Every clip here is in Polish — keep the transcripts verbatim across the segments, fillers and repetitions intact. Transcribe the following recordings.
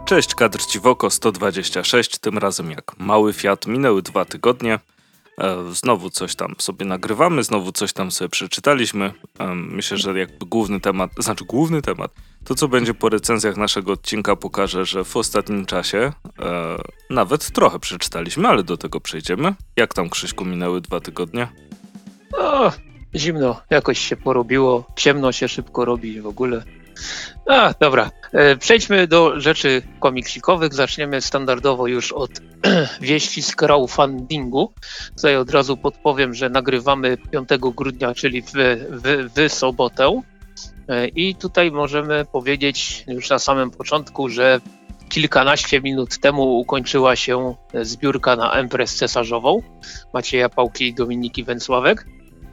Cześć, kadr Ciwoko sto dwadzieścia sześć, tym razem jak mały Fiat, minęły dwa tygodnie, e, znowu coś tam sobie nagrywamy, znowu coś tam sobie przeczytaliśmy. E, myślę, że jakby główny temat, znaczy główny temat, to co będzie po recenzjach naszego odcinka pokaże, że w ostatnim czasie e, nawet trochę przeczytaliśmy, ale do tego przejdziemy. Jak tam, Krzyśku, minęły dwa tygodnie? O, zimno, jakoś się porobiło, ciemno się szybko robi w ogóle. A, dobra, e, przejdźmy do rzeczy komiksikowych. Zaczniemy standardowo już od wieści z crowdfundingu. Tutaj od razu podpowiem, że nagrywamy piątego grudnia, czyli w, w, w sobotę. E, I tutaj możemy powiedzieć już na samym początku, że kilkanaście minut temu ukończyła się zbiórka na Empress cesarzową Macieja Pałki i Dominiki Węcławek.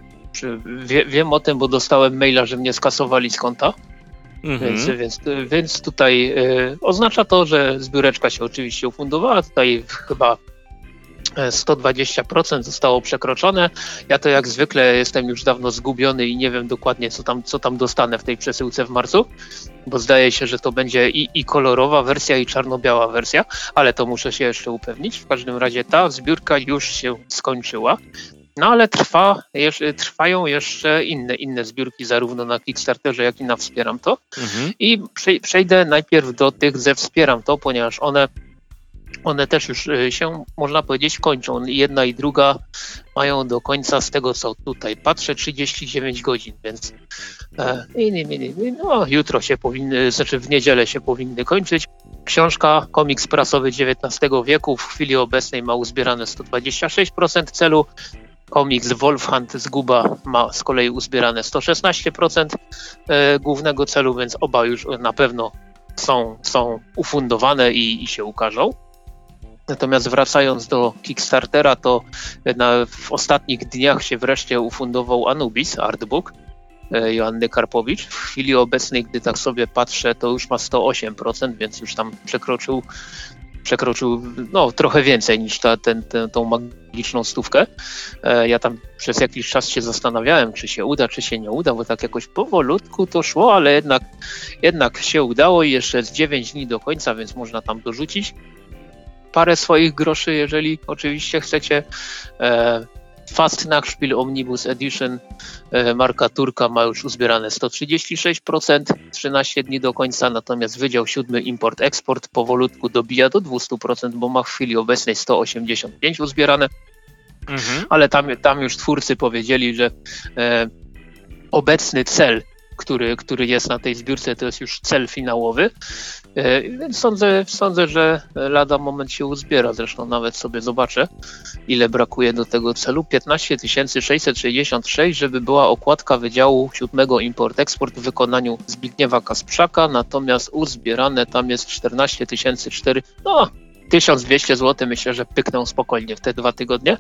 Wie, wiem o tym, bo dostałem maila, że mnie skasowali z konta. Mhm. Więc, więc, więc tutaj y, oznacza to, że zbióreczka się oczywiście ufundowała. Tutaj chyba sto dwadzieścia procent zostało przekroczone. Ja to jak zwykle jestem już dawno zgubiony i nie wiem dokładnie, co tam, co tam dostanę w tej przesyłce w marcu, bo zdaje się, że to będzie i, i kolorowa wersja, i czarno-biała wersja, ale to muszę się jeszcze upewnić. W każdym razie ta zbiórka już się skończyła. No ale trwa, jeszcze, trwają jeszcze inne, inne zbiórki, zarówno na Kickstarterze, jak i na Wspieram To. Mhm. I przejdę najpierw do tych ze Wspieram To, ponieważ one, one też już się, można powiedzieć, kończą. Jedna i druga mają do końca, z tego co tutaj patrzę, trzydzieści dziewięć godzin, więc e, no, jutro się powinny, znaczy w niedzielę się powinny kończyć. Książka, komiks prasowy dziewiętnastego wieku w chwili obecnej ma uzbierane sto dwadzieścia sześć procent celu. Komiks Wolfhand Zguba ma z kolei uzbierane sto szesnaście procent e, głównego celu, więc oba już na pewno są, są ufundowane i, i się ukażą. Natomiast wracając do Kickstartera, to na, w ostatnich dniach się wreszcie ufundował Anubis Artbook e, Joanny Karpowicz. W chwili obecnej, gdy tak sobie patrzę, to już ma sto osiem procent, więc już tam przekroczył przekroczył no, trochę więcej niż ta, ten, ten, tą magiczną stówkę. E, ja tam przez jakiś czas się zastanawiałem, czy się uda, czy się nie uda, bo tak jakoś powolutku to szło, ale jednak, jednak się udało i jeszcze jest dziewięć dni do końca, więc można tam dorzucić parę swoich groszy, jeżeli oczywiście chcecie. E, Fast Nachspiel Omnibus Edition e, marka Turka ma już uzbierane sto trzydzieści sześć procent, trzynaście dni do końca, natomiast Wydział siódmy Import-Eksport powolutku dobija do dwieście procent, bo ma w chwili obecnej sto osiemdziesiąt pięć uzbierane, mhm. ale tam, tam już twórcy powiedzieli, że e, obecny cel, który, który jest na tej zbiórce, to jest już cel finałowy, e, więc sądzę, sądzę, że lada moment się uzbiera. Zresztą nawet sobie zobaczę, ile brakuje do tego celu. piętnaście tysięcy sześćset sześćdziesiąt sześć, żeby była okładka Wydziału siódmego Import-Eksport w wykonaniu Zbigniewa Kasprzaka, natomiast uzbierane tam jest czternaście tysięcy czterysta, no tysiąc dwieście złotych, myślę, że pyknę spokojnie w te dwa tygodnie.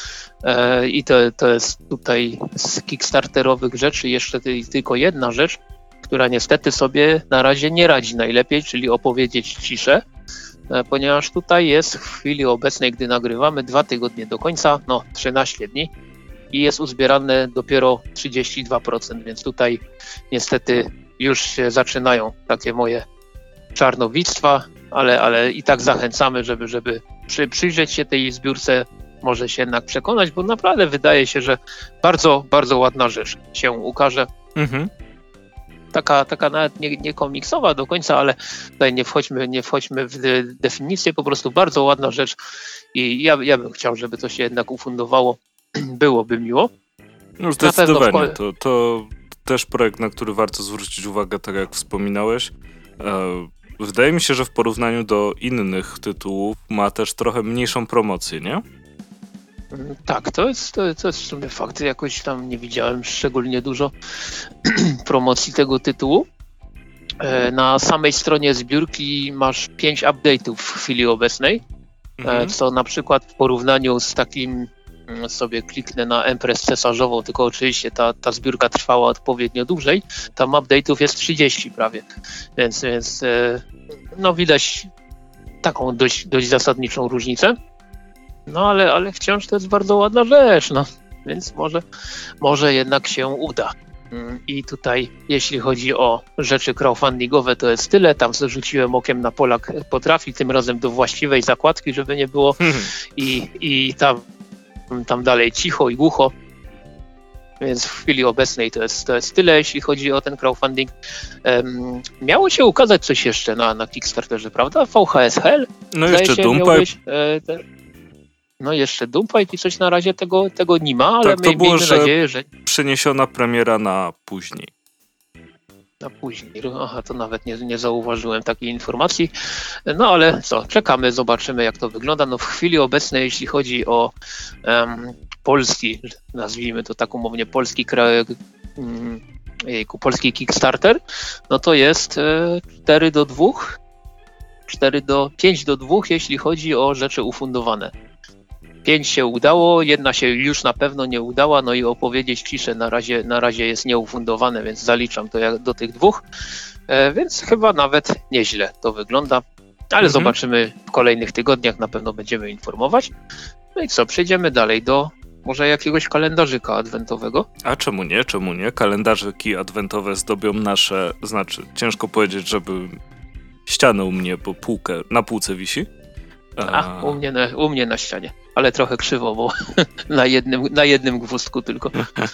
E, I to, to jest tutaj z kickstarterowych rzeczy jeszcze tylko jedna rzecz, która niestety sobie na razie nie radzi najlepiej, czyli opowiedzieć ciszę, e, ponieważ tutaj jest w chwili obecnej, gdy nagrywamy, dwa tygodnie do końca, no trzynaście dni i jest uzbierane dopiero trzydzieści dwa procent, więc tutaj niestety już się zaczynają takie moje czarnowictwa, ale, ale i tak zachęcamy, żeby, żeby przy, przyjrzeć się tej zbiórce, może się jednak przekonać, bo naprawdę wydaje się, że bardzo, bardzo ładna rzecz się ukaże. Mhm. Taka, taka nawet nie, nie komiksowa do końca, ale tutaj nie wchodźmy, nie wchodźmy w de, definicję, po prostu bardzo ładna rzecz i ja, ja bym chciał, żeby to się jednak ufundowało. Byłoby miło. No zdecydowanie, kole... to, to też projekt, na który warto zwrócić uwagę, tak jak wspominałeś. Wydaje mi się, że w porównaniu do innych tytułów ma też trochę mniejszą promocję, nie? Tak, to jest, to, to jest w sumie fakt. Jakoś tam nie widziałem szczególnie dużo promocji tego tytułu. Na samej stronie zbiórki masz pięć update'ów w chwili obecnej, mhm. co na przykład w porównaniu z takim, sobie kliknę na Empress cesarzową, tylko oczywiście ta, ta zbiórka trwała odpowiednio dłużej, tam update'ów jest trzydzieści prawie, więc, więc no widać taką dość, dość zasadniczą różnicę. No ale, ale wciąż to jest bardzo ładna rzecz, no więc może, może jednak się uda. I tutaj, jeśli chodzi o rzeczy crowdfundingowe, to jest tyle. Tam rzuciłem okiem na Polak Potrafi, tym razem do właściwej zakładki, żeby nie było. I, i tam, tam dalej cicho i głucho. Więc w chwili obecnej to jest, to jest tyle, jeśli chodzi o ten crowdfunding. Um, miało się ukazać coś jeszcze na, na Kickstarterze, prawda? V H S Hell? No jeszcze Doompipe. E, te... No jeszcze Doompipe i coś na razie tego, tego nie ma, ale tak, to my, było, miejmy że nadzieję, że... przeniesiona premiera na później. Na później. Aha, to nawet nie, nie zauważyłem takiej informacji. No ale co, czekamy, zobaczymy jak to wygląda. No w chwili obecnej, jeśli chodzi o um, polski, nazwijmy to tak umownie, polski kraj, um, jejku, polski Kickstarter, no to jest e, cztery do dwóch, cztery do pięć do dwóch, jeśli chodzi o rzeczy ufundowane. pięć się udało, jedna się już na pewno nie udała, no i opowiedzieć ciszę na razie, na razie jest nieufundowane, więc zaliczam to jak do tych dwóch, e, więc chyba nawet nieźle to wygląda, ale mhm. zobaczymy w kolejnych tygodniach, na pewno będziemy informować. No i co, przejdziemy dalej do może jakiegoś kalendarzyka adwentowego. A czemu nie, czemu nie? Kalendarzyki adwentowe zdobią nasze, znaczy ciężko powiedzieć, żeby ścianę u mnie, bo półkę, na półce wisi. A, u mnie, na, u mnie na ścianie, ale trochę krzywo, bo na jednym, na jednym gwózdku tylko.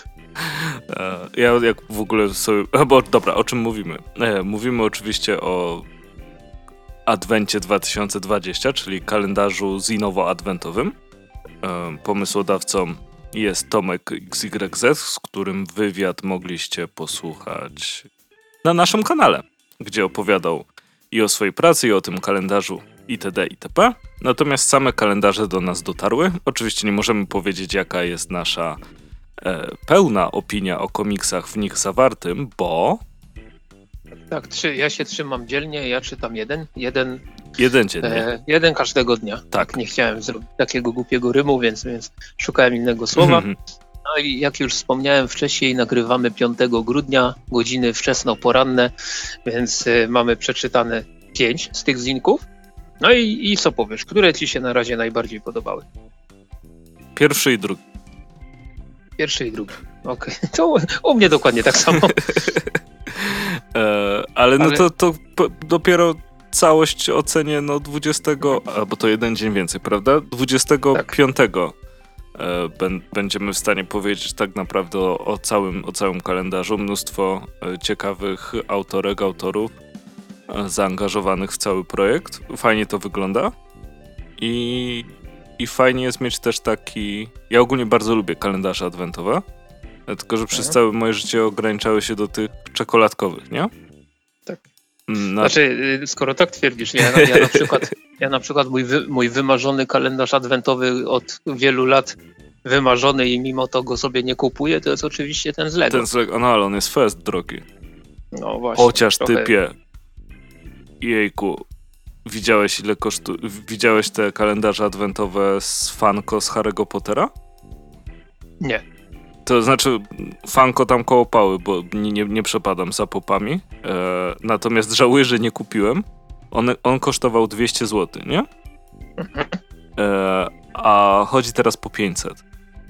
Ja jak w ogóle sobie... Bo dobra, o czym mówimy? Mówimy oczywiście o Adwencie dwa tysiące dwudziestym, czyli kalendarzu zinowo-adwentowym. Pomysłodawcą jest Tomek X Y Z, z którym wywiad mogliście posłuchać na naszym kanale, gdzie opowiadał i o swojej pracy, i o tym kalendarzu itd. itp. Natomiast same kalendarze do nas dotarły. Oczywiście nie możemy powiedzieć, jaka jest nasza e, pełna opinia o komiksach w nich zawartym, bo... Tak, trzy, ja się trzymam dzielnie, ja czytam jeden. Jeden, jeden dziennie. E, jeden każdego dnia. Tak. Nie chciałem zrobić takiego głupiego rymu, więc, więc szukałem innego słowa. No i jak już wspomniałem wcześniej, nagrywamy piątego grudnia, godziny wczesno-poranne, więc y, mamy przeczytane pięć z tych zinków. No i, i co powiesz, które ci się na razie najbardziej podobały? Pierwszy i drugi. Pierwszy i drugi, okej. Okay. To u mnie dokładnie tak samo. e, ale no ale... to, to p- dopiero całość ocenię no dwudziestego, albo to jeden dzień więcej, prawda? dwudziestego piątego e, ben, będziemy w stanie powiedzieć tak naprawdę o, o, całym, o całym kalendarzu. Mnóstwo e, ciekawych autorek, autorów zaangażowanych w cały projekt. Fajnie to wygląda i, i fajnie jest mieć też taki... Ja ogólnie bardzo lubię kalendarze adwentowe, tylko że przez mhm. całe moje życie ograniczały się do tych czekoladkowych, nie? Tak. Na... Znaczy, skoro tak twierdzisz, ja, ja na przykład, ja na przykład mój, wy, mój wymarzony kalendarz adwentowy od wielu lat wymarzony i mimo to go sobie nie kupuję, to jest oczywiście ten z Lego. Ten z Lego, no ale on jest fest drogi. No właśnie. Chociaż trochę... typie, jejku, widziałeś ile kosztu... Widziałeś te kalendarze adwentowe z Funko z Harry'ego Pottera? Nie. To znaczy Funko tam koło pały, bo nie, nie, nie przepadam za popami. E, natomiast żałuję, że nie kupiłem. On, on kosztował dwieście złotych, nie? E, a chodzi teraz po pięćset.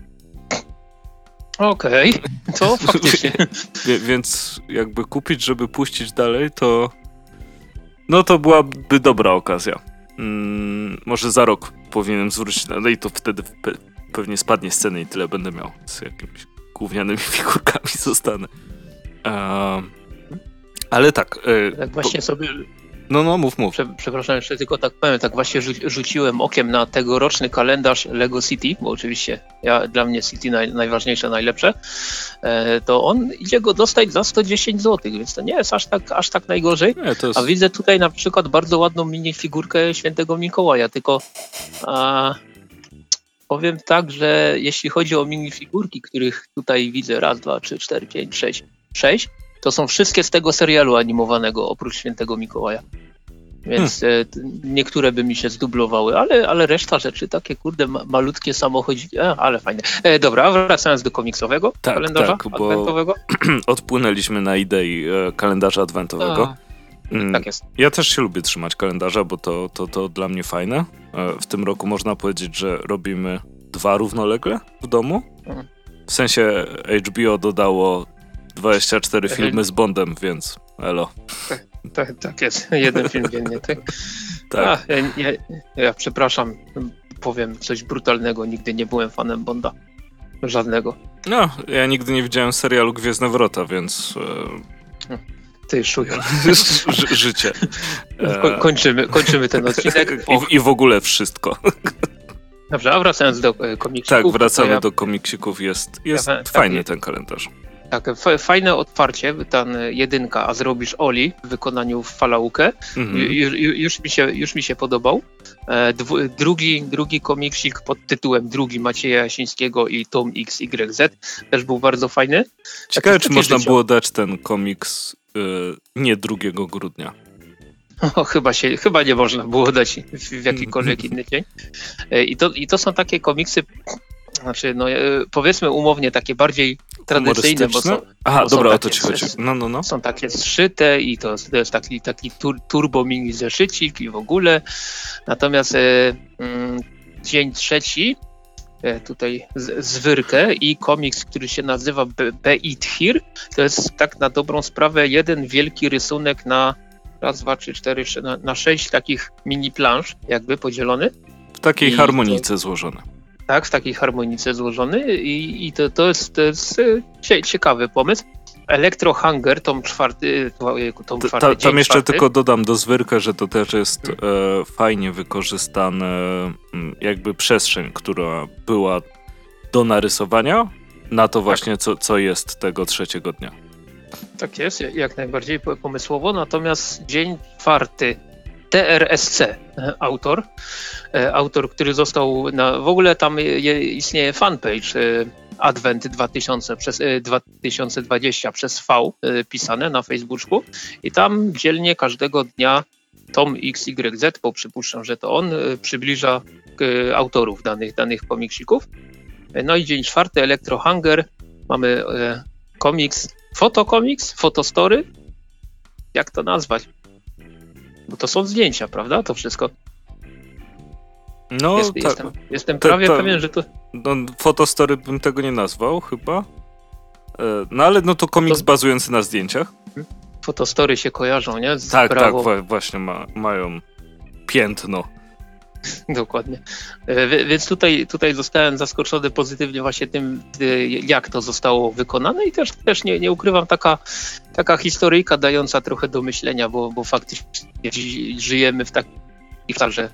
Okej, okay. To faktycznie. Wie, więc jakby kupić, żeby puścić dalej, to no to byłaby dobra okazja. Mm, może za rok powinienem zwrócić, no i to wtedy pe- pewnie spadnie z ceny i tyle będę miał. Z jakimiś gównianymi figurkami zostanę. Um, ale tak. E, tak właśnie bo, sobie... No, no, mów, mów. Prze, przepraszam, jeszcze tylko tak powiem, tak właśnie rzu- rzuciłem okiem na tegoroczny kalendarz Lego City, bo oczywiście ja, dla mnie City naj, najważniejsze, najlepsze, e, to on idzie go dostać za sto dziesięć złotych, więc to nie jest aż tak, aż tak najgorzej. Nie, to jest... A widzę tutaj na przykład bardzo ładną minifigurkę Świętego Mikołaja, tylko a, powiem tak, że jeśli chodzi o minifigurki, których tutaj widzę raz, dwa, trzy, cztery, pięć, sześć, sześć, to są wszystkie z tego serialu animowanego, oprócz Świętego Mikołaja. Więc hmm. e, niektóre by mi się zdublowały, ale, ale reszta rzeczy, takie kurde ma, malutkie samochodziki, e, ale fajne. E, dobra, wracając do komiksowego tak, kalendarza tak, bo adwentowego. Odpłynęliśmy na idei e, kalendarza adwentowego. A, tak jest. Ja też się lubię trzymać kalendarza, bo to, to, to dla mnie fajne. E, w tym roku można powiedzieć, że robimy dwa równolegle w domu. Hmm. W sensie H B O dodało dwadzieścia cztery filmy z Bondem, więc elo. Tak, tak, tak jest. Jeden film dziennie, tak? Tak. A, ja, ja, ja przepraszam, powiem coś brutalnego, nigdy nie byłem fanem Bonda. Żadnego. No, ja nigdy nie widziałem serialu Gwiezdne Wrota, więc... E... Ty szujo. Ży- życie. Ko- kończymy, kończymy ten odcinek. I, I w ogóle wszystko. Dobrze, a wracając do komiksików. Tak, wracamy ja... do komiksików. Jest, jest ja, fajny tak, ten kalendarz. Tak, f- fajne otwarcie, ten jedynka, a zrobisz Oli w wykonaniu Falaukę. Mhm. Ju, ju, już, mi się, już mi się podobał. E, dwu, drugi, drugi komiksik pod tytułem Drugi Macieja Jasińskiego i Tom X Y Z też był bardzo fajny. Ciekawe, Taki czy można życio. było dać ten komiks y, nie drugiego grudnia. O, chyba, się, chyba nie można było dać w, w jakikolwiek inny dzień. E, i, to, I to są takie komiksy, znaczy, no, e, powiedzmy umownie, takie bardziej tradycyjne, bo są, Aha, bo są dobra, takie, o to ci chodzi. No, no, no. Są takie zszyte i to, to jest taki, taki tur, turbo mini zeszycik i w ogóle. Natomiast e, mm, dzień trzeci, e, tutaj z, zwyrkę i komiks, który się nazywa Be, Be It Here, to jest tak na dobrą sprawę jeden wielki rysunek na raz, dwa, trzy, cztery, na, na sześć takich mini plansz, jakby podzielony. W takiej I harmonice to, złożone. Tak, w takiej harmonice złożony i, i to, to jest, to jest cie, ciekawy pomysł. Elektro Hunger, tom czwarty, tom czwarty ta, Tam jeszcze czwarty. tylko dodam do zwyrka, że to też jest e, fajnie wykorzystane m, jakby przestrzeń, która była do narysowania na to właśnie, co, co jest tego trzeciego dnia. Tak jest, jak najbardziej pomysłowo. Natomiast dzień czwarty, T R S C, autor, autor, który został, na, w ogóle tam je, istnieje fanpage Advent dwa tysiące, przez, dwa tysiące dwadzieścia przez V pisane na Facebooku i tam dzielnie każdego dnia Tom X Y Z, bo przypuszczam, że to on, przybliża autorów danych, danych komiksików. No i dzień czwarty, Electro Hunger, mamy komiks, fotokomiks, fotostory, jak to nazwać? Bo to są zdjęcia, prawda? To wszystko. No, Jest, ta, jestem, jestem ta, prawie ta, pewien, że to... No, fotostory bym tego nie nazwał, chyba. E, no ale no to komiks to... bazujący na zdjęciach. Fotostory się kojarzą, nie? Z tak, brawo. tak, właśnie ma, mają piętno. Dokładnie. Więc tutaj, tutaj zostałem zaskoczony pozytywnie właśnie tym, jak to zostało wykonane i też, też nie, nie ukrywam, taka, taka historyjka dająca trochę do myślenia, bo, bo faktycznie żyjemy w takich czasach, że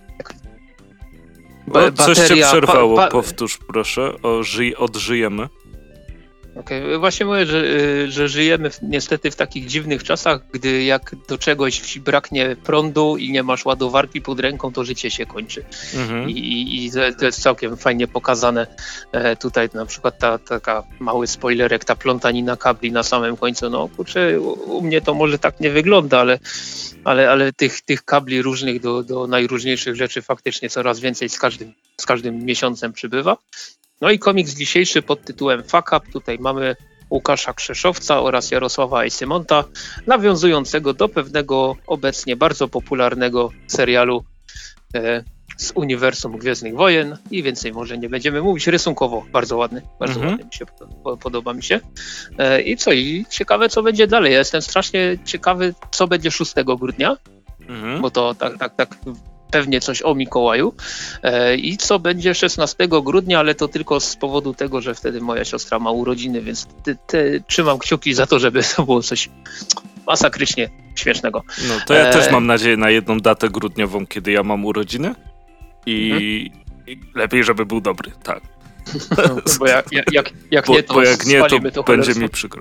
ba- coś cię przerwało, pa, pa, powtórz proszę, o, ży- odżyjemy. Okej, okay. Właśnie mówię, że, że żyjemy w, niestety w takich dziwnych czasach, gdy jak do czegoś ci braknie prądu i nie masz ładowarki pod ręką, to życie się kończy. Mhm. I, i to jest całkiem fajnie pokazane. E, tutaj na przykład ta taka mały spoilerek, ta plątanina kabli na samym końcu. No kurczę, u, u mnie to może tak nie wygląda, ale, ale, ale tych, tych kabli różnych do, do najróżniejszych rzeczy faktycznie coraz więcej z każdym, z każdym miesiącem przybywa. No i komiks dzisiejszy pod tytułem Fuck Up. Tutaj mamy Łukasza Krzeszowca oraz Jarosława Ejsymonta, nawiązującego do pewnego obecnie bardzo popularnego serialu e, z uniwersum Gwiezdnych Wojen i więcej może nie będziemy mówić. Rysunkowo bardzo ładny, bardzo mhm. ładny mi się podoba, podoba mi się. E, I co? I ciekawe, co będzie dalej. Ja jestem strasznie ciekawy, co będzie szóstego grudnia, mhm. bo to tak, tak, tak pewnie coś o Mikołaju e, i co będzie szesnastego grudnia, ale to tylko z powodu tego, że wtedy moja siostra ma urodziny, więc te, te, trzymam kciuki za to, żeby to było coś masakrycznie śmiesznego. No to ja e... też mam nadzieję na jedną datę grudniową, kiedy ja mam urodziny i, hmm? i lepiej, żeby był dobry, tak. No, bo jak, jak, jak bo, nie, to bo jak nie, to, to będzie mi przykro.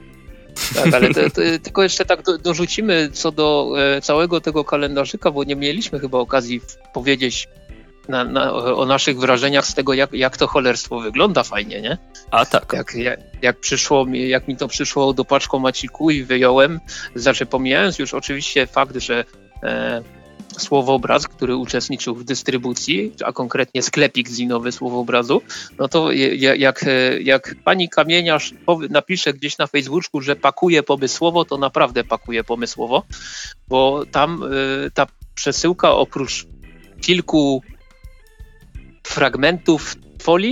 Tak, ale to, to, tylko jeszcze tak do, dorzucimy co do e, całego tego kalendarzyka, bo nie mieliśmy chyba okazji powiedzieć na, na, o naszych wrażeniach z tego, jak, jak to cholerstwo wygląda fajnie, nie? A tak. Jak, jak, jak przyszło mi, jak mi to przyszło do paczkomaciku i wyjąłem, znaczy pomijając już oczywiście fakt, że e, Słowobraz, który uczestniczył w dystrybucji, a konkretnie sklepik zinowy Słowobrazu, no to jak, jak pani Kamieniarz napisze gdzieś na Facebooku, że pakuje pomysłowo, to naprawdę pakuje pomysłowo, bo tam ta przesyłka oprócz kilku fragmentów folii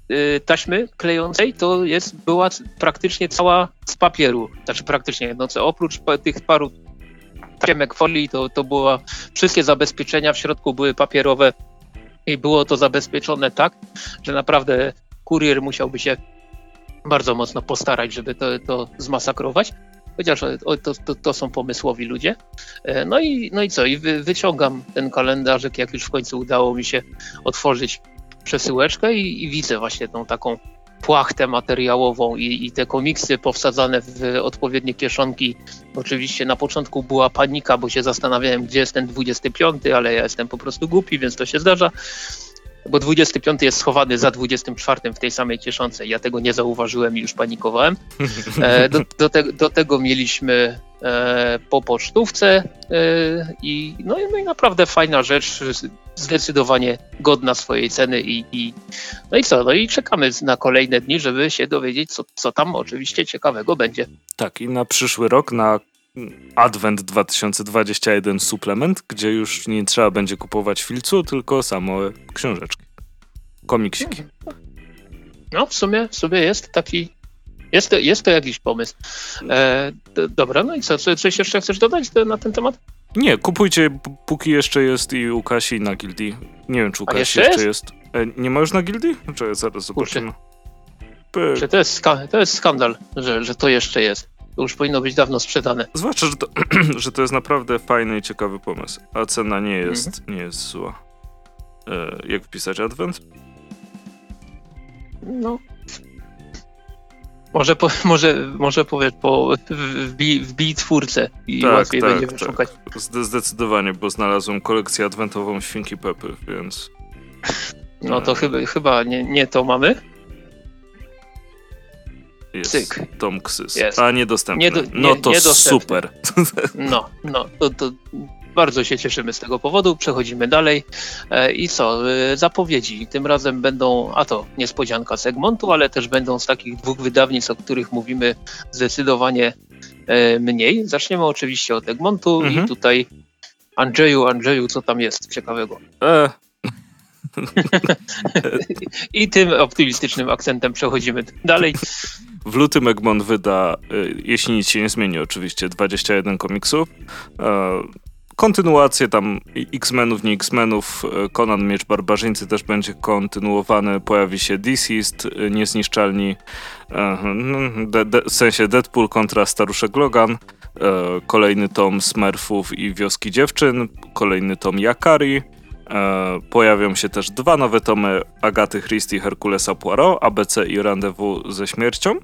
y, taśmy klejącej to jest, była praktycznie cała z papieru. Znaczy praktycznie, no co oprócz pa- tych paru taśmek folii, to, to była, wszystkie zabezpieczenia w środku były papierowe i było to zabezpieczone tak, że naprawdę kurier musiałby się bardzo mocno postarać, żeby to, to zmasakrować. Chociaż o, to, to, to są pomysłowi ludzie. E, No i, no i co? I wy, wyciągam ten kalendarzyk, jak już w końcu udało mi się otworzyć przesyłeczkę i, i widzę właśnie tą taką płachtę materiałową i, i te komiksy powsadzane w odpowiednie kieszonki. Oczywiście na początku była panika, bo się zastanawiałem, gdzie jest ten dwudziesty piąty, ale ja jestem po prostu głupi, więc to się zdarza. Bo dwudziesty piąty jest schowany za dwudziestym czwartym w tej samej kieszonce. Ja tego nie zauważyłem i już panikowałem. E, do, do, te, do tego mieliśmy e, po pocztówce e, i, no, i- no i naprawdę fajna rzecz, zdecydowanie godna swojej ceny i, i no i co? No i czekamy na kolejne dni, żeby się dowiedzieć, co, co tam oczywiście ciekawego będzie. Tak, i na przyszły rok, na Advent dwa tysiące dwudziesty pierwszy suplement, gdzie już nie trzeba będzie kupować filcu, tylko same książeczki. Komiksiki. No w sumie, w sumie jest taki, jest to, jest to jakiś pomysł. E, d- dobra, no i co? Co- Coś jeszcze chcesz dodać do- na ten temat? Nie, kupujcie, p- póki jeszcze jest i u Kasi i na Gildii. Nie wiem, czy u A Kasi jeszcze jeszcze jest. E, nie ma już na Gildii? Czekaj, zaraz Kurczę. zobaczymy. Pyk. Że to jest, ska- to jest skandal, że, że to jeszcze jest. To już powinno być dawno sprzedane. Zwłaszcza, że to, że to jest naprawdę fajny i ciekawy pomysł. A cena nie jest, nie jest zła. E, jak wpisać Advent? No. Może, po, może, może powiesz, po, wbij, wbij twórcę i Tak, łatwiej tak, będzie tak. wyszukać. Zde- Zdecydowanie, bo znalazłem kolekcję adwentową Świnki Pepy, więc... No to chyba, chyba nie, nie to mamy. Jest Cyk. Tom Ksys. Jest. A niedostępny. Nie do- nie- no to niedostępny. super. No, no, to, to bardzo się cieszymy z tego powodu. Przechodzimy dalej. E, I co? E, zapowiedzi. Tym razem będą, a to niespodzianka z Egmontu, ale też będą z takich dwóch wydawnictw, o których mówimy zdecydowanie e, mniej. Zaczniemy oczywiście od Egmontu Mhm. i tutaj Andrzeju, Andrzeju, co tam jest ciekawego? E, I tym optymistycznym akcentem przechodzimy dalej. w lutym Egmont wyda, y, jeśli nic się nie zmieni oczywiście, dwadzieścia jeden komiksów. E, kontynuacje tam i- X-Menów, nie X-Menów, e, Conan Miecz Barbarzyńcy też będzie kontynuowany. Pojawi się Deceased, y, Niezniszczalni, e, no, de, de, w sensie Deadpool kontra Staruszek Logan. E, kolejny tom Smurfów i Wioski Dziewczyn, kolejny tom Yakari. E, pojawią się też dwa nowe tomy Agaty Christie, Herkulesa Poirot, A B C i Rendezvous ze śmiercią.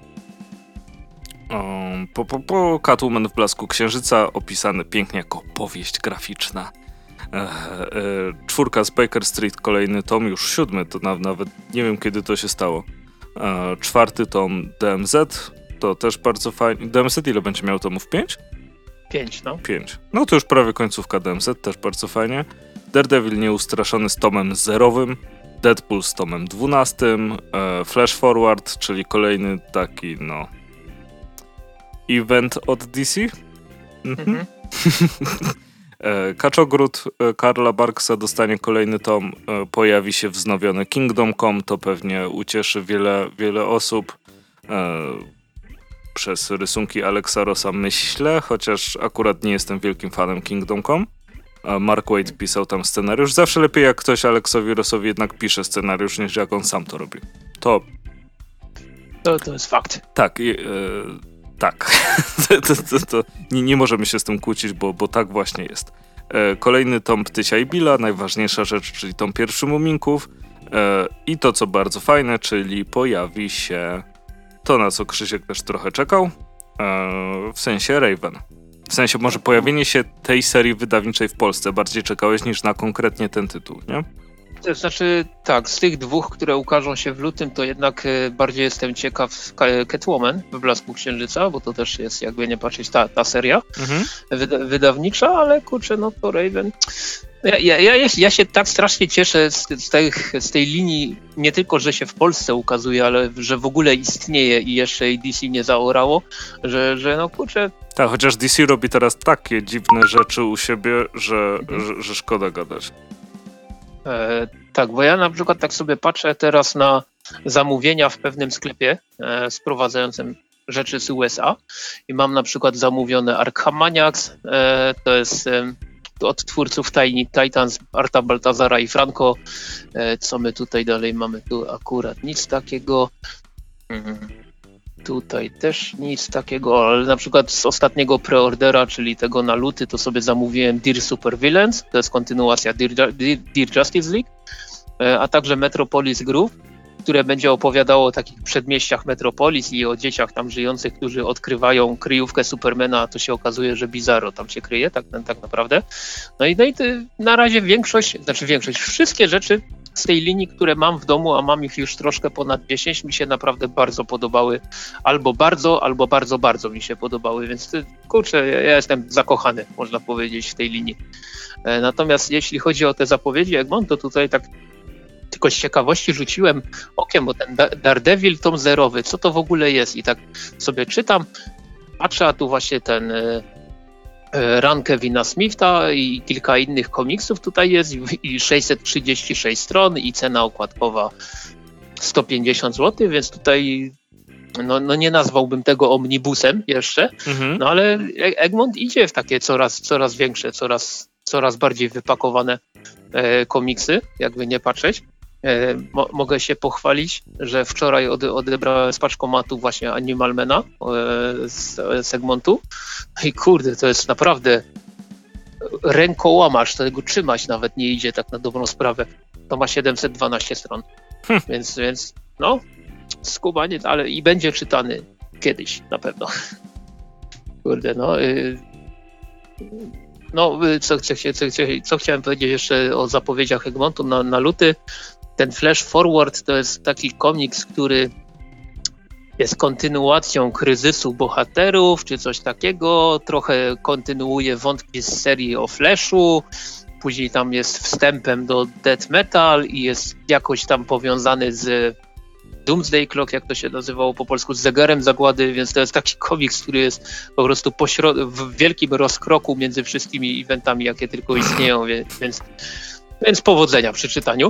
Um, po, po, po Catwoman w blasku księżyca, opisany pięknie jako powieść graficzna. E, e, czwórka z Baker Street, kolejny tom, już siódmy, to na, nawet nie wiem kiedy to się stało. E, czwarty tom D M Z, to też bardzo fajnie. D M Z ile będzie miał tomów? Pięć? Pięć, no. Pięć. No to już prawie końcówka D M Z, też bardzo fajnie. Daredevil nieustraszony z tomem zerowym. Deadpool z tomem dwunastym. E, Flash Forward, czyli kolejny taki, no... event od D C. Mhm. Mhm. e, Kaczogród e, Karla Barksa dostanie kolejny tom. E, pojawi się wznowione Kingdom Come. To pewnie ucieszy wiele, wiele osób. E, przez rysunki Alexa Rossa myślę, chociaż akurat nie jestem wielkim fanem Kingdom Come. A Mark Waid pisał tam scenariusz. Zawsze lepiej jak ktoś Alexowi Rossowi jednak pisze scenariusz, niż jak on sam to robi. To To, to jest fakt. tak, i, e, tak. to, to, to, to nie, nie możemy się z tym kłócić, bo, bo tak właśnie jest. E, kolejny tom Ptysia i Billa, najważniejsza rzecz, czyli tom pierwszy Muminków. E, I to, co bardzo fajne, czyli pojawi się to, na co Krzysiek też trochę czekał, e, w sensie Raven. W sensie może pojawienie się tej serii wydawniczej w Polsce bardziej czekałeś niż na konkretnie ten tytuł, nie? To znaczy, tak, z tych dwóch, które ukażą się w lutym, to jednak e, bardziej jestem ciekaw Ka- Catwoman w Blasku Księżyca, bo to też jest, jakby nie patrzeć, ta, ta seria Mhm. wyda- wydawnicza, ale kurczę, no to Raven... Ja, ja, ja, ja się tak strasznie cieszę z, z, tych, z tej linii, nie tylko, że się w Polsce ukazuje, ale że w ogóle istnieje i jeszcze jej D C nie zaorało, że, że no kurczę, Tak, chociaż D C robi teraz takie dziwne rzeczy u siebie, że, Mhm. że, że szkoda gadać. E, tak, bo ja na przykład tak sobie patrzę teraz na zamówienia w pewnym sklepie e, sprowadzającym rzeczy z U S A i mam na przykład zamówione Arkham Maniacs, e, to jest e, od twórców Tiny Titans, Arta Baltazara i Franco. E, co my tutaj dalej mamy? Tu akurat nic takiego. Mhm. Tutaj też nic takiego, ale na przykład z ostatniego preordera, czyli tego na luty, to sobie zamówiłem Dear Super Villains, to jest kontynuacja Dear, Dear Justice League, a także Metropolis Groove, które będzie opowiadało o takich przedmieściach Metropolis i o dzieciach tam żyjących, którzy odkrywają kryjówkę Supermana, a to się okazuje, że Bizarro tam się kryje, tak, tak naprawdę. No i, no i na razie większość, znaczy większość, wszystkie rzeczy z tej linii, które mam w domu, a mam ich już troszkę ponad dziesięć, mi się naprawdę bardzo podobały. Albo bardzo, albo bardzo, bardzo mi się podobały, więc kurczę, ja jestem zakochany, można powiedzieć, w tej linii. Natomiast jeśli chodzi o te zapowiedzi Egmont, to tutaj tak tylko z ciekawości rzuciłem okiem, bo ten Daredevil tom zerowy, co to w ogóle jest? I tak sobie czytam, patrzę, a tu właśnie ten run Kevina Smitha i kilka innych komiksów tutaj jest i sześćset trzydzieści sześć stron i cena okładkowa sto pięćdziesiąt złotych, więc tutaj no, no nie nazwałbym tego omnibusem jeszcze, mhm. no ale Egmont idzie w takie coraz, coraz większe, coraz, coraz bardziej wypakowane e, komiksy, jakby nie patrzeć. E, mo, mogę się pochwalić, że wczoraj ode, odebrałem z paczkomatu właśnie Animalmana e, z, z Egmontu i kurde, to jest naprawdę rękołamacz, tego trzymać nawet nie idzie tak na dobrą sprawę. To ma siedemset dwanaście stron, hm. więc, więc no skubanie, ale i będzie czytany kiedyś na pewno. Kurde, no y, no co, co, co, co chciałem powiedzieć jeszcze o zapowiedziach Egmontu na, na luty. Ten Flash Forward to jest taki komiks, który jest kontynuacją kryzysu bohaterów, czy coś takiego. Trochę kontynuuje wątki z serii o Flashu. Później tam jest wstępem do Death Metal i jest jakoś tam powiązany z Doomsday Clock, jak to się nazywało po polsku, z zegarem zagłady, więc to jest taki komiks, który jest po prostu pośrod- w wielkim rozkroku między wszystkimi eventami, jakie tylko istnieją, więc, więc powodzenia przy czytaniu.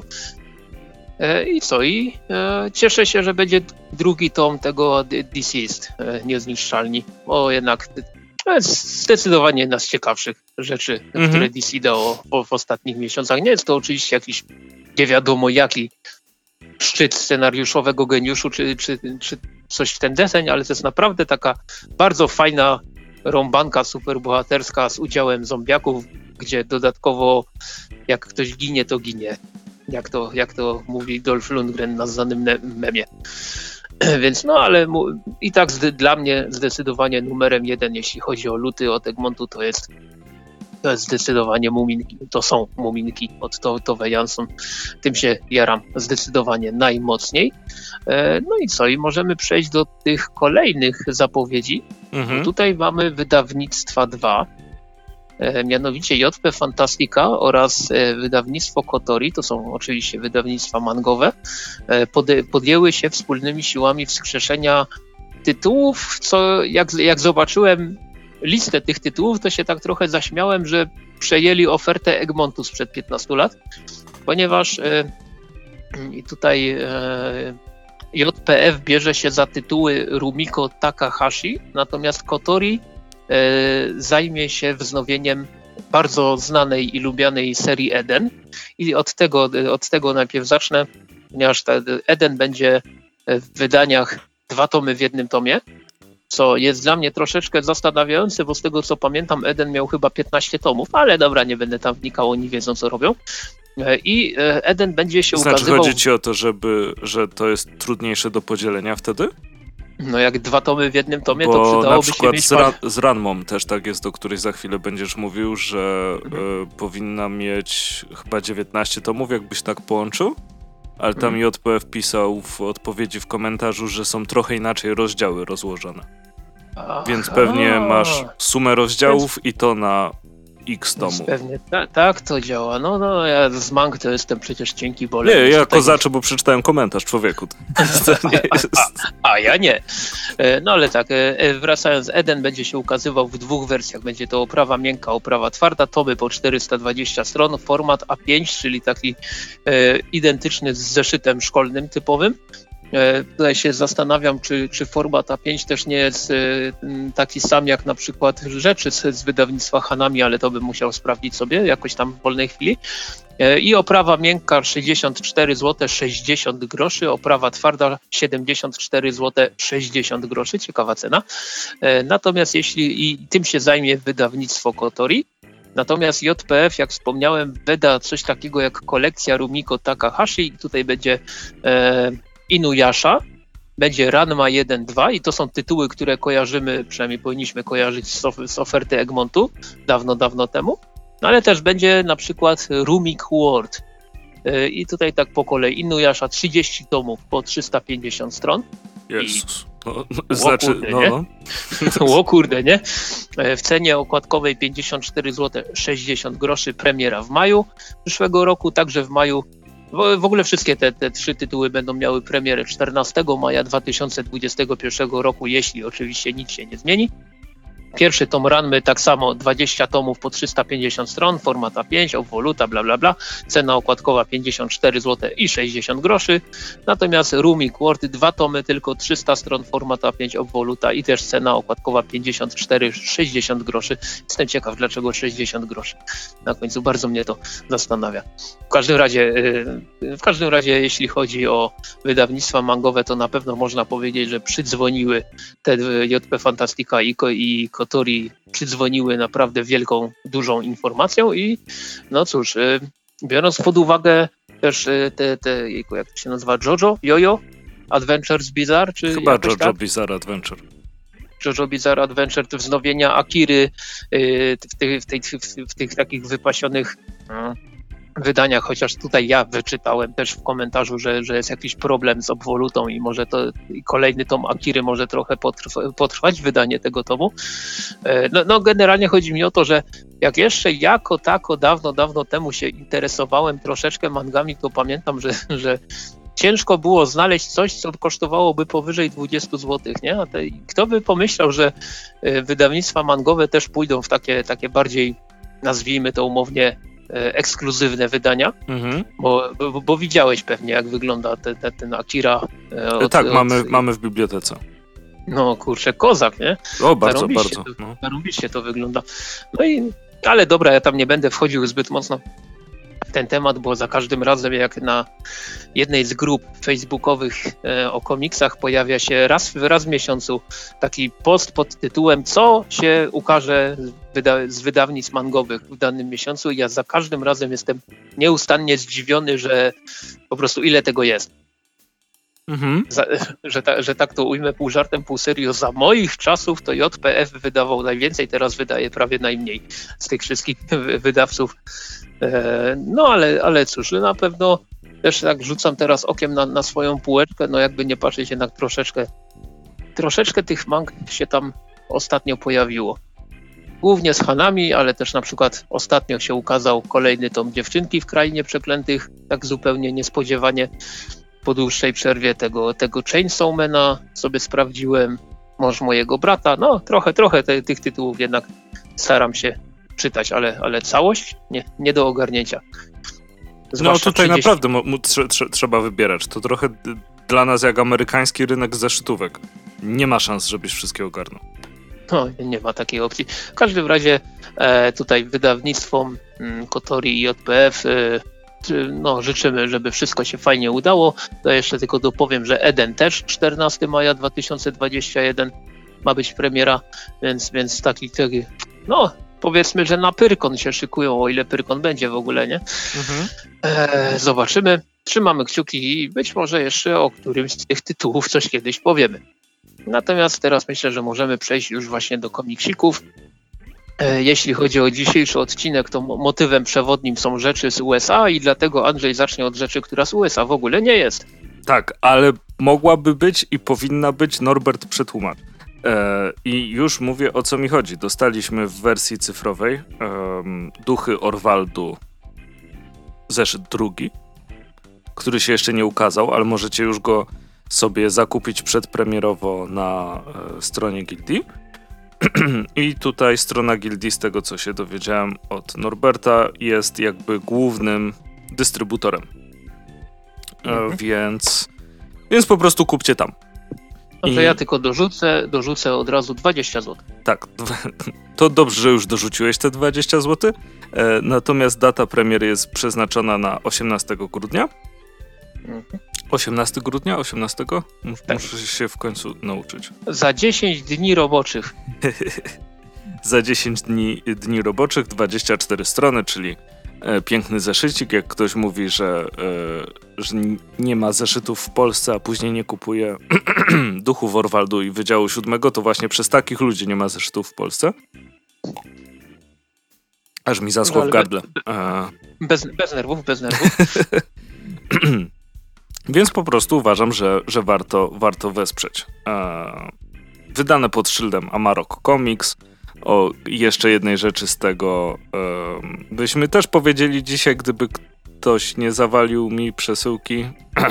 I co? I e, cieszę się, że będzie drugi tom tego Deceased, e, Niezniszczalni, bo jednak to jest zdecydowanie jedna z ciekawszych rzeczy, mm-hmm. które D C dało w, w ostatnich miesiącach. Nie jest to oczywiście jakiś nie wiadomo jaki szczyt scenariuszowego geniuszu, czy, czy, czy coś w ten deseń, ale to jest naprawdę taka bardzo fajna rąbanka superbohaterska z udziałem zombiaków, gdzie dodatkowo jak ktoś ginie, to ginie. Jak to, jak to mówi Dolph Lundgren na znanym memie. Więc no, ale mu, i tak zde, dla mnie zdecydowanie numerem jeden, jeśli chodzi o luty od Egmontu, to jest to jest zdecydowanie Muminki. To są Muminki od Tove Jansson. Tym się jaram zdecydowanie najmocniej. E, no i co? I możemy przejść do tych kolejnych zapowiedzi. Mhm. Tutaj mamy wydawnictwa dwa. E, mianowicie J P Fantastica oraz e, wydawnictwo Kotori, to są oczywiście wydawnictwa mangowe, e, pode, podjęły się wspólnymi siłami wskrzeszenia tytułów, co jak, jak zobaczyłem listę tych tytułów, to się tak trochę zaśmiałem, że przejęli ofertę Egmontu sprzed piętnastu lat, ponieważ e, i tutaj e, J P F bierze się za tytuły Rumiko Takahashi, natomiast Kotori e, zajmie się wznowieniem bardzo znanej i lubianej serii Eden i od tego, od tego najpierw zacznę, ponieważ ta Eden będzie w wydaniach dwa tomy w jednym tomie, co jest dla mnie troszeczkę zastanawiające, bo z tego co pamiętam Eden miał chyba piętnaście tomów, ale dobra, nie będę tam wnikał, oni wiedzą co robią. I Eden będzie się znaczy, ukazywał... chodzi ci o to, żeby, że to jest trudniejsze do podzielenia wtedy? No jak dwa tomy w jednym tomie, bo to przydałoby na przykład się mieć... z, Ra- z Ranmą też tak jest, o której za chwilę będziesz mówił, że mhm. y, powinna mieć chyba dziewiętnaście tomów, jakbyś tak połączył. Ale tam mhm. J P F pisał w odpowiedzi w komentarzu, że są trochę inaczej rozdziały rozłożone. Aha. Więc pewnie masz sumę rozdziałów Więc... i to na X tomów. Pewnie ta, tak to działa. No, no, ja z mang to jestem przecież cienki bolem. Nie, ja tutaj... kozaczę, bo przeczytałem komentarz, człowieku. To nie jest... a, a ja nie. No ale tak, wracając, Eden będzie się ukazywał w dwóch wersjach. Będzie to oprawa miękka, oprawa twarda, tomy po czterysta dwadzieścia stron, format A pięć, czyli taki e, identyczny z zeszytem szkolnym typowym. E, tutaj się zastanawiam, czy, czy format A pięć też nie jest e, taki sam jak na przykład rzeczy z, z wydawnictwa Hanami, ale to bym musiał sprawdzić sobie jakoś tam w wolnej chwili. E, I oprawa miękka sześćdziesiąt cztery złote sześćdziesiąt groszy, oprawa twarda siedemdziesiąt cztery złote sześćdziesiąt groszy, ciekawa cena. E, natomiast jeśli i tym się zajmie wydawnictwo Kotori, natomiast J P F, jak wspomniałem, wyda coś takiego jak kolekcja Rumiko Takahashi i tutaj będzie e, Inuyasha, będzie Ranma jeden dwa i to są tytuły, które kojarzymy, przynajmniej powinniśmy kojarzyć z, of- z oferty Egmontu dawno, dawno temu, no ale też będzie na przykład Rumik World e, i tutaj tak po kolei Inuyasha trzydzieści tomów po trzysta pięćdziesiąt stron. Jezus. No, no, znaczy, kurde, no, nie? no. O kurde, nie? W cenie okładkowej pięćdziesiąt cztery złote sześćdziesiąt groszy, premiera w maju przyszłego roku, także w maju. W ogóle wszystkie te, te trzy tytuły będą miały premierę czternastego maja dwa tysiące dwudziestego pierwszego roku, jeśli oczywiście nic się nie zmieni. Pierwszy tom Ranmy, tak samo dwadzieścia tomów po trzysta pięćdziesiąt stron, format A pięć, obwoluta, bla bla bla, cena okładkowa pięćdziesiąt cztery złote i sześćdziesiąt groszy, natomiast Rumik World dwa tomy, tylko trzysta stron, format A pięć, obwoluta i też cena okładkowa pięćdziesiąt cztery sześćdziesiąt groszy. Jestem ciekaw, dlaczego sześćdziesiąt groszy. Na końcu bardzo mnie to zastanawia. W każdym razie, w każdym razie, jeśli chodzi o wydawnictwa mangowe, to na pewno można powiedzieć, że przydzwoniły te J P Fantastica i, i Kotori przydzwoniły naprawdę wielką, dużą informacją i no cóż, biorąc pod uwagę też te, te jak to się nazywa, JoJo, Jojo, Adventures Bizarre, czy Chyba JoJo tak? Bizarre Adventure. JoJo Bizarre Adventure, te wznowienia Akiry w tych, w tych, w tych takich wypasionych wydaniach, chociaż tutaj ja wyczytałem też w komentarzu, że, że jest jakiś problem z obwolutą i może to i kolejny tom Akiry może trochę potrwa, potrwać, wydanie tego tomu. No, no generalnie chodzi mi o to, że jak jeszcze jako tako dawno, dawno temu się interesowałem troszeczkę mangami, to pamiętam, że, że ciężko było znaleźć coś, co kosztowałoby powyżej dwadzieścia złotych, nie? A te, kto by pomyślał, że wydawnictwa mangowe też pójdą w takie, takie bardziej, nazwijmy to umownie, ekskluzywne wydania, mhm. bo, bo, bo widziałeś pewnie, jak wygląda te, te, ten Akira. Od, tak, od... Mamy, mamy w bibliotece. No kurczę, kozak, nie? O, bardzo, bardzo. To, no. Zarobiście to wygląda. No i, ale dobra, ja tam nie będę wchodził zbyt mocno w ten temat, bo za każdym razem jak na jednej z grup facebookowych e, o komiksach pojawia się raz, raz w miesiącu taki post pod tytułem co się ukaże wyda- z wydawnictw mangowych w danym miesiącu i ja za każdym razem jestem nieustannie zdziwiony, że po prostu ile tego jest. Mhm. Za, że, ta, że tak to ujmę pół żartem, pół serio, za moich czasów to J P F wydawał najwięcej, teraz wydaje prawie najmniej z tych wszystkich wydawców. E, no ale, ale cóż, na pewno też tak rzucam teraz okiem na, na swoją półeczkę, no jakby nie patrzeć, jednak troszeczkę troszeczkę tych mang się tam ostatnio pojawiło. Głównie z Hanami, ale też na przykład ostatnio się ukazał kolejny tom Dziewczynki w Krainie Przeklętych, tak zupełnie niespodziewanie. Po dłuższej przerwie tego, tego Chainsawmana sobie sprawdziłem, Mąż mojego brata, no trochę, trochę te, tych tytułów jednak staram się czytać, ale, ale całość nie, nie do ogarnięcia. Zwłaszcza no tutaj trzydzieści naprawdę mu, mu trze, trze, trzeba wybierać. To trochę dla nas jak amerykański rynek zeszytówek. Nie ma szans, żebyś wszystkie ogarnął. No, nie ma takiej opcji. W każdym razie e, tutaj wydawnictwom m, Kotori i J P F e, no, życzymy, żeby wszystko się fajnie udało. To jeszcze tylko dopowiem, że Eden też czternastego maja dwa tysiące dwudziestego pierwszego ma być premiera, więc, więc taki, taki no powiedzmy, że na Pyrkon się szykują, o ile Pyrkon będzie w ogóle, nie? Mhm. E, zobaczymy. Trzymamy kciuki i być może jeszcze o którymś z tych tytułów coś kiedyś powiemy. Natomiast teraz myślę, że możemy przejść już właśnie do komiksików. E, jeśli chodzi o dzisiejszy odcinek, to motywem przewodnim są rzeczy z U S A i dlatego Andrzej zacznie od rzeczy, która z U S A w ogóle nie jest. Tak, ale mogłaby być i powinna być, Norbert przetłumacz. E, I już mówię, o co mi chodzi. Dostaliśmy w wersji cyfrowej um, Duchy Orwaldu zeszyt drugi, który się jeszcze nie ukazał, ale możecie już go sobie zakupić przedpremierowo na e, stronie Gildii. I tutaj strona Gildii, z tego co się dowiedziałem od Norberta, jest jakby głównym dystrybutorem. Mhm. E, więc, więc po prostu kupcie tam. No to I- ja tylko dorzucę, dorzucę od razu dwadzieścia złotych. Tak, to dobrze, że już dorzuciłeś te dwadzieścia złotych. E, natomiast data premiery jest przeznaczona na osiemnastego grudnia. Mhm. osiemnastego grudnia? osiemnastego? Mus, Tak. Muszę się w końcu nauczyć. Za dziesięć dni roboczych. Za dziesięć dni, dni roboczych, dwadzieścia cztery strony, czyli e, piękny zeszycik. Jak ktoś mówi, że, e, że n- nie ma zeszytów w Polsce, a później nie kupuje Duchów Orwaldu i Wydziału Siódmego, to właśnie przez takich ludzi nie ma zeszytów w Polsce. Aż mi zaschło No, w ale gardle. E, Bez, bez nerwów, bez nerwów. Więc po prostu uważam, że, że warto, warto wesprzeć. E, wydane pod szyldem Amarok Comics. O jeszcze jednej rzeczy z tego e, byśmy też powiedzieli dzisiaj, gdyby ktoś nie zawalił mi przesyłki.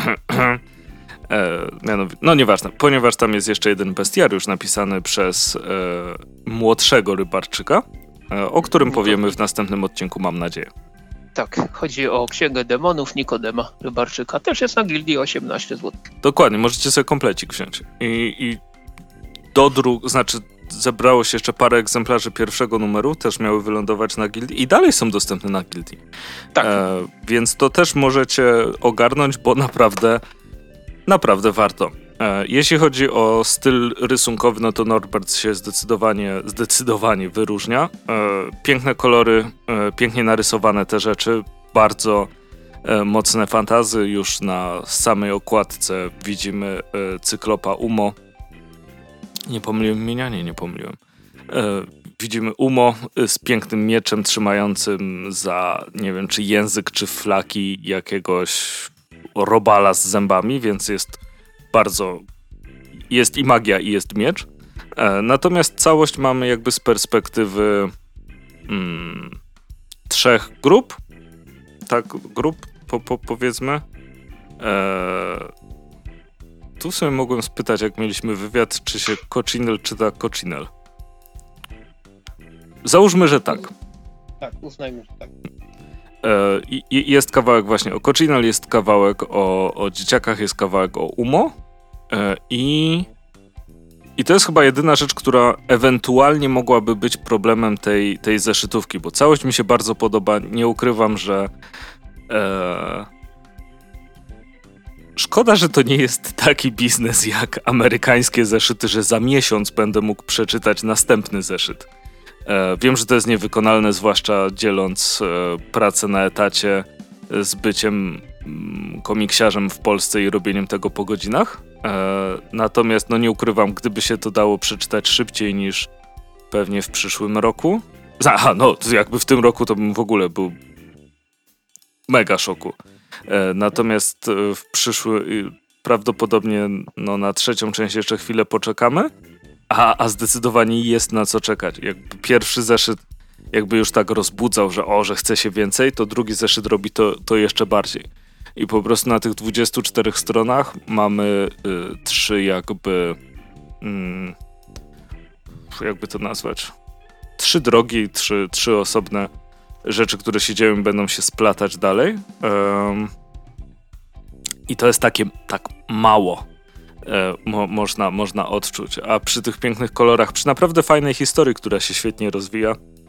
e, mianowicie, no nieważne, ponieważ tam jest jeszcze jeden bestiariusz napisany przez e, młodszego Rybarczyka, e, o którym powiemy w następnym odcinku, mam nadzieję. Tak, chodzi o Księgę Demonów Nikodema Rybarczyka. Też jest na Gildii osiemnaście złotych. Dokładnie, możecie sobie komplecik wziąć. I, i do dru... znaczy zebrało się jeszcze parę egzemplarzy pierwszego numeru, też miały wylądować na Gildii i dalej są dostępne na Gildii. Tak. E, więc to też możecie ogarnąć, bo naprawdę, naprawdę warto. E, jeśli chodzi o styl rysunkowy, no to Norbert się zdecydowanie, zdecydowanie wyróżnia. E, piękne kolory, e, pięknie narysowane te rzeczy, bardzo e, mocne fantazy. Już na samej okładce widzimy e, cyklopa Umo. Nie pomyliłem imienia? Nie, nie pomyliłem. E, widzimy Umo e, z pięknym mieczem trzymającym za, nie wiem, czy język, czy flaki jakiegoś robala z zębami, więc jest bardzo... Jest i magia, i jest miecz. E, natomiast całość mamy jakby z perspektywy mm, trzech grup. Tak, grup, po, po, powiedzmy. E, tu sobie mogłem spytać, jak mieliśmy wywiad, czy się Cocinel czyta Cocinel. Załóżmy, że tak. Tak, uznajmy, że tak. E, i, i jest kawałek właśnie o Cocinel, jest kawałek o, o dzieciakach, jest kawałek o Umo. E, i, I to jest chyba jedyna rzecz, która ewentualnie mogłaby być problemem tej, tej zeszytówki, bo całość mi się bardzo podoba. Nie ukrywam, że e, szkoda, że to nie jest taki biznes jak amerykańskie zeszyty, że za miesiąc będę mógł przeczytać następny zeszyt. E, wiem, że to jest niewykonalne, zwłaszcza dzieląc e, pracę na etacie z byciem mm, komiksiarzem w Polsce i robieniem tego po godzinach. E, natomiast no nie ukrywam, gdyby się to dało przeczytać szybciej niż pewnie w przyszłym roku. Aha, no to jakby w tym roku to bym w ogóle był mega szoku. E, natomiast e, w przyszły y, prawdopodobnie no, na trzecią część jeszcze chwilę poczekamy, a, a zdecydowanie jest na co czekać. Jakby pierwszy zeszyt jakby już tak rozbudzał, że o, że chce się więcej, to drugi zeszyt robi to, to jeszcze bardziej. I po prostu na tych dwudziestu czterech stronach mamy y, trzy jakby mm, jakby to nazwać trzy drogi, trzy, trzy osobne rzeczy, które się dzieją i będą się splatać dalej. Um, I to jest takie tak mało e, mo, można, można odczuć. A przy tych pięknych kolorach, przy naprawdę fajnej historii, która się świetnie rozwija,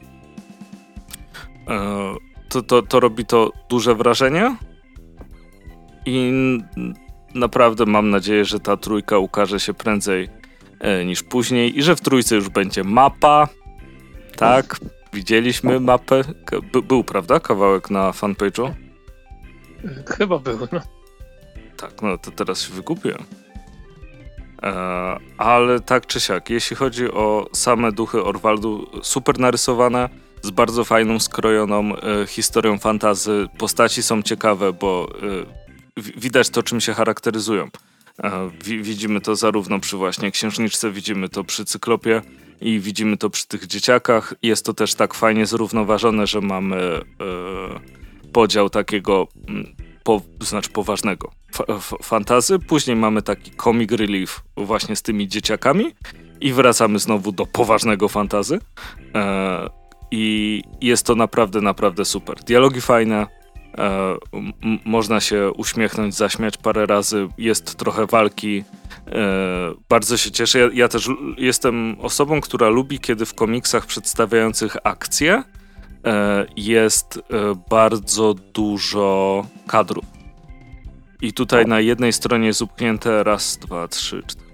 e, to, to, to robi to duże wrażenie. I naprawdę mam nadzieję, że ta trójka ukaże się prędzej e, niż później i że w trójce już będzie mapa. Tak, widzieliśmy mapę. By, był, prawda, kawałek na fanpage'u? Chyba był, no. Tak, no to teraz się wykupiłem. E, ale tak czy siak, jeśli chodzi o same duchy Orwaldu, super narysowane, z bardzo fajną, skrojoną e, historią fantazy. Postaci są ciekawe, bo e, w- widać to, czym się charakteryzują. Widzimy to zarówno przy właśnie Księżniczce, widzimy to przy Cyklopie i widzimy to przy tych dzieciakach. Jest to też tak fajnie zrównoważone, że mamy e, podział takiego, po, znaczy poważnego f- fantazy, później mamy taki comic relief właśnie z tymi dzieciakami i wracamy znowu do poważnego fantazy. E, I jest to naprawdę, naprawdę super. Dialogi fajne, E, m- można się uśmiechnąć, zaśmiać parę razy, jest trochę walki, e, bardzo się cieszę. Ja, ja też l- jestem osobą, która lubi, kiedy w komiksach przedstawiających akcje e, jest e, bardzo dużo kadrów. I tutaj na jednej stronie jest upchnięte raz, dwa, trzy, cztery,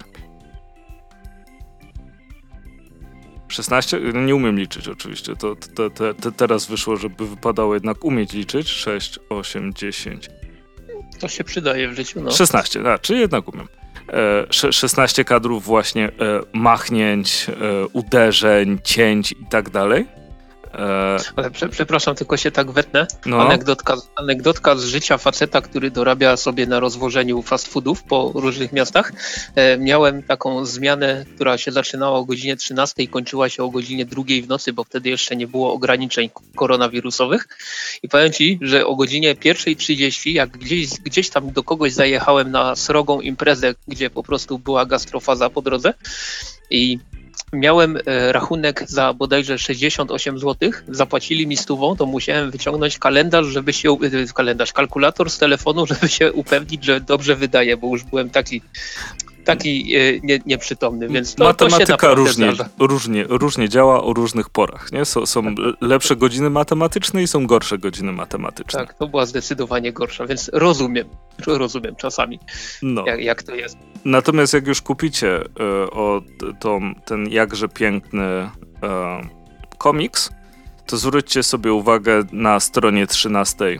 szesnaście? Nie umiem liczyć oczywiście. To, to, to, to teraz wyszło, żeby wypadało jednak umieć liczyć. sześć, osiem, dziesięć. To się przydaje w życiu, no. szesnaście, a, czyli jednak umiem. E, szesnaście kadrów właśnie e, machnięć, e, uderzeń, cięć i tak dalej. E, Ale prze, przepraszam, tylko się tak wetnę. no. Anegdotka, anegdotka z życia faceta, który dorabia sobie na rozwożeniu fast foodów po różnych miastach. E, miałem taką zmianę, która się zaczynała o godzinie trzynastej i kończyła się o godzinie drugiej w nocy, bo wtedy jeszcze nie było ograniczeń koronawirusowych. I powiem ci, że o godzinie pierwszej trzydzieści, jak gdzieś, gdzieś tam do kogoś zajechałem na srogą imprezę, gdzie po prostu była gastrofaza po drodze i miałem e, rachunek za bodajże sześćdziesiąt osiem złotych, zapłacili mi stówą, to musiałem wyciągnąć kalendarz, żeby się, e, kalendarz, kalkulator z telefonu, żeby się upewnić, że dobrze wydaje, bo już byłem taki, taki e, nie, nieprzytomny, więc to, Matematyka to się różnie, zdarza. różnie, różnie działa o różnych porach, nie? Są, są lepsze godziny matematyczne i są gorsze godziny matematyczne. Tak, to była zdecydowanie gorsza, więc rozumiem, rozumiem czasami, No. jak, jak to jest. Natomiast jak już kupicie e, o, tą, ten jakże piękny e, komiks, to zwróćcie sobie uwagę na stronie trzynastej.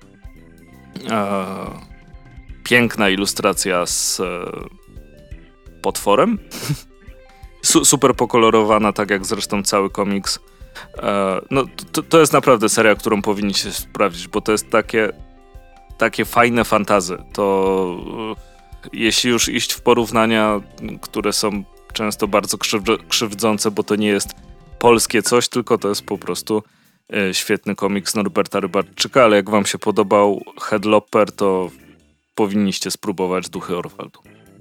E, piękna ilustracja z e, potworem. Su, super pokolorowana, tak jak zresztą cały komiks. E, no, to, to jest naprawdę seria, którą powinniście sprawdzić, bo to jest takie, takie fajne fantazy. To... Jeśli już iść w porównania, które są często bardzo krzywd- krzywdzące, bo to nie jest polskie coś, tylko to jest po prostu e, świetny komiks Norberta Rybarczyka, ale jak wam się podobał Headlopper, to powinniście spróbować Duchy Orwaldu.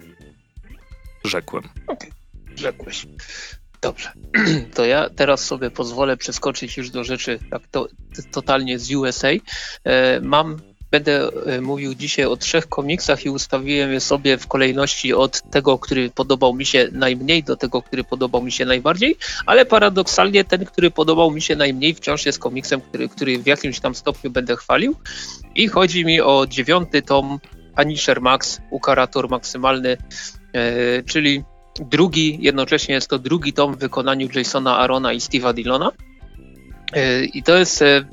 Rzekłem. Okej, okay. Rzekłeś. Dobrze. To ja teraz sobie pozwolę przeskoczyć już do rzeczy tak to, to, totalnie z U S A. E, mam Będę mówił dzisiaj o trzech komiksach i ustawiłem je sobie w kolejności od tego, który podobał mi się najmniej, do tego, który podobał mi się najbardziej, ale paradoksalnie ten, który podobał mi się najmniej, wciąż jest komiksem, który, który w jakimś tam stopniu będę chwalił. I chodzi mi o dziewiąty tom Punisher Max, Ukarator Maksymalny, yy, czyli drugi, jednocześnie jest to drugi tom w wykonaniu Jasona Arona i Steve'a Dillona. Yy, I to jest yy,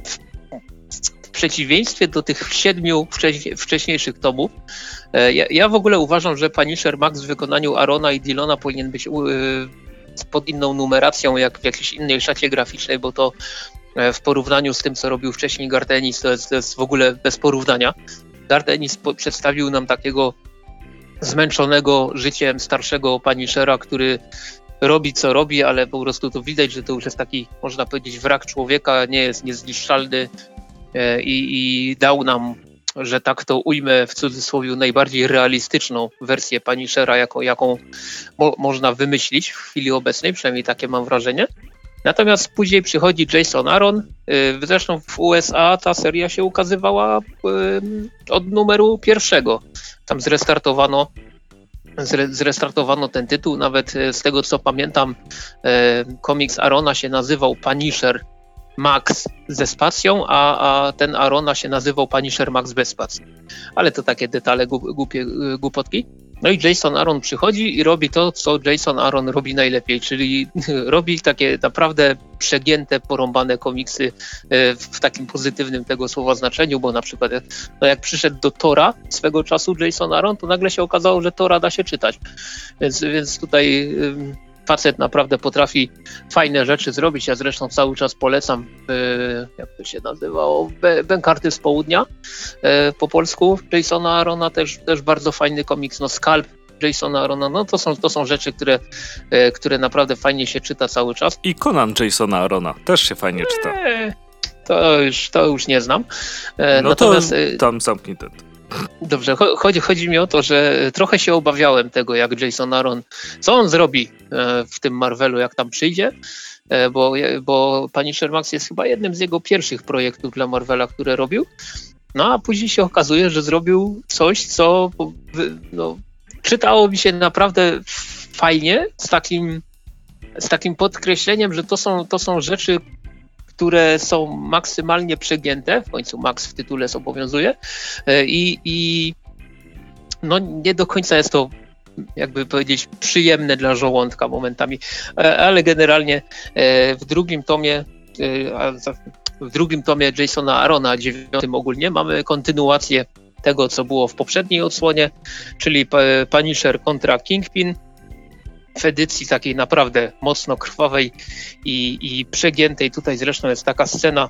w przeciwieństwie do tych siedmiu wcześniej, wcześniejszych tomów, ja, ja w ogóle uważam, że Punisher Max w wykonaniu Arona i Dillona powinien być yy, pod inną numeracją, jak w jakiejś innej szacie graficznej, bo to w porównaniu z tym, co robił wcześniej Garth Ennis, to jest, to jest w ogóle bez porównania. Garth Ennis po, przedstawił nam takiego zmęczonego życiem starszego Punishera, który robi co robi, ale po prostu to widać, że to już jest taki, można powiedzieć, wrak człowieka, nie jest niezniszczalny. I, i dał nam, że tak to ujmę w cudzysłowie, najbardziej realistyczną wersję Punishera, jaką, jaką mo- można wymyślić w chwili obecnej, przynajmniej takie mam wrażenie. Natomiast później przychodzi Jason Aaron, yy, zresztą w U S A ta seria się ukazywała yy, od numeru pierwszego. Tam zrestartowano, zre, zrestartowano ten tytuł, nawet yy, z tego co pamiętam, yy, komiks Arona się nazywał Punisher Max ze spacją, a, a ten Arona się nazywał Punisher Max bez spacji. Ale to takie detale głupie, głupotki. No i Jason Aaron przychodzi i robi to, co Jason Aaron robi najlepiej, czyli robi takie naprawdę przegięte, porąbane komiksy w takim pozytywnym tego słowa znaczeniu, bo na przykład no jak przyszedł do Tora swego czasu Jason Aaron, to nagle się okazało, że Tora da się czytać. Więc, więc tutaj facet naprawdę potrafi fajne rzeczy zrobić. Ja zresztą cały czas polecam, jak to się nazywało, Bękarty z południa po polsku. Jasona Aarona też, też bardzo fajny komiks. No Scalp Jasona Arona, no to są, to są rzeczy, które, e, które naprawdę fajnie się czyta cały czas. I Conan Jasona Arona też się fajnie czyta. E, to, już, to już nie znam. E, no natomiast, to tam zamknij ten. Dobrze, chodzi, chodzi mi o to, że trochę się obawiałem tego, jak Jason Aaron, co on zrobi e, w tym Marvelu, jak tam przyjdzie, e, bo, bo Punisher Max jest chyba jednym z jego pierwszych projektów dla Marvela, które robił. No a później się okazuje, że zrobił coś, co no, czytało mi się naprawdę fajnie, z takim, z takim podkreśleniem, że to są, to są rzeczy, które są maksymalnie przegięte, w końcu Max w tytule zobowiązuje i, i no nie do końca jest to, jakby powiedzieć, przyjemne dla żołądka momentami, ale generalnie w drugim tomie w drugim tomie Jasona Arona, dziewiątym ogólnie, mamy kontynuację tego, co było w poprzedniej odsłonie, czyli Punisher kontra Kingpin w edycji takiej naprawdę mocno krwawej i, i przegiętej. Tutaj zresztą jest taka scena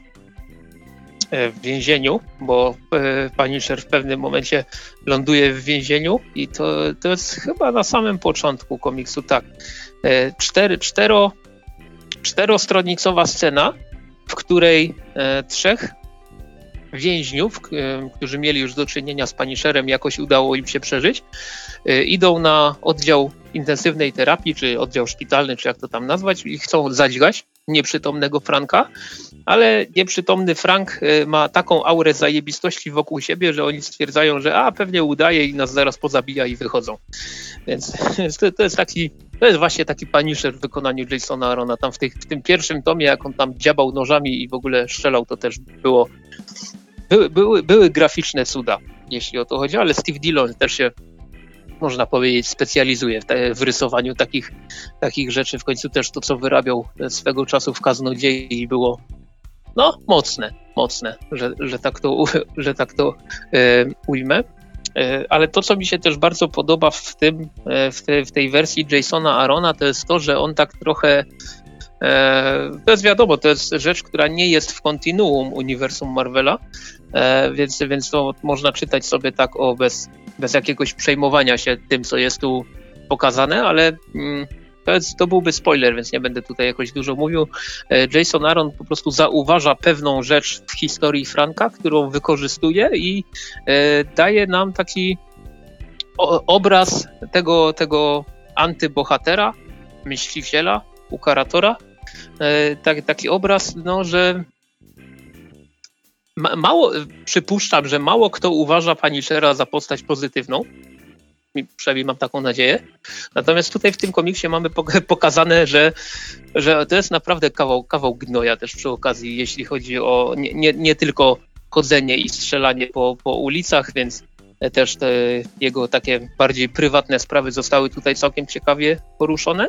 w więzieniu, bo Punisher w pewnym momencie ląduje w więzieniu i to, to jest chyba na samym początku komiksu, tak. Cztery, cztero, czterostronicowa scena, w której e, trzech więźniów, e, którzy mieli już do czynienia z Punisherem, jakoś udało im się przeżyć, e, idą na oddział intensywnej terapii, czy oddział szpitalny, czy jak to tam nazwać, i chcą zadźgać nieprzytomnego Franka, ale nieprzytomny Frank e, ma taką aurę zajebistości wokół siebie, że oni stwierdzają, że a pewnie udaje i nas zaraz pozabija i wychodzą. Więc to, to jest taki To jest właśnie taki Punisher w wykonaniu Jasona Arona. Tam w, tych, w tym pierwszym tomie, jak on tam dziabał nożami i w ogóle strzelał, to też było... Były, były, były graficzne cuda, jeśli o to chodzi, ale Steve Dillon też się, można powiedzieć, specjalizuje w, te, w rysowaniu takich, takich rzeczy. W końcu też to, co wyrabiał swego czasu w Kaznodziei, było no mocne, mocne, że, że tak to, że tak to e, ujmę. Ale to, co mi się też bardzo podoba w tym, w, te, w tej wersji Jasona Arona, to jest to, że on tak trochę, e, to jest wiadomo, to jest rzecz, która nie jest w kontinuum uniwersum Marvela, e, więc, więc to można czytać sobie tak o bez, bez jakiegoś przejmowania się tym, co jest tu pokazane, ale mm, to, jest, to byłby spoiler, więc nie będę tutaj jakoś dużo mówił. E, Jason Aaron po prostu zauważa pewną rzecz w historii Franka, którą wykorzystuje i e, daje nam taki o, obraz tego, tego antybohatera, myśliwciela, ukaratora. E, tak, taki obraz, no, że ma, mało, przypuszczam, że mało kto uważa Punishera za postać pozytywną. Przynajmniej mam taką nadzieję. Natomiast tutaj w tym komiksie mamy pokazane, że, że to jest naprawdę kawał, kawał gnoja też przy okazji, jeśli chodzi o nie, nie, nie tylko chodzenie i strzelanie po, po ulicach, więc też te jego takie bardziej prywatne sprawy zostały tutaj całkiem ciekawie poruszone.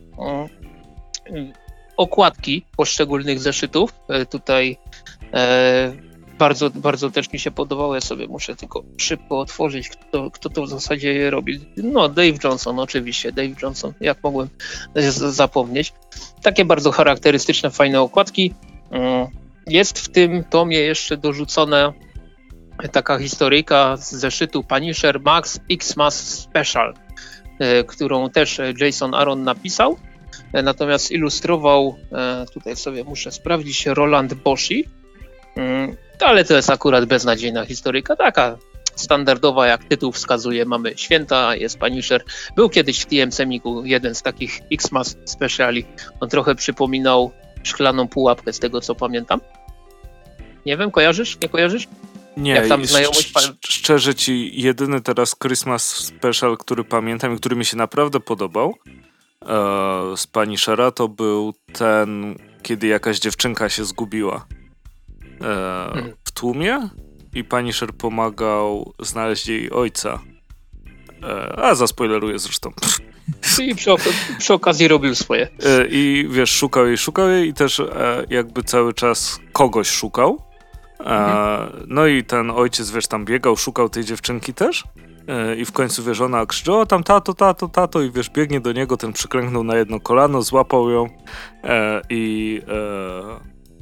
Okładki poszczególnych zeszytów tutaj e, Bardzo, bardzo też mi się podobało, ja sobie muszę tylko szybko otworzyć, kto, kto to w zasadzie je robi. No, Dave Johnson, oczywiście, Dave Johnson, jak mogłem zapomnieć. Takie bardzo charakterystyczne, fajne okładki. Jest w tym tomie jeszcze dorzucona taka historyjka z zeszytu Punisher Max X-Mass Special, którą też Jason Aaron napisał. Natomiast ilustrował, tutaj sobie muszę sprawdzić, Roland Boschi. Ale to jest akurat beznadziejna historyjka, taka standardowa, jak tytuł wskazuje. Mamy święta, jest Punisher. Był kiedyś w T M Semiku jeden z takich X-Mass Speciali. On trochę przypominał Szklaną Pułapkę, z tego co pamiętam. Nie wiem, kojarzysz? Nie kojarzysz? Nie, jak tam znajomość... sz- szczerze ci, jedyny teraz Christmas Special, który pamiętam i który mi się naprawdę podobał e, z Punishera, to był ten, kiedy jakaś dziewczynka się zgubiła e, w tłumie i Punisher pomagał znaleźć jej ojca. E, a zaspoileruję zresztą. I przy, ok- przy okazji robił swoje. E, I wiesz, szukał jej, szukał jej i też e, jakby cały czas kogoś szukał. E, no i ten ojciec, wiesz, tam biegał, szukał tej dziewczynki też e, i w końcu, wiesz, ona krzyczy: o, tam tato, tato, tato, i wiesz, biegnie do niego, ten przyklęknął na jedno kolano, złapał ją e, i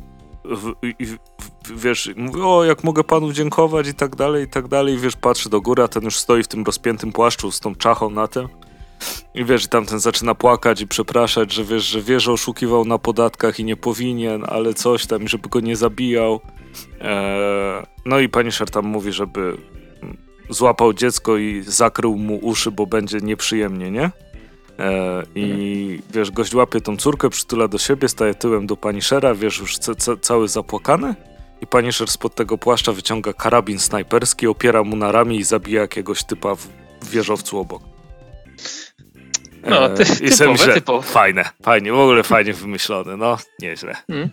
w, i, w, wiesz, mówi, o, jak mogę panu dziękować i tak dalej, i tak dalej. Wiesz, patrzy do góry, a ten już stoi w tym rozpiętym płaszczu z tą czachą na tym. I wiesz, i tamten zaczyna płakać i przepraszać, że wiesz, że wie, że oszukiwał na podatkach i nie powinien, ale coś tam, żeby go nie zabijał. Eee, no i Punisher tam mówi, żeby złapał dziecko i zakrył mu uszy, bo będzie nieprzyjemnie, nie? Eee, I wiesz, gość łapie tą córkę, przytula do siebie, staje tyłem do Punishera, wiesz, już ca- ca- cały zapłakany. I Punisher spod tego płaszcza wyciąga karabin snajperski, opiera mu na ramię i zabija jakiegoś typa w wieżowcu obok. No, ty, I typowe, sobie myślę, typowe. fajne, fajnie, w ogóle fajnie wymyślone, no, nieźle. Hmm.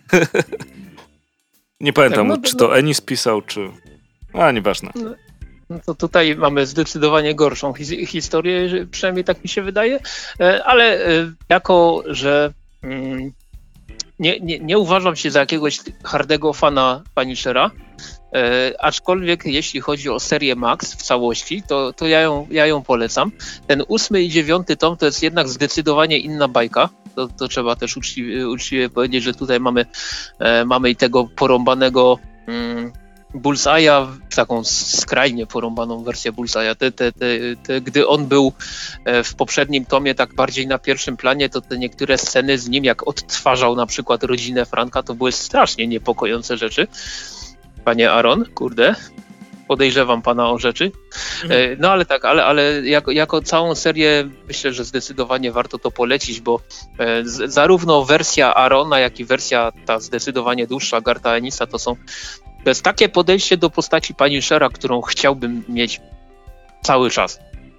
Nie pamiętam, Tak, no, czy no, to Ennis pisał, czy... A, nieważne. No to tutaj mamy zdecydowanie gorszą his- historię, że przynajmniej tak mi się wydaje, e, ale e, jako, że mm, nie, nie, nie uważam się za jakiegoś hardego fana Punishera, e, aczkolwiek jeśli chodzi o serię Max w całości, to, to ja, ją, ja ją polecam. Ten ósmy i dziewiąty tom to jest jednak zdecydowanie inna bajka. To, to trzeba też uczciwie, uczciwie powiedzieć, że tutaj mamy, e, mamy i tego porąbanego mm, Bullseye'a, taką skrajnie porąbaną wersję Bullseye'a. Te, te, te, te, gdy on był w poprzednim tomie tak bardziej na pierwszym planie, to te niektóre sceny z nim, jak odtwarzał na przykład rodzinę Franka, to były strasznie niepokojące rzeczy. Panie Aaron, kurde, podejrzewam pana o rzeczy. Mhm. No ale tak, ale, ale jako, jako całą serię myślę, że zdecydowanie warto to polecić, bo z, zarówno wersja Aarona, jak i wersja ta zdecydowanie dłuższa Garta Ennisa to są To jest takie podejście do postaci Punishera, którą chciałbym mieć cały czas.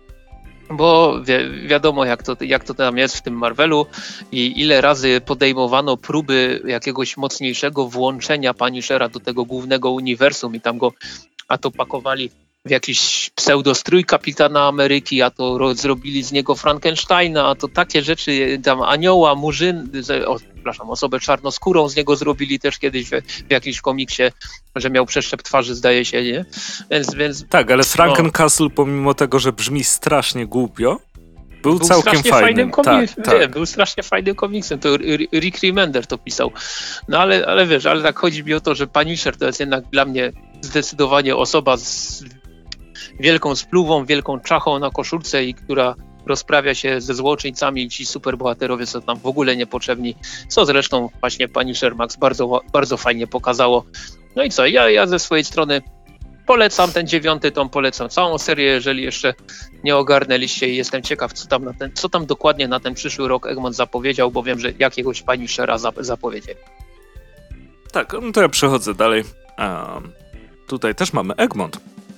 Bo wi- wiadomo, jak to, jak to tam jest w tym Marvelu i ile razy podejmowano próby jakiegoś mocniejszego włączenia Punishera do tego głównego uniwersum i tam go a to pakowali w jakiś pseudostrój Kapitana Ameryki, a to ro- zrobili z niego Frankensteina, a to takie rzeczy, tam anioła, murzyn, o, przepraszam, osobę czarnoskórą z niego zrobili też kiedyś w, w jakimś komiksie, że miał przeszczep twarzy, zdaje się, nie? Więc, więc, tak, ale Frankencastle, pomimo tego, że brzmi strasznie głupio, był, był całkiem fajnym. fajnym komiksem. Tak, tak. Był strasznie fajnym komiksem. To Rick Remender to pisał. No ale, ale wiesz, ale tak chodzi mi o to, że Punisher to jest jednak dla mnie zdecydowanie osoba z wielką spluwą, wielką czachą na koszulce i która rozprawia się ze złoczyńcami i ci superbohaterowie są tam w ogóle niepotrzebni, co zresztą właśnie Punisher Max bardzo, bardzo fajnie pokazało. No i co, ja, ja ze swojej strony polecam ten dziewiąty tom, polecam całą serię, jeżeli jeszcze nie ogarnęliście i jestem ciekaw, co tam, na ten, co tam dokładnie na ten przyszły rok Egmont zapowiedział, bo wiem, że jakiegoś Punishera zap- zapowiedzieli. Tak, no to ja przechodzę dalej. Um, tutaj też mamy Egmont.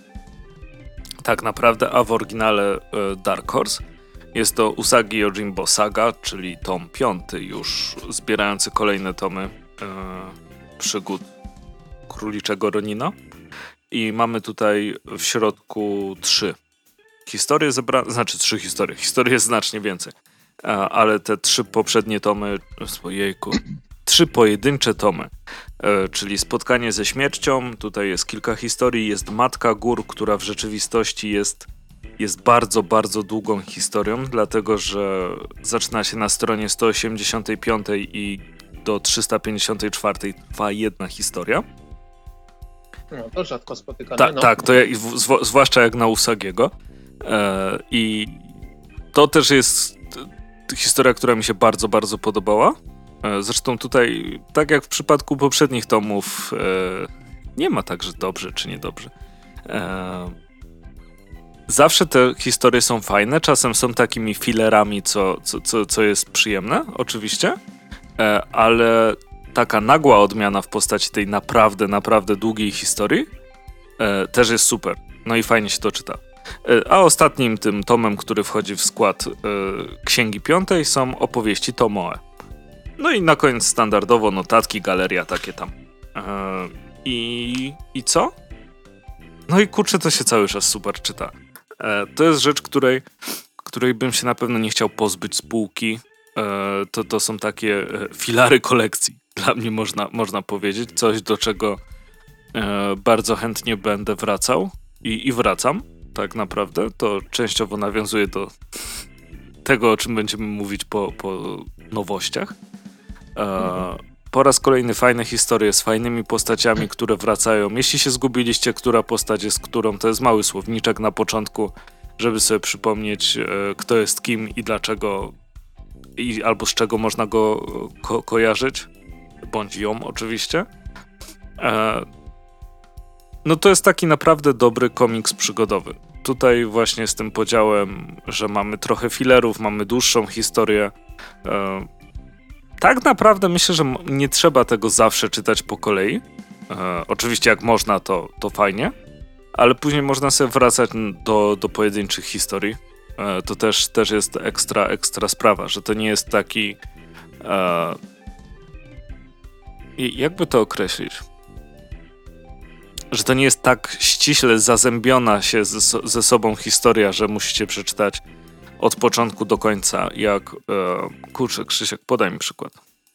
Tak naprawdę, a w oryginale e, Dark Horse. Jest to Usagi Yojimbo Saga, czyli tom piąty już zbierający kolejne tomy e, przygód Króliczego Ronina. I mamy tutaj w środku trzy historie zebrane, znaczy trzy historie. Historii jest znacznie więcej, e, ale te trzy poprzednie tomy, ojejku, trzy pojedyncze tomy, e, czyli Spotkanie ze śmiercią, tutaj jest kilka historii, jest Matka Gór, która w rzeczywistości jest, jest bardzo, bardzo długą historią, dlatego że zaczyna się na stronie sto osiemdziesiątej piątej i do trzysta pięćdziesiątej czwartej trwa jedna historia. No to rzadko spotykane. Ta, no. Tak, to ja, zw- zwłaszcza jak na Usagiego. E, I to też jest t- historia, która mi się bardzo, bardzo podobała. E, zresztą tutaj, tak jak w przypadku poprzednich tomów, e, nie ma tak, że dobrze czy niedobrze. E, zawsze te historie są fajne, czasem są takimi filerami, co, co, co, co jest przyjemne, oczywiście, e, ale taka nagła odmiana w postaci tej naprawdę, naprawdę długiej historii e, też jest super. No i fajnie się to czyta. E, a ostatnim tym tomem, który wchodzi w skład e, Księgi Piątej, są opowieści Tomoe. No i na koniec standardowo notatki, galeria, takie tam. E, i, I co? No i kurczę, to się cały czas super czyta. E, to jest rzecz, której, której bym się na pewno nie chciał pozbyć z półki. E, to, to są takie e, filary kolekcji. Dla mnie można, można powiedzieć. Coś, do czego e, bardzo chętnie będę wracał i, i wracam, tak naprawdę. To częściowo nawiązuje do tego, o czym będziemy mówić po, po nowościach. E, po raz kolejny fajne historie z fajnymi postaciami, które wracają. Jeśli się zgubiliście, która postać jest którą, to jest mały słowniczek na początku, żeby sobie przypomnieć, e, kto jest kim i dlaczego, i, albo z czego można go ko- kojarzyć, bądź ją oczywiście. E, no to jest taki naprawdę dobry komiks przygodowy. Tutaj właśnie z tym podziałem, że mamy trochę filerów, mamy dłuższą historię. E, tak naprawdę myślę, że nie trzeba tego zawsze czytać po kolei. E, oczywiście jak można, to, to fajnie, ale później można sobie wracać do, do pojedynczych historii. E, to też, też jest ekstra, ekstra sprawa, że to nie jest taki... E, jakby to określić? Że to nie jest tak ściśle zazębiona się ze, ze sobą historia, że musicie przeczytać od początku do końca, jak... E, kurczę, Krzysiek, podaj mi przykład.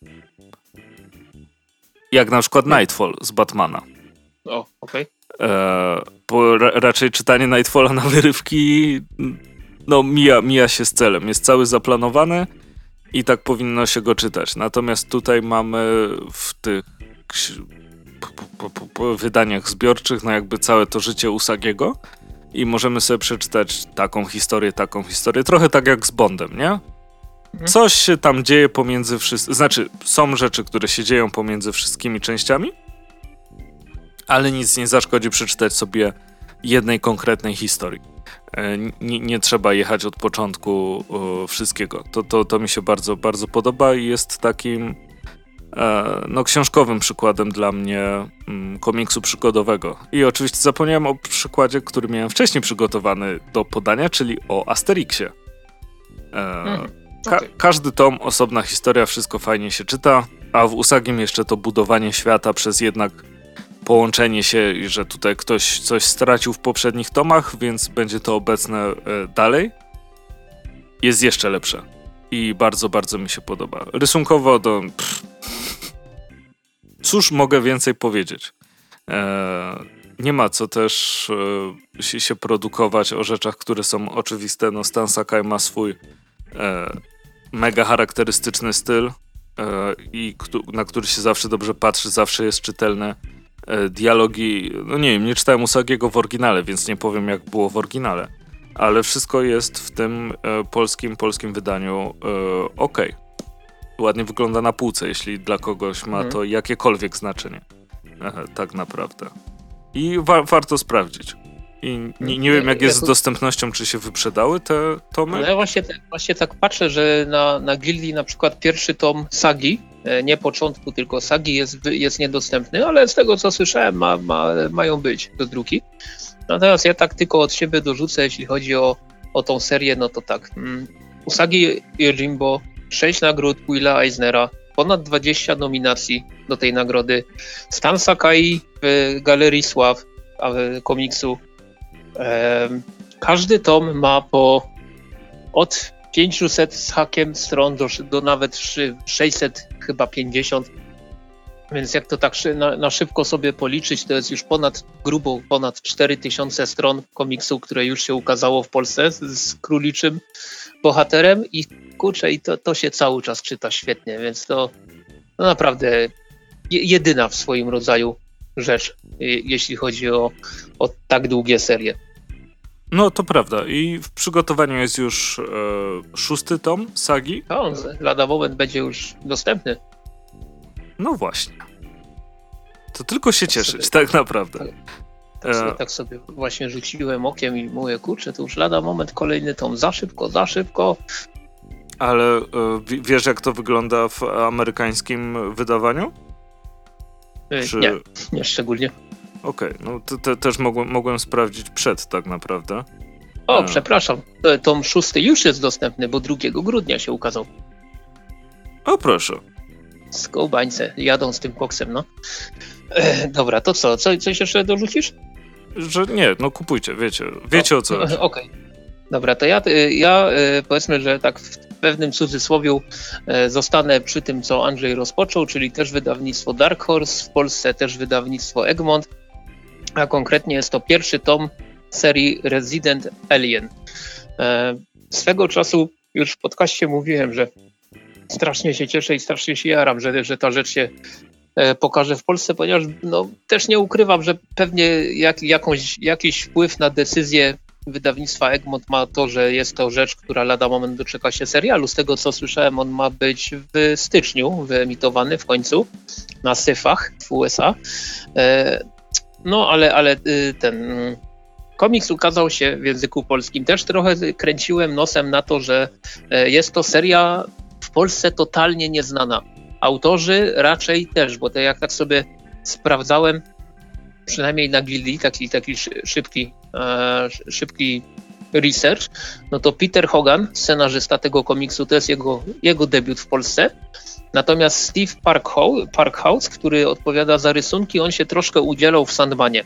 Jak na przykład Nightfall z Batmana. O, okej. E, bo ra, raczej czytanie Nightfalla na wyrywki no mija, mija się z celem. Jest cały zaplanowany i tak powinno się go czytać. Natomiast tutaj mamy w tych po, po, po wydaniach zbiorczych no jakby całe to życie Usagiego i możemy sobie przeczytać taką historię, taką historię. Trochę tak jak z Bondem, nie? Coś się tam dzieje pomiędzy wszystkimi, znaczy są rzeczy, które się dzieją pomiędzy wszystkimi częściami, ale nic nie zaszkodzi przeczytać sobie jednej konkretnej historii. E, nie, nie trzeba jechać od początku o, wszystkiego. To, to, to mi się bardzo, bardzo podoba i jest takim e, no, książkowym przykładem dla mnie mm, komiksu przygodowego. I oczywiście zapomniałem o przykładzie, który miałem wcześniej przygotowany do podania, czyli o Asterixie. E, Mhm. Ka- Okay. Każdy tom, osobna historia, wszystko fajnie się czyta, a w Usagim jeszcze to budowanie świata przez jednak połączenie się i że tutaj ktoś coś stracił w poprzednich tomach, więc będzie to obecne e, dalej, jest jeszcze lepsze. I bardzo, bardzo mi się podoba. Rysunkowo to... Pff, cóż mogę więcej powiedzieć? E, nie ma co też e, się, się produkować o rzeczach, które są oczywiste. No Stan Sakai ma swój e, mega charakterystyczny styl e, i ktu- na który się zawsze dobrze patrzy, zawsze jest czytelne. E, dialogi, no nie wiem, nie czytałem Usagiego w oryginale, więc nie powiem jak było w oryginale, ale wszystko jest w tym e, polskim, polskim wydaniu e, okej. Ładnie wygląda na półce, jeśli dla kogoś ma to jakiekolwiek znaczenie. E, tak naprawdę. I wa- warto sprawdzić. I nie, nie wiem, jak jest z dostępnością, czy się wyprzedały te tomy? No ja właśnie, właśnie tak patrzę, że na, na Gildii na przykład pierwszy tom Sagi, nie początku, tylko Sagi jest, jest niedostępny, ale z tego co słyszałem ma, ma, mają być do druki. Natomiast ja tak tylko od siebie dorzucę, jeśli chodzi o, o tą serię, no to tak. Um, Usagi Yojimbo, sześć nagród Willa Eisnera, ponad dwadzieścia nominacji do tej nagrody. Stan Sakai w Galerii Sław komiksu. Um, każdy tom ma po od pięćset z hakiem stron do, do nawet sześćset chyba pięćdziesiąt, więc jak to tak na, na szybko sobie policzyć, to jest już ponad grubo ponad cztery tysiące stron komiksu, które już się ukazało w Polsce z, z króliczym bohaterem i kurczę, i to, to się cały czas czyta świetnie, więc to, to naprawdę jedyna w swoim rodzaju rzecz, jeśli chodzi o, o tak długie serie. No to prawda i w przygotowaniu jest już e, szósty tom Sagi. A on lada moment będzie już dostępny. No właśnie. To tylko się tak cieszyć, sobie, tak naprawdę. Tak, tak, sobie, e... tak sobie właśnie rzuciłem okiem i mówię, kurczę, to już lada moment kolejny tom, za szybko, za szybko. Ale e, wiesz, jak to wygląda w amerykańskim wydawaniu? Czy... Nie, nie szczególnie. Okej, okay, no to te, też mogłem, mogłem sprawdzić przed tak naprawdę. O, A. przepraszam, tom szósty już jest dostępny, bo drugiego grudnia się ukazał. O, proszę. Skołbańce, jadą z tym koksem, no. E, dobra, to co, co, coś jeszcze dorzucisz? Że nie, no kupujcie, wiecie, wiecie o, o co chodzi. Okej, okay. Dobra, to ja, ja powiedzmy, że tak w pewnym cudzysłowiu zostanę przy tym, co Andrzej rozpoczął, czyli też wydawnictwo Dark Horse, w Polsce też wydawnictwo Egmont, a konkretnie jest to pierwszy tom serii Resident Alien. Swego czasu już w podcaście mówiłem, że strasznie się cieszę i strasznie się jaram, że, że ta rzecz się e, pokaże w Polsce, ponieważ no, też nie ukrywam, że pewnie jak, jakąś, jakiś wpływ na decyzję wydawnictwa Egmont ma to, że jest to rzecz, która lada moment doczeka się serialu. Z tego co słyszałem, on ma być w styczniu wyemitowany w końcu na syfach w U S A. E, no ale, ale ten komiks ukazał się w języku polskim. Też trochę kręciłem nosem na to, że jest to seria w Polsce totalnie nieznana. Autorzy raczej też, bo to jak tak sobie sprawdzałem, przynajmniej na Gildii, taki, taki szybki, e, szybki research, no to Peter Hogan, scenarzysta tego komiksu, to jest jego, jego debiut w Polsce. Natomiast Steve Parkhouse, który odpowiada za rysunki, on się troszkę udzielał w Sandmanie. E,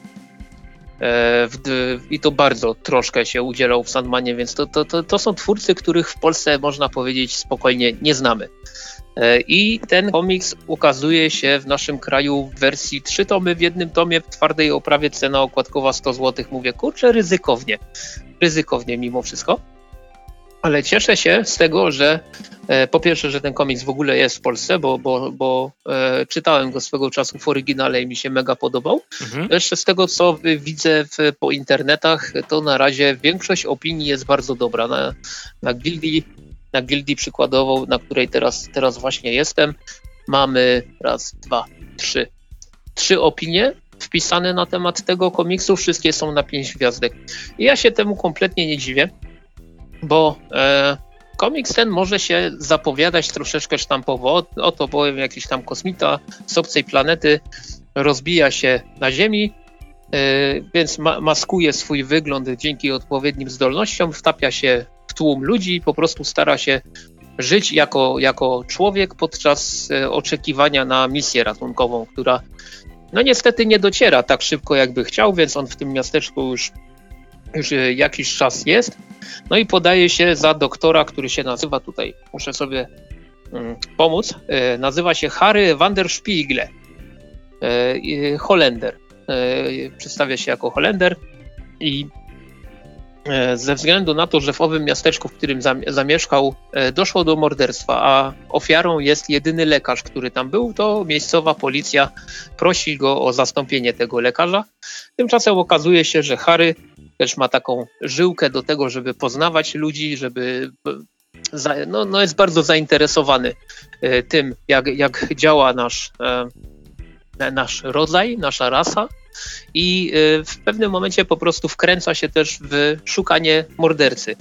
w, I to bardzo troszkę się udzielał w Sandmanie, więc to, to, to, to są twórcy, których w Polsce można powiedzieć spokojnie nie znamy. I ten komiks ukazuje się w naszym kraju w wersji trzy tomy w jednym tomie, w twardej oprawie, cena okładkowa sto złotych. Mówię, kurczę, ryzykownie, ryzykownie mimo wszystko. Ale cieszę się z tego, że e, po pierwsze, że ten komiks w ogóle jest w Polsce, bo, bo, bo e, czytałem go swego czasu w oryginale i mi się mega podobał. Mhm. Jeszcze z tego, co widzę w, po internetach, to na razie większość opinii jest bardzo dobra. Na, na Gildii Na Gildii przykładowo, na której teraz, teraz właśnie jestem, mamy raz, dwa, trzy. Trzy opinie wpisane na temat tego komiksu, wszystkie są na pięć gwiazdek. I ja się temu kompletnie nie dziwię, bo e, komiks ten może się zapowiadać troszeczkę sztampowo. Oto bowiem jakiś tam kosmita z obcej planety rozbija się na Ziemi, e, więc ma, maskuje swój wygląd dzięki odpowiednim zdolnościom, wtapia się w tłum ludzi, po prostu stara się żyć jako, jako człowiek podczas e, oczekiwania na misję ratunkową, która no niestety nie dociera tak szybko, jakby chciał, więc on w tym miasteczku już, już jakiś czas jest. No i podaje się za doktora, który się nazywa, tutaj muszę sobie mm, pomóc, e, nazywa się Harry van der Spiegle, e, Holender. E, przedstawia się jako Holender i ze względu na to, że w owym miasteczku, w którym zamieszkał, doszło do morderstwa, a ofiarą jest jedyny lekarz, który tam był, to miejscowa policja prosi go o zastąpienie tego lekarza. Tymczasem okazuje się, że Harry też ma taką żyłkę do tego, żeby poznawać ludzi, żeby no, no jest bardzo zainteresowany tym, jak, jak działa nasz, nasz rodzaj, nasza rasa. I w pewnym momencie po prostu wkręca się też w szukanie mordercy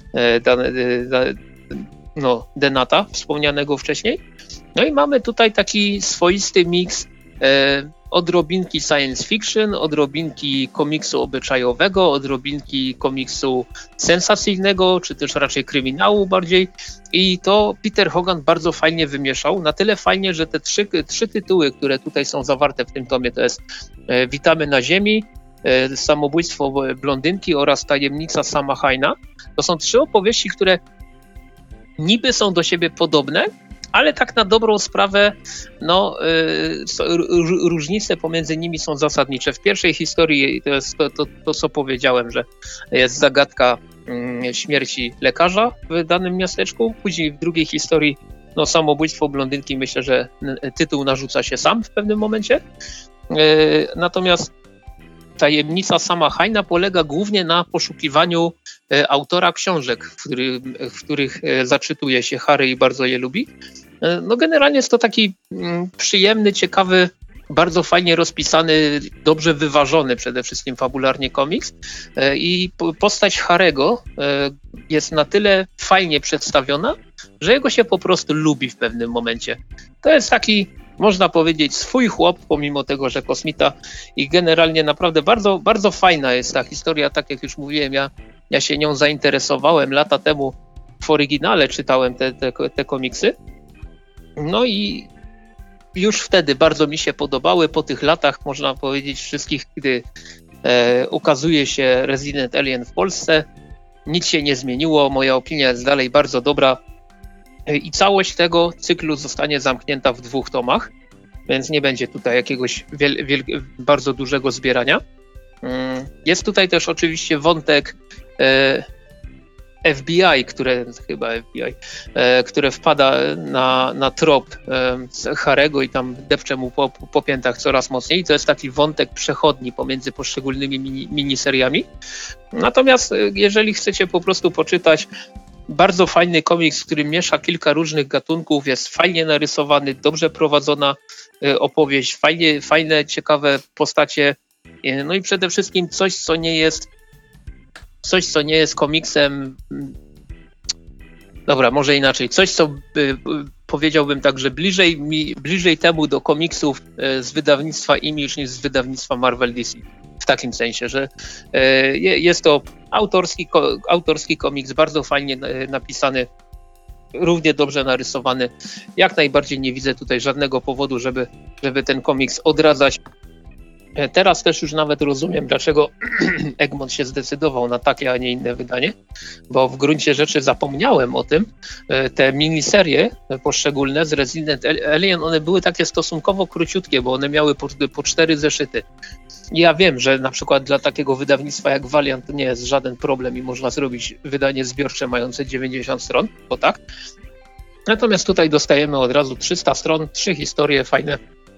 no, Denata, wspomnianego wcześniej. No i mamy tutaj taki swoisty miks odrobinki science fiction, odrobinki komiksu obyczajowego, odrobinki komiksu sensacyjnego, czy też raczej kryminału bardziej. I to Peter Hogan bardzo fajnie wymieszał. Na tyle fajnie, że te trzy, trzy tytuły, które tutaj są zawarte w tym tomie, to jest e, Witamy na Ziemi, e, Samobójstwo blondynki oraz Tajemnica Samhaina. To są trzy opowieści, które niby są do siebie podobne, ale tak na dobrą sprawę no, y, różnice pomiędzy nimi są zasadnicze. W pierwszej historii to jest to, to, to co powiedziałem, że jest zagadka y, śmierci lekarza w danym miasteczku. Później w drugiej historii no, samobójstwo blondynki, myślę, że tytuł narzuca się sam w pewnym momencie. Y, natomiast Tajemnica Samhaina polega głównie na poszukiwaniu e, autora książek, w, który, w których e, zaczytuje się Harry i bardzo je lubi. E, no generalnie jest to taki mm, przyjemny, ciekawy, bardzo fajnie rozpisany, dobrze wyważony przede wszystkim fabularnie komiks. E, I po, postać Harry'ego e, jest na tyle fajnie przedstawiona, że jego się po prostu lubi w pewnym momencie. To jest taki, można powiedzieć, swój chłop, pomimo tego, że kosmita, i generalnie naprawdę bardzo, bardzo fajna jest ta historia, tak jak już mówiłem, ja, ja się nią zainteresowałem lata temu, w oryginale czytałem te, te, te komiksy, no i już wtedy bardzo mi się podobały, po tych latach, można powiedzieć, wszystkich, gdy e, ukazuje się Resident Alien w Polsce, nic się nie zmieniło, moja opinia jest dalej bardzo dobra. I całość tego cyklu zostanie zamknięta w dwóch tomach, więc nie będzie tutaj jakiegoś wiel, wiel, bardzo dużego zbierania. Jest tutaj też oczywiście wątek e, F B I, które chyba F B I, e, które wpada na, na trop e, Harego i tam depcze mu po, po piętach coraz mocniej. To jest taki wątek przechodni pomiędzy poszczególnymi mini, miniseriami. Natomiast e, jeżeli chcecie po prostu poczytać bardzo fajny komiks, który miesza kilka różnych gatunków, jest fajnie narysowany, dobrze prowadzona e, opowieść, fajnie, fajne, ciekawe postacie, e, no i przede wszystkim coś, co nie jest Coś, co nie jest komiksem, dobra, może inaczej, coś, co by, powiedziałbym tak, że bliżej, mi, bliżej temu do komiksów z wydawnictwa Image niż z wydawnictwa Marvel D C. W takim sensie, że jest to autorski, autorski komiks, bardzo fajnie napisany, równie dobrze narysowany. Jak najbardziej nie widzę tutaj żadnego powodu, żeby, żeby ten komiks odradzać. Teraz też już nawet rozumiem, dlaczego Egmont się zdecydował na takie, a nie inne wydanie, bo w gruncie rzeczy zapomniałem o tym. Te miniserie poszczególne z Resident Alien, one były takie stosunkowo króciutkie, bo one miały po, po cztery zeszyty. I ja wiem, że na przykład dla takiego wydawnictwa jak Valiant to nie jest żaden problem i można zrobić wydanie zbiorcze mające dziewięćdziesiąt stron, bo tak. Natomiast tutaj dostajemy od razu trzysta stron, trzy historie fajne.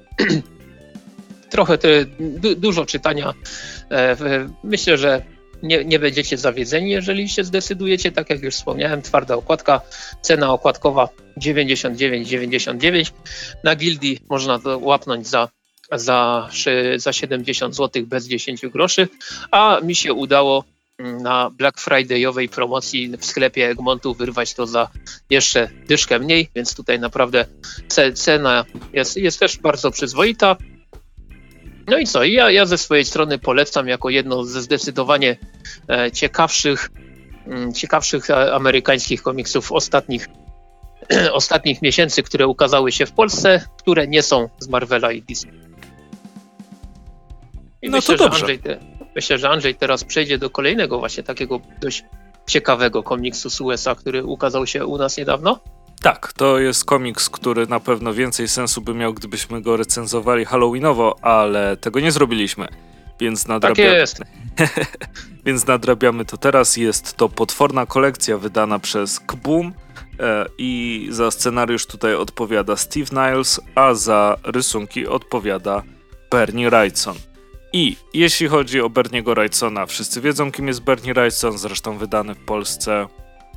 Trochę te, du, dużo czytania. E, myślę, że nie, nie będziecie zawiedzeni, jeżeli się zdecydujecie. Tak jak już wspomniałem, twarda okładka, cena okładkowa dziewięćdziesiąt dziewięć dziewięćdziesiąt dziewięć. Na Gildii można to łapnąć za, za, za siedemdziesiąt złotych bez dziesięć groszy, a mi się udało na Black Friday'owej promocji w sklepie Egmontu wyrwać to za jeszcze dyszkę mniej, więc tutaj naprawdę cena jest, jest też bardzo przyzwoita. No i co? Ja, ja ze swojej strony polecam jako jedno ze zdecydowanie e, ciekawszych, m, ciekawszych amerykańskich komiksów ostatnich, ostatnich miesięcy, które ukazały się w Polsce, które nie są z Marvela i D C. I no myślę, to dobrze. Że Andrzej te, myślę, że Andrzej teraz przejdzie do kolejnego właśnie takiego dość ciekawego komiksu z U S A, który ukazał się u nas niedawno. Tak, to jest komiks, który na pewno więcej sensu by miał, gdybyśmy go recenzowali halloweenowo, ale tego nie zrobiliśmy, więc nadrabiamy. Tak jest. Więc nadrabiamy to teraz. Jest to potworna kolekcja wydana przez K-Boom e, i za scenariusz tutaj odpowiada Steve Niles, a za rysunki odpowiada Bernie Wrightson. I jeśli chodzi o Berniego Wrightsona, wszyscy wiedzą, kim jest Bernie Wrightson, zresztą wydany w Polsce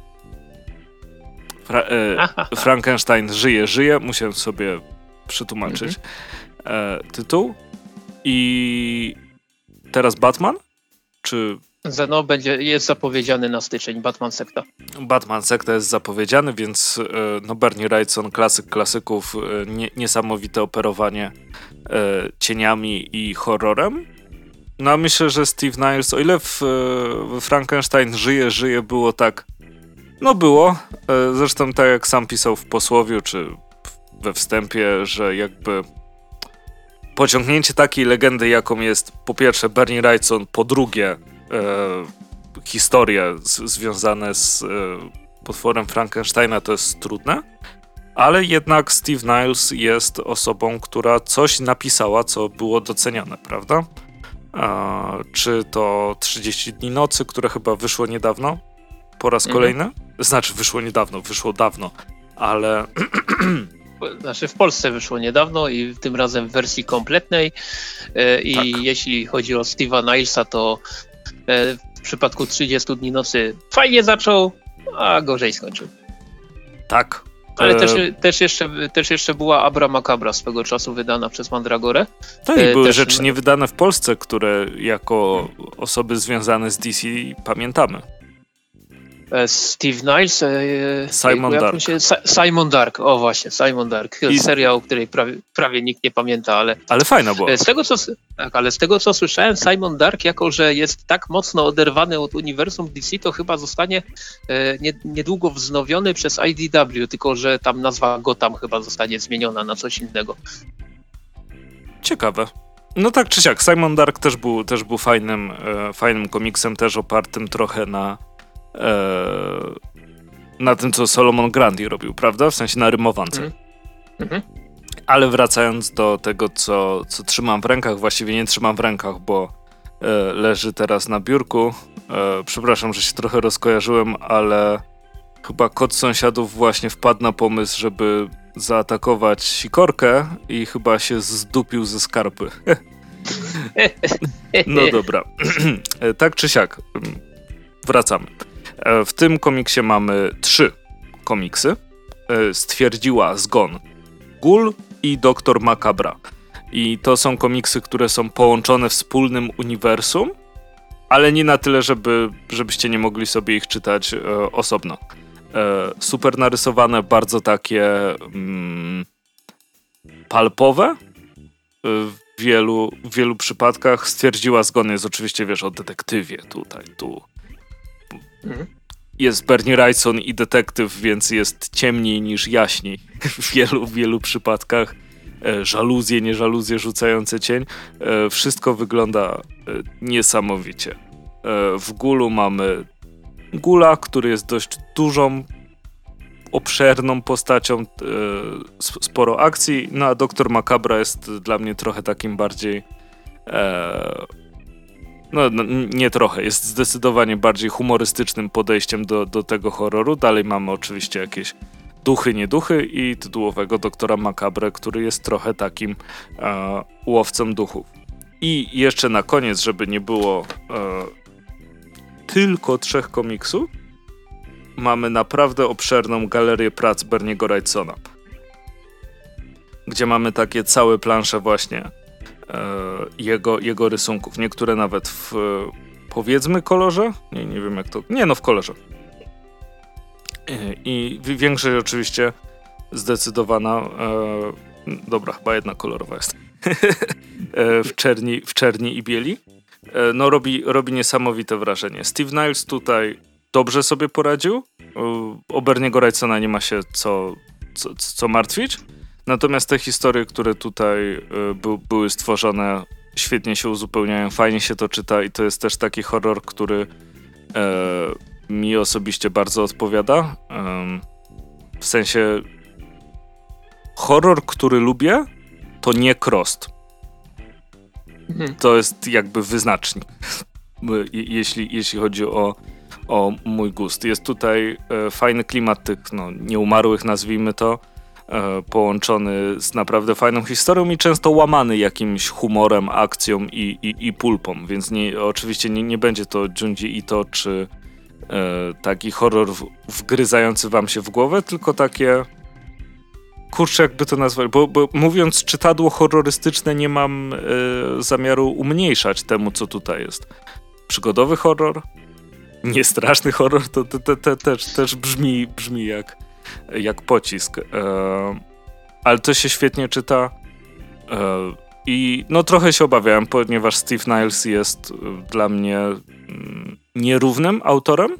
Fra- e, Frankenstein żyje, żyje. Musiałem sobie przetłumaczyć mm-hmm. e, tytuł. I teraz Batman? Czy... No, będzie, jest zapowiedziany na styczeń Batman Sekta. Batman Sekta jest zapowiedziany, więc e, no Bernie Wrightson, klasyk klasyków, e, nie, niesamowite operowanie e, cieniami i horrorem. No a myślę, że Steve Niles, o ile w, w Frankenstein żyje, żyje było tak. No było, zresztą tak jak sam pisał w posłowiu, czy we wstępie, że jakby pociągnięcie takiej legendy, jaką jest po pierwsze Bernie Wrightson, po drugie e, historie z, związane z e, potworem Frankensteina, to jest trudne, ale jednak Steve Niles jest osobą, która coś napisała, co było doceniane, prawda? E, czy to trzydzieści dni nocy, które chyba wyszło niedawno? Po raz kolejny? Mhm. Znaczy wyszło niedawno, wyszło dawno, ale... Znaczy w Polsce wyszło niedawno i tym razem w wersji kompletnej i tak. Jeśli chodzi o Steve'a Nilesa, to w przypadku trzydziestu dni nocy fajnie zaczął, a gorzej skończył. Tak. Ale też, też, jeszcze, też jeszcze była Abra Macabra swego czasu wydana przez Mandragorę. To i były też... rzeczy niewydane w Polsce, które jako osoby związane z D C pamiętamy. Steve Niles, Simon jak, Dark. Jak się, Simon Dark, o właśnie, Simon Dark. I... Seria, o której prawie, prawie nikt nie pamięta, ale... Ale fajna była. Z tego, co, tak, ale z tego, co słyszałem, Simon Dark, jako że jest tak mocno oderwany od uniwersum D C, to chyba zostanie nie, niedługo wznowiony przez I D W, tylko że tam nazwa Gotham chyba zostanie zmieniona na coś innego. Ciekawe. No tak czy siak, Simon Dark też był, też był fajnym, e, fajnym komiksem, też opartym trochę na na tym, co Solomon Grundy robił, prawda? W sensie na rymowance. Mm. Mm-hmm. Ale wracając do tego, co, co trzymam w rękach, właściwie nie trzymam w rękach, bo leży teraz na biurku. Przepraszam, że się trochę rozkojarzyłem, ale chyba kot sąsiadów właśnie wpadł na pomysł, żeby zaatakować sikorkę i chyba się zdupił ze skarpy. No dobra. Tak czy siak, wracamy. W tym komiksie mamy trzy komiksy. Stwierdziła Zgon, Ghoul i Doktor Makabra. I to są komiksy, które są połączone wspólnym uniwersum, ale nie na tyle, żeby, żebyście nie mogli sobie ich czytać e, osobno. E, super narysowane, bardzo takie mm, palpowe. W wielu, w wielu przypadkach Stwierdziła Zgon jest oczywiście, wiesz, o detektywie tutaj, tu. Mhm. Jest Bernie Wrightson i detektyw, więc jest ciemniej niż jaśniej w wielu, w wielu przypadkach. E, żaluzje, nie żaluzje rzucające cień. E, wszystko wygląda e, niesamowicie. E, w Ghulu mamy Ghula, który jest dość dużą, obszerną postacią, e, sporo akcji, no a Doktor Makabra jest dla mnie trochę takim bardziej e, no, no nie trochę, jest zdecydowanie bardziej humorystycznym podejściem do, do tego horroru. Dalej mamy oczywiście jakieś duchy, nieduchy i tytułowego Doktora Makabrę, który jest trochę takim e, łowcą duchów. I jeszcze na koniec, żeby nie było e, tylko trzech komiksów, mamy naprawdę obszerną galerię prac Berniego Wrightsona, gdzie mamy takie całe plansze właśnie e, jego, jego rysunków. Niektóre nawet w e, powiedzmy kolorze. Nie, nie wiem jak to... Nie, no w kolorze. I większość oczywiście zdecydowana, e, dobra, chyba jedna kolorowa jest, e, w, czerni, w czerni i bieli. E, no robi, robi niesamowite wrażenie. Steve Niles tutaj dobrze sobie poradził. O Berniego Wrightsona nie ma się co, co, co martwić. Natomiast te historie, które tutaj e, by, były stworzone, świetnie się uzupełniają, fajnie się to czyta i to jest też taki horror, który e, mi osobiście bardzo odpowiada. Um, w sensie horror, który lubię, to nie Crossed. Mhm. To jest jakby wyznacznik, jeśli, jeśli chodzi o, o mój gust. Jest tutaj e, fajny klimat tych no, nieumarłych, nazwijmy to, e, połączony z naprawdę fajną historią i często łamany jakimś humorem, akcją i, i, i pulpą, więc nie, oczywiście nie, nie będzie to Junji Ito czy E, taki horror w, wgryzający wam się w głowę, tylko takie kurczę, jakby to nazwać, bo, bo mówiąc czytadło horrorystyczne nie mam e, zamiaru umniejszać temu, co tutaj jest. Przygodowy horror, niestraszny horror, to te, te, te, też, też brzmi, brzmi jak, jak pocisk. E, ale to się świetnie czyta e, i no trochę się obawiałem, ponieważ Steve Niles jest dla mnie mm, nierównym autorem,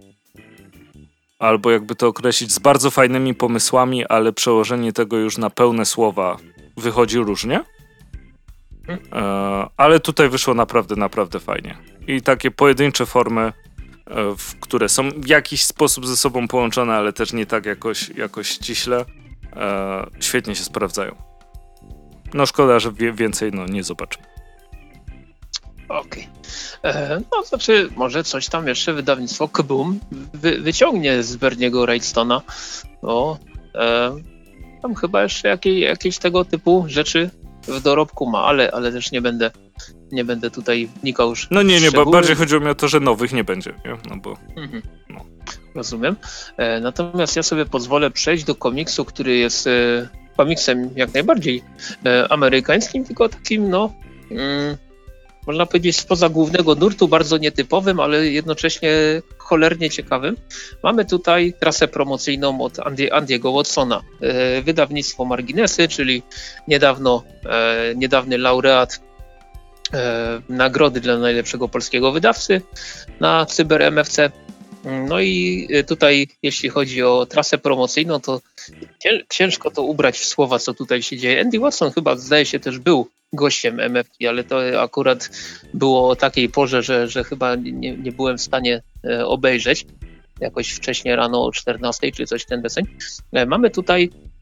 albo jakby to określić, z bardzo fajnymi pomysłami, ale przełożenie tego już na pełne słowa wychodzi różnie. E, ale tutaj wyszło naprawdę, naprawdę fajnie. I takie pojedyncze formy, e, w, które są w jakiś sposób ze sobą połączone, ale też nie tak jakoś, jakoś ściśle, e, świetnie się sprawdzają. No szkoda, że wie, więcej no, nie zobaczymy. Okej. Okay. No znaczy, może coś tam jeszcze wydawnictwo Kaboom wy, wyciągnie z Berniego Wrightsona. No, e, tam chyba jeszcze jakieś, jakieś tego typu rzeczy w dorobku ma, ale, ale też nie będę nie będę tutaj wnikał już. No nie, nie, bo bardziej chodziło mi o to, że nowych nie będzie, nie? No bo... Mhm. No. Rozumiem. E, natomiast ja sobie pozwolę przejść do komiksu, który jest e, komiksem jak najbardziej e, amerykańskim, tylko takim, no... Mm, można powiedzieć spoza głównego nurtu, bardzo nietypowym, ale jednocześnie cholernie ciekawym. Mamy tutaj trasę promocyjną od Andy, Andy'ego Watsona. E, wydawnictwo Marginesy, czyli niedawno, e, niedawny laureat e, nagrody dla najlepszego polskiego wydawcy na Cyber M F C. No i tutaj, jeśli chodzi o trasę promocyjną, to ciężko to ubrać w słowa, co tutaj się dzieje. Andy Watson chyba, zdaje się, też był gościem M F T, ale to akurat było o takiej porze, że, że chyba nie, nie byłem w stanie obejrzeć. Jakoś wcześniej rano o czternastej czy coś w ten deseń. Mamy tutaj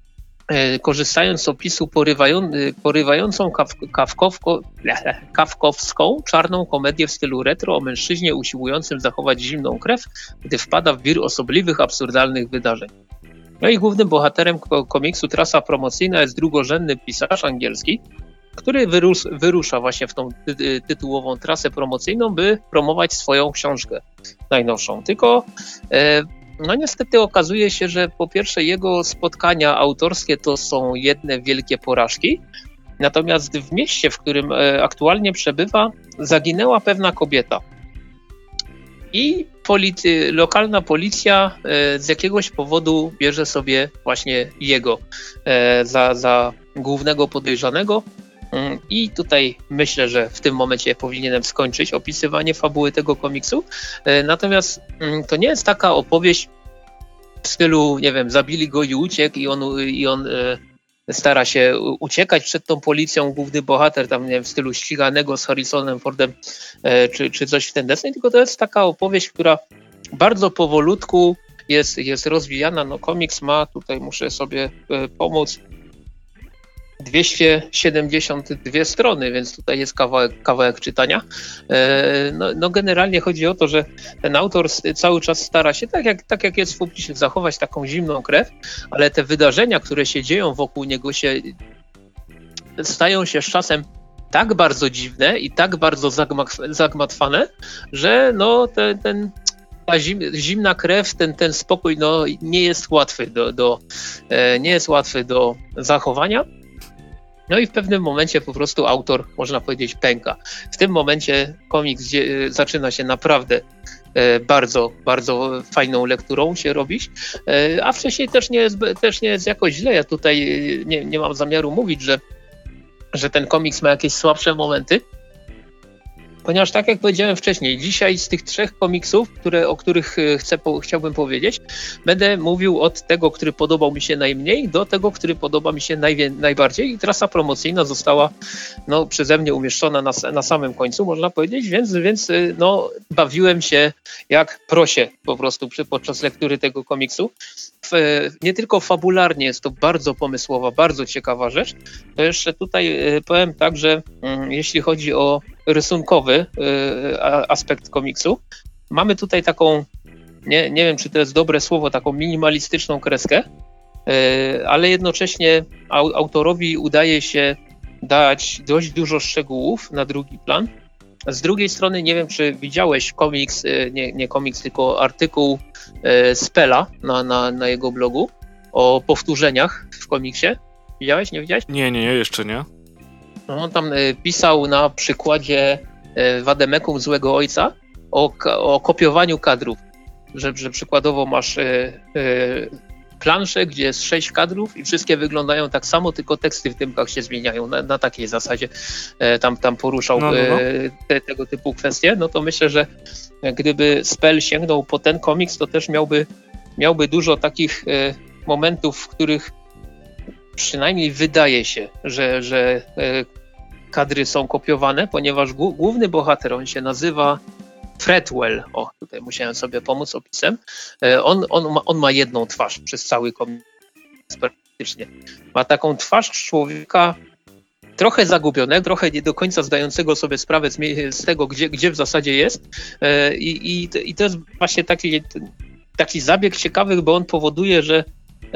korzystając z opisu porywają, porywającą kaw, kawkowko, kawkowską czarną komedię w stylu retro o mężczyźnie usiłującym zachować zimną krew, gdy wpada w wir osobliwych, absurdalnych wydarzeń. No i głównym bohaterem komiksu Trasa promocyjna jest drugorzędny pisarz angielski, który wyrus, wyrusza właśnie w tą ty, tytułową trasę promocyjną, by promować swoją książkę najnowszą. Tylko e, no niestety okazuje się, że po pierwsze jego spotkania autorskie to są jedne wielkie porażki, natomiast w mieście, w którym e, aktualnie przebywa, zaginęła pewna kobieta. I polity, lokalna policja e, z jakiegoś powodu bierze sobie właśnie jego e, za, za głównego podejrzanego. I tutaj myślę, że w tym momencie powinienem skończyć opisywanie fabuły tego komiksu. Natomiast to nie jest taka opowieść w stylu, nie wiem, zabili go i uciekł i on, i on stara się uciekać przed tą policją, główny bohater tam, nie wiem, w stylu ściganego z Harrisonem Fordem czy, czy coś w ten deseń, tylko to jest taka opowieść, która bardzo powolutku jest, jest rozwijana. No komiks ma, tutaj muszę sobie pomóc, dwieście siedemdziesiąt dwie strony, więc tutaj jest kawałek, kawałek czytania. No, no generalnie chodzi o to, że ten autor cały czas stara się, tak jak, tak jak jest w opisie, zachować taką zimną krew, ale te wydarzenia, które się dzieją wokół niego, się stają się z czasem tak bardzo dziwne i tak bardzo zagmatwane, że no ten, ten ta zim, zimna krew, ten, ten spokój no, nie jest łatwy do, do, nie jest łatwy do zachowania. No i w pewnym momencie po prostu autor, można powiedzieć, pęka. W tym momencie komiks zaczyna się naprawdę bardzo, bardzo fajną lekturą się robić, a wcześniej też nie jest, też nie jest jakoś źle. Ja tutaj nie, nie mam zamiaru mówić, że, że ten komiks ma jakieś słabsze momenty, ponieważ tak jak powiedziałem wcześniej, dzisiaj z tych trzech komiksów, które, o których chcę, po, chciałbym powiedzieć, będę mówił od tego, który podobał mi się najmniej, do tego, który podoba mi się najwie, najbardziej. I trasa promocyjna została no, przeze mnie umieszczona na, na samym końcu, można powiedzieć, więc, więc no, bawiłem się jak prosie po prostu przy, podczas lektury tego komiksu. W, nie tylko fabularnie jest to bardzo pomysłowa, bardzo ciekawa rzecz, to jeszcze tutaj powiem tak, że mm, jeśli chodzi o rysunkowy y, aspekt komiksu, mamy tutaj taką, nie, nie wiem czy to jest dobre słowo, taką minimalistyczną kreskę, y, ale jednocześnie au, autorowi udaje się dać dość dużo szczegółów na drugi plan. Z drugiej strony nie wiem czy widziałeś komiks, y, nie, nie komiks, tylko artykuł y, Spela na, na, na jego blogu o powtórzeniach w komiksie. Widziałeś, nie widziałeś? Nie, nie, jeszcze nie. On tam y, pisał na przykładzie y, Wademekum Złego Ojca o, o kopiowaniu kadrów, że, że przykładowo masz y, y, planszę, gdzie jest sześć kadrów i wszystkie wyglądają tak samo, tylko teksty w dymkach się zmieniają. Na, na takiej zasadzie y, tam, tam poruszał no, no, no. Y, te, tego typu kwestie. No to myślę, że gdyby Spell sięgnął po ten komiks, to też miałby, miałby dużo takich y, momentów, w których przynajmniej wydaje się, że, że kadry są kopiowane, ponieważ główny bohater, on się nazywa Fretwell. O, tutaj musiałem sobie pomóc opisem. On, on, ma, on ma jedną twarz przez cały komiks praktycznie. Ma taką twarz człowieka trochę zagubionego, trochę nie do końca zdającego sobie sprawę z, z tego, gdzie, gdzie w zasadzie jest. I, i, i to jest właśnie taki, taki zabieg ciekawy, bo on powoduje, że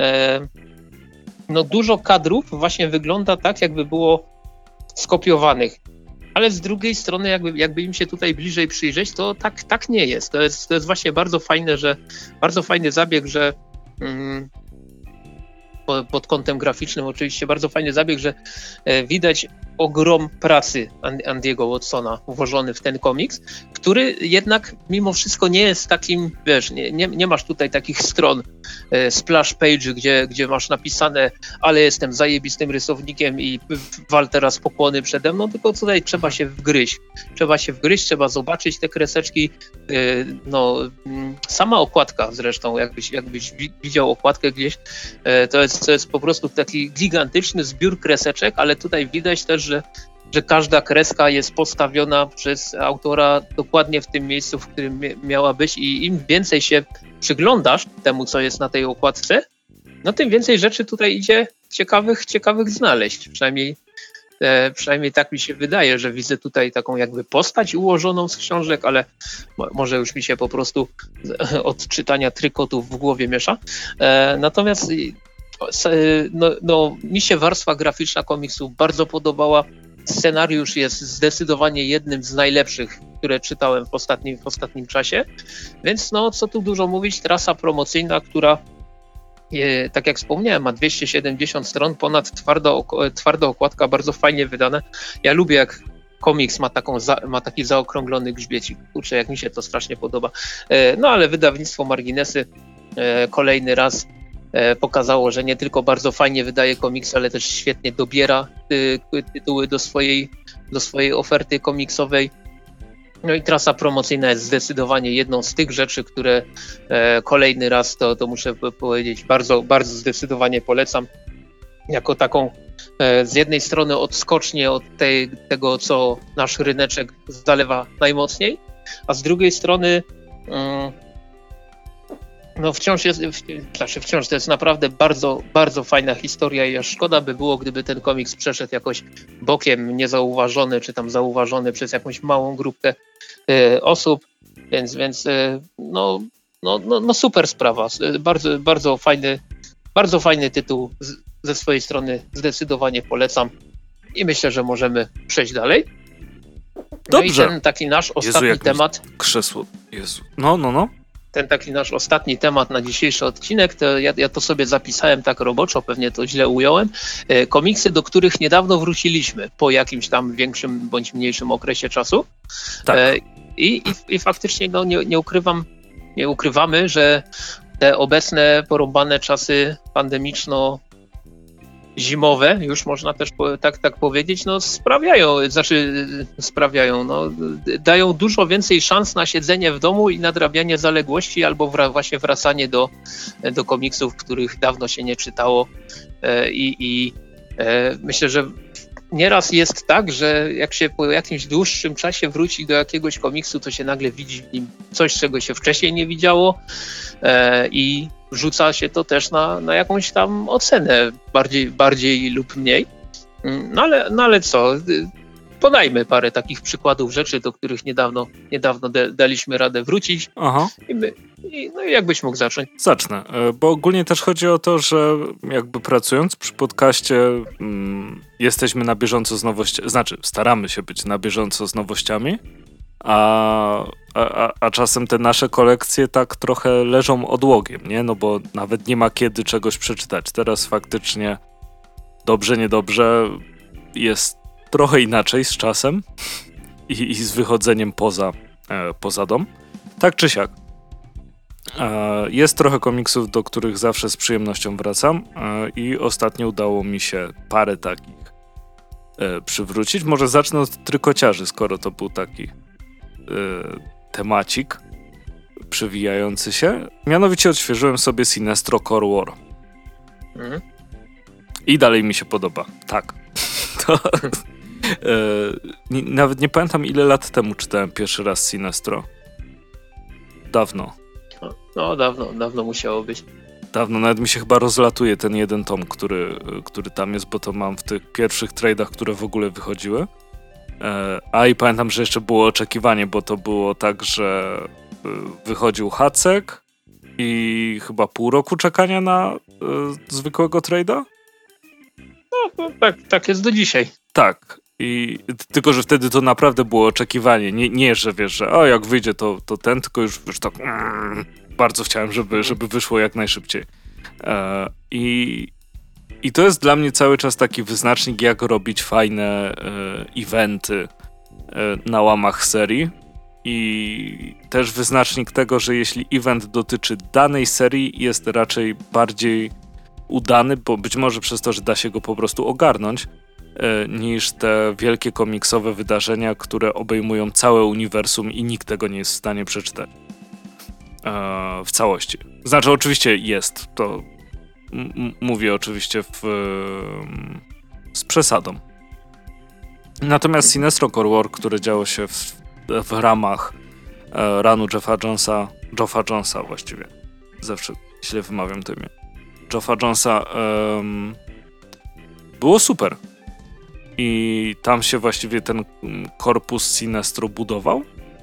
no dużo kadrów właśnie wygląda tak, jakby było skopiowanych, ale z drugiej strony jakby, jakby im się tutaj bliżej przyjrzeć, to tak, tak nie jest. To jest. To jest właśnie bardzo fajne, że bardzo fajny zabieg, że mm, pod kątem graficznym oczywiście bardzo fajny zabieg, że widać ogrom pracy Andiego Watsona włożony w ten komiks, który jednak mimo wszystko nie jest takim, wiesz, nie, nie, nie masz tutaj takich stron splash page, gdzie, gdzie masz napisane, ale jestem zajebistym rysownikiem i wal teraz pokłony przede mną, tylko tutaj trzeba się wgryźć. Trzeba się wgryźć, trzeba zobaczyć te kreseczki. No, sama okładka zresztą, jakbyś, jakbyś widział okładkę gdzieś, to jest, to jest po prostu taki gigantyczny zbiór kreseczek, ale tutaj widać też, że, że każda kreska jest postawiona przez autora dokładnie w tym miejscu, w którym miała być i im więcej się przyglądasz temu, co jest na tej okładce, no tym więcej rzeczy tutaj idzie ciekawych, ciekawych znaleźć. Przynajmniej, e, przynajmniej tak mi się wydaje, że widzę tutaj taką jakby postać ułożoną z książek, ale mo, może już mi się po prostu od czytania trykotów w głowie miesza. E, natomiast no, no, mi się warstwa graficzna komiksu bardzo podobała. Scenariusz jest zdecydowanie jednym z najlepszych, które czytałem w ostatnim, w ostatnim czasie. Więc no, co tu dużo mówić, trasa promocyjna, która e, tak jak wspomniałem, ma dwieście siedemdziesiąt stron, ponad twarda, ok- twarda okładka, bardzo fajnie wydane. Ja lubię, jak komiks ma, taką za, ma taki zaokrąglony grzbiecik. Kurczę, jak mi się to strasznie podoba. E, no ale wydawnictwo Marginesy e, kolejny raz e, pokazało, że nie tylko bardzo fajnie wydaje komiksy, ale też świetnie dobiera ty, tytuły do swojej, do swojej oferty komiksowej. No i trasa promocyjna jest zdecydowanie jedną z tych rzeczy, które e, kolejny raz, to, to muszę powiedzieć, bardzo, bardzo zdecydowanie polecam. Jako taką e, z jednej strony odskocznie od tej, tego, co nasz ryneczek zalewa najmocniej, a z drugiej strony mm, no wciąż jest, w, znaczy wciąż to jest naprawdę bardzo, bardzo fajna historia i aż szkoda by było, gdyby ten komiks przeszedł jakoś bokiem, niezauważony, czy tam zauważony przez jakąś małą grupkę y, osób, więc, więc y, no, no, no, no super sprawa, bardzo, bardzo fajny, bardzo fajny tytuł, z, ze swojej strony zdecydowanie polecam i myślę, że możemy przejść dalej. No Dobrze. i ten taki nasz ostatni Jezu, temat. Krzesło. Jezu. No, no, no. Ten taki nasz ostatni temat na dzisiejszy odcinek, to ja, ja to sobie zapisałem tak roboczo, pewnie to źle ująłem. E, komiksy, do których niedawno wróciliśmy po jakimś tam większym bądź mniejszym okresie czasu. Tak. E, i, i, I faktycznie no, nie, nie ukrywam, nie ukrywamy, że te obecne porąbane czasy pandemiczno zimowe, już można też po, tak, tak powiedzieć, no sprawiają, znaczy sprawiają, no dają dużo więcej szans na siedzenie w domu i nadrabianie zaległości albo wra, właśnie wracanie do, do komiksów, których dawno się nie czytało e, i, i e, myślę, że nieraz jest tak, że jak się po jakimś dłuższym czasie wróci do jakiegoś komiksu, to się nagle widzi w nim coś, czego się wcześniej nie widziało e, i rzuca się to też na, na jakąś tam ocenę, bardziej, bardziej lub mniej. No ale, no ale co, podajmy parę takich przykładów rzeczy, do których niedawno, niedawno de, daliśmy radę wrócić. Aha. I my, i, no i jakbyś mógł zacząć? Zacznę, bo ogólnie też chodzi o to, że jakby pracując przy podcaście mm, jesteśmy na bieżąco z nowościami, znaczy staramy się być na bieżąco z nowościami, a, a, a czasem te nasze kolekcje tak trochę leżą odłogiem, nie? No bo nawet nie ma kiedy czegoś przeczytać. Teraz faktycznie dobrze, niedobrze jest trochę inaczej z czasem i, i z wychodzeniem poza, e, poza dom. Tak czy siak. E, jest trochę komiksów, do których zawsze z przyjemnością wracam e, i ostatnio udało mi się parę takich e, przywrócić. Może zacznę od Trykociarzy, skoro to był taki e, temacik przewijający się. Mianowicie odświeżyłem sobie Sinestro Core War. Mhm. I dalej mi się podoba. Tak. To, e, nie, nawet nie pamiętam, ile lat temu czytałem pierwszy raz Sinestro. Dawno. No, no dawno, dawno musiało być. Dawno, nawet mi się chyba rozlatuje ten jeden tom, który, który tam jest, bo to mam w tych pierwszych trade'ach, które w ogóle wychodziły. E, a i pamiętam, że jeszcze było oczekiwanie, bo to było tak, że wychodził Hacek i chyba pół roku czekania na e, zwykłego trade'a. No, no tak, tak jest do dzisiaj. Tak. I tylko, że wtedy to naprawdę było oczekiwanie. Nie, nie że wiesz, że o, jak wyjdzie to, to ten, tylko już, już tak mm, bardzo chciałem, żeby, żeby wyszło jak najszybciej. E, i, I to jest dla mnie cały czas taki wyznacznik, jak robić fajne e, eventy e, na łamach serii. I też wyznacznik tego, że jeśli event dotyczy danej serii, jest raczej bardziej udany, bo być może przez to, że da się go po prostu ogarnąć, niż te wielkie komiksowe wydarzenia, które obejmują całe uniwersum i nikt tego nie jest w stanie przeczytać e, w całości. Znaczy oczywiście jest, to m- mówię oczywiście w, m- z przesadą. Natomiast Sinestro Core War, które działo się w, w ramach e, runu Jeffa Jonesa, Jeffa Jonesa właściwie, zawsze źle wymawiam to imię, Jeffa Jonesa, um, było super. I tam się właściwie ten korpus Sinestro budował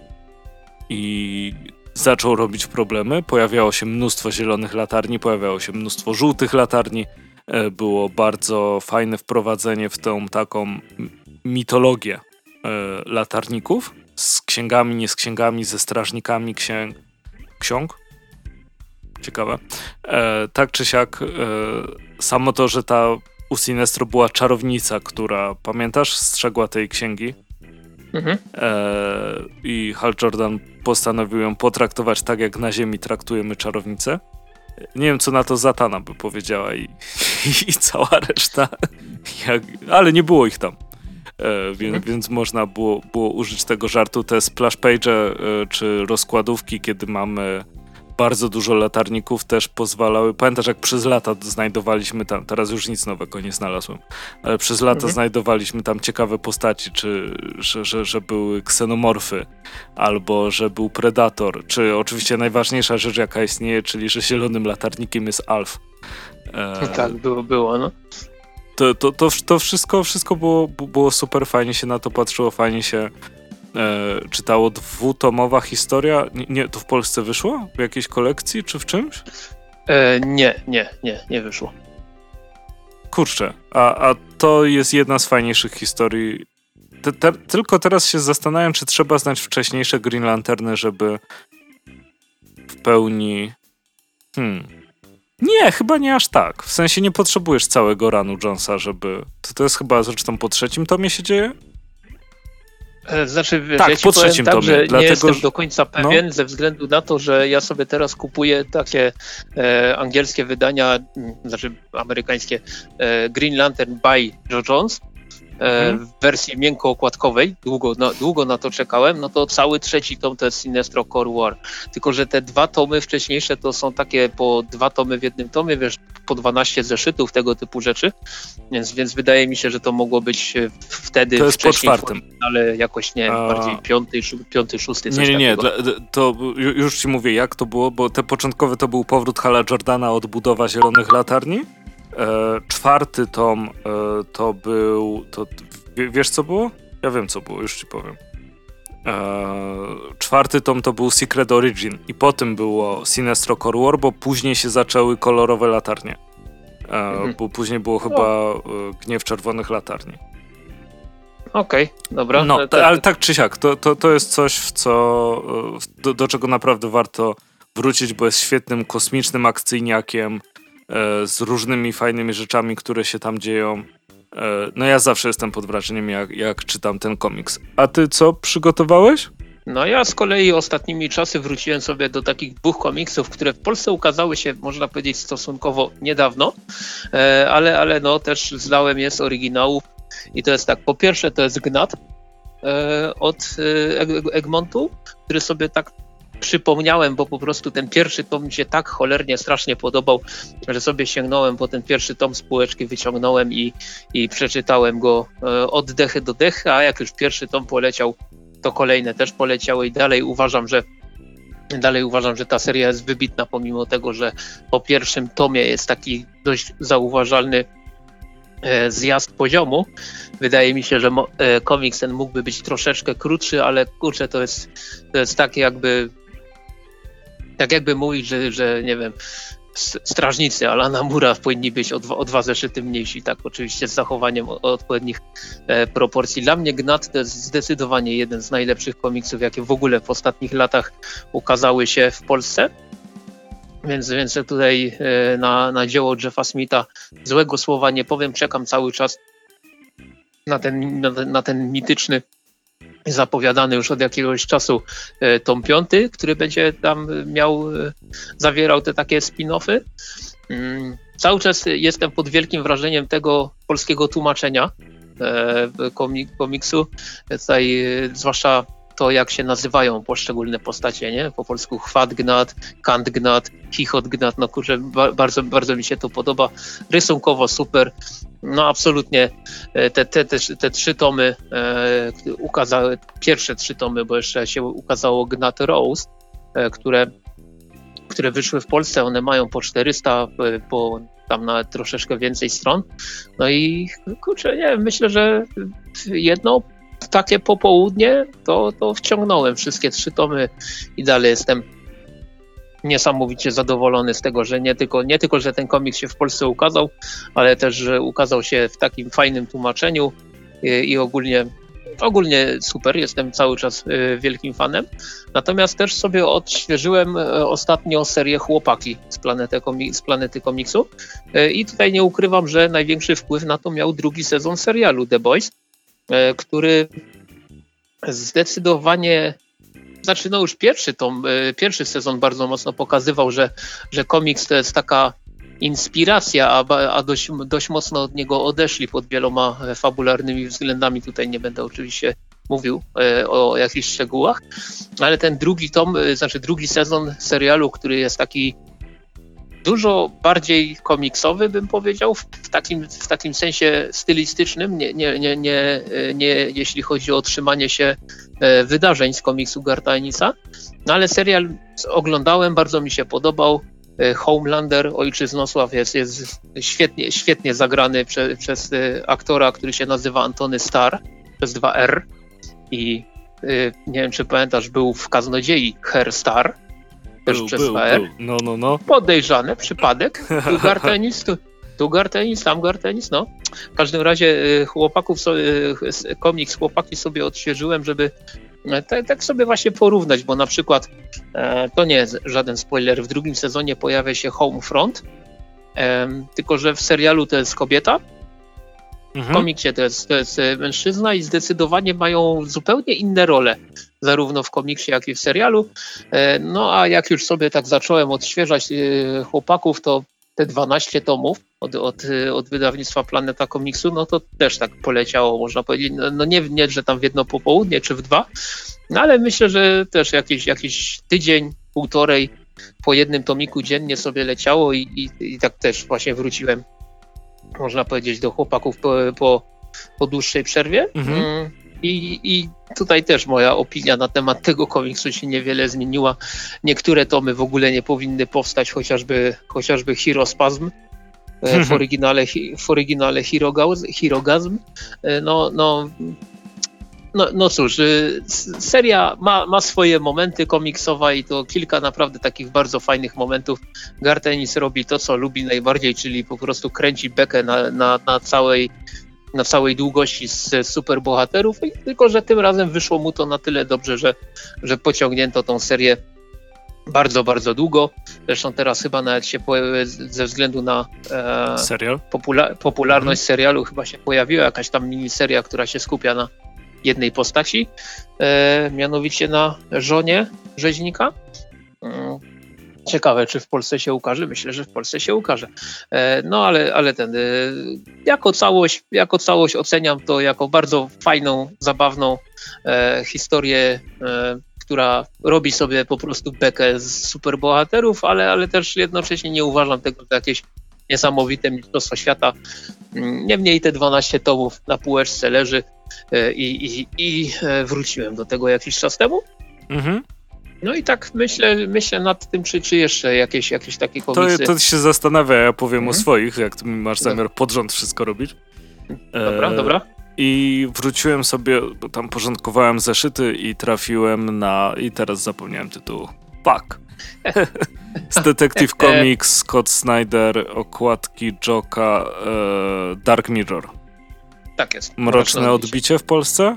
i zaczął robić problemy. Pojawiało się mnóstwo zielonych latarni, pojawiało się mnóstwo żółtych latarni. Było bardzo fajne wprowadzenie w tą taką mitologię latarników z księgami, nie z księgami, ze strażnikami księg. ksiąg. Ciekawe. E, tak czy siak, e, samo to, że ta u Sinestro była czarownica, która, pamiętasz, strzegła tej księgi? Mhm. E, I Hal Jordan postanowił ją potraktować tak, jak na ziemi traktujemy czarownicę. Nie wiem, co na to Zatanna by powiedziała i, i, i cała reszta. Jak, ale nie było ich tam. E, więc, mhm. więc można było, było użyć tego żartu. Te splash page e, czy rozkładówki, kiedy mamy bardzo dużo latarników, też pozwalały. Pamiętasz, jak przez lata znajdowaliśmy tam, teraz już nic nowego nie znalazłem, ale przez lata mhm. znajdowaliśmy tam ciekawe postaci, czy że, że, że były ksenomorfy, albo że był predator, czy oczywiście najważniejsza rzecz, jaka istnieje, czyli że zielonym latarnikiem jest Alf. E, tak, było, było, no. To, to, to, to wszystko, wszystko było, było super, fajnie się na to patrzyło, fajnie się E, czytało. Dwutomowa historia. Nie, nie, to w Polsce wyszło? W jakiejś kolekcji czy w czymś? E, nie, nie, nie, nie wyszło. Kurczę, a, a to jest jedna z fajniejszych historii. Te, te, tylko teraz się zastanawiam, czy trzeba znać wcześniejsze Green Lanterny, żeby w pełni... Hmm... Nie, chyba nie aż tak. W sensie nie potrzebujesz całego runu Jonesa, żeby... To, to jest chyba zresztą po trzecim tomie się dzieje? Znaczy, tak, ja ci po trzecim tak, tomie. że dlatego, nie jestem że... do końca pewien, no. Ze względu na to, że ja sobie teraz kupuję takie e, angielskie wydania, m, znaczy amerykańskie e, Green Lantern by Joe Jones e, mhm. w wersji miękko-okładkowej. Długo na, długo na to czekałem. No to cały trzeci tom to jest Sinestro Core War. Tylko że te dwa tomy wcześniejsze to są takie po dwa tomy w jednym tomie, wiesz, po dwanaście zeszytów, tego typu rzeczy. Więc, więc wydaje mi się, że to mogło być wtedy to jest wcześniej, po czwartym. Ale jakoś nie, A... bardziej piąty, piąty, szósty, coś Nie, nie, nie, takiego. Dla, to już ci mówię, jak to było, bo te początkowe to był powrót Hala Jordana, odbudowa Zielonych Latarni. E, czwarty tom e, to był, to, w, wiesz co było? Ja wiem co było, już ci powiem. E, czwarty tom to był Secret Origin i potem było Sinestro Core War, bo później się zaczęły kolorowe latarnie. E, mhm. Bo później było chyba e, Gniew Czerwonych Latarni. Okej, okay, dobra. No, to, ale tak czy siak, to, to, to jest coś, w co, do, do czego naprawdę warto wrócić, bo jest świetnym kosmicznym akcyjniakiem e, z różnymi fajnymi rzeczami, które się tam dzieją. E, no ja zawsze jestem pod wrażeniem, jak, jak czytam ten komiks. A ty co przygotowałeś? No ja z kolei ostatnimi czasy wróciłem sobie do takich dwóch komiksów, które w Polsce ukazały się, można powiedzieć, stosunkowo niedawno, e, ale, ale no też znałem je z oryginałów. I to jest tak, po pierwsze to jest Gnat e, od e, Egmontu, który sobie tak przypomniałem, bo po prostu ten pierwszy tom mi się tak cholernie strasznie podobał, że sobie sięgnąłem po ten pierwszy tom z półeczki, wyciągnąłem i, i przeczytałem go e, od dechy do dechy, a jak już pierwszy tom poleciał, to kolejne też poleciały i dalej uważam, że dalej uważam, że ta seria jest wybitna, pomimo tego, że po pierwszym tomie jest taki dość zauważalny zjazd poziomu. Wydaje mi się, że mo- e, komiks ten mógłby być troszeczkę krótszy, ale kurczę, to jest, to jest tak jakby tak jakby mówić, że, że nie wiem, strażnicy Alana Moore'a powinni być o dwa, o dwa zeszyty mniejsi, tak oczywiście z zachowaniem o, odpowiednich e, proporcji. Dla mnie Gnat to jest zdecydowanie jeden z najlepszych komiksów, jakie w ogóle w ostatnich latach ukazały się w Polsce. Więc, więc tutaj e, na, na dzieło Jeffa Smitha złego słowa nie powiem, czekam cały czas na ten, na, na ten mityczny, zapowiadany już od jakiegoś czasu e, tom piąty, który będzie tam miał, e, zawierał te takie spin-offy. Mm, cały czas jestem pod wielkim wrażeniem tego polskiego tłumaczenia e, komik, komiksu. Tutaj e, zwłaszcza to, jak się nazywają poszczególne postacie, nie? Po polsku Chwat Gnat, Kant Gnat, Chichot Gnat, no kurczę, ba- bardzo, bardzo mi się to podoba. Rysunkowo super, no absolutnie te, te, te, te trzy tomy e, ukazały, pierwsze trzy tomy, bo jeszcze się ukazało Gnat Rose, e, które, które wyszły w Polsce, one mają po czterysta, po tam nawet troszeczkę więcej stron. No i kurczę, nie wiem, myślę, że jedno takie popołudnie to, to wciągnąłem wszystkie trzy tomy i dalej jestem niesamowicie zadowolony z tego, że nie tylko, nie tylko, że ten komiks się w Polsce ukazał, ale też, że ukazał się w takim fajnym tłumaczeniu i, i ogólnie, ogólnie super, jestem cały czas wielkim fanem. Natomiast też sobie odświeżyłem ostatnio serię Chłopaki z Planety, z Planety Komiksu i tutaj nie ukrywam, że największy wpływ na to miał drugi sezon serialu The Boys, który zdecydowanie, znaczy no już pierwszy tom, pierwszy sezon bardzo mocno pokazywał, że, że komiks to jest taka inspiracja, a, a dość, dość mocno od niego odeszli pod wieloma fabularnymi względami. Tutaj nie będę oczywiście mówił e, o jakichś szczegółach, ale ten drugi tom, znaczy drugi sezon serialu, który jest taki dużo bardziej komiksowy, bym powiedział, w, w, takim, w takim sensie stylistycznym, nie, nie, nie, nie, nie jeśli chodzi o trzymanie się e, wydarzeń z komiksu Gartha Ennisa. No ale serial oglądałem, bardzo mi się podobał. E, Homelander, Ojczyznosław jest, jest świetnie, świetnie zagrany prze, przez e, aktora, który się nazywa Antony Starr, przez dwa R. I e, nie wiem, czy pamiętasz, był w Kaznodziei Herr Starr. Też Był, przez był, dwa R. był. No, no, no. Podejrzane, przypadek. Tu Garth Ennis, tu, tu Garth Ennis, tam Garth Ennis, no. W każdym razie chłopaków, komiks Chłopaki sobie odświeżyłem, żeby tak, tak sobie właśnie porównać, bo na przykład e, to nie jest żaden spoiler, w drugim sezonie pojawia się Homefront, e, tylko że w serialu to jest kobieta, w Mhm. komiksie to jest, to jest mężczyzna i zdecydowanie mają zupełnie inne role, zarówno w komiksie, jak i w serialu. No a jak już sobie tak zacząłem odświeżać chłopaków, to te dwanaście tomów od, od, od wydawnictwa Planeta Komiksu, no to też tak poleciało, można powiedzieć. No nie, nie, że tam w jedno popołudnie czy w dwa, no ale myślę, że też jakiś, jakiś tydzień, półtorej po jednym tomiku dziennie sobie leciało i, i, i tak też właśnie wróciłem, można powiedzieć, do chłopaków po, po, po dłuższej przerwie. Mhm. I, I tutaj też moja opinia na temat tego komiksu się niewiele zmieniła. Niektóre tomy w ogóle nie powinny powstać, chociażby, chociażby Herospasm, w oryginale, w oryginale Herogasm. No, no, no, no cóż, seria ma, ma swoje momenty komiksowe i to kilka naprawdę takich bardzo fajnych momentów. Garth Ennis robi to, co lubi najbardziej, czyli po prostu kręci bekę na, na, na całej na całej długości z superbohaterów, tylko że tym razem wyszło mu to na tyle dobrze, że, że pociągnięto tą serię bardzo, bardzo długo. Zresztą teraz chyba nawet się po, ze względu na e, Serial? popula- popularność Mhm. serialu chyba się pojawiła jakaś tam miniseria, która się skupia na jednej postaci, e, mianowicie na żonie rzeźnika. Mm. Ciekawe, czy w Polsce się ukaże. Myślę, że w Polsce się ukaże. E, no ale, ale ten, e, jako całość, jako całość oceniam to jako bardzo fajną, zabawną e, historię, e, która robi sobie po prostu bekę z superbohaterów, ale, ale też jednocześnie nie uważam tego za jakieś niesamowite mistrzostwo świata. Niemniej te dwanaście tomów na półeczce leży e, i, i, i e, wróciłem do tego jakiś czas temu. Mhm. No i tak myślę, myślę nad tym, czy, czy jeszcze jakieś, jakieś takie To, komiksy. to się zastanawia, ja powiem Mhm. o swoich, jak ty masz zamiar pod rząd wszystko robić. Dobra, E, dobra. I wróciłem sobie, bo tam porządkowałem zeszyty i trafiłem na... I teraz zapomniałem tytułu. Fuck. Z Detective Comics, Scott Snyder, okładki Joka, e, Dark Mirror. Tak jest. Mroczne odbicie w Polsce?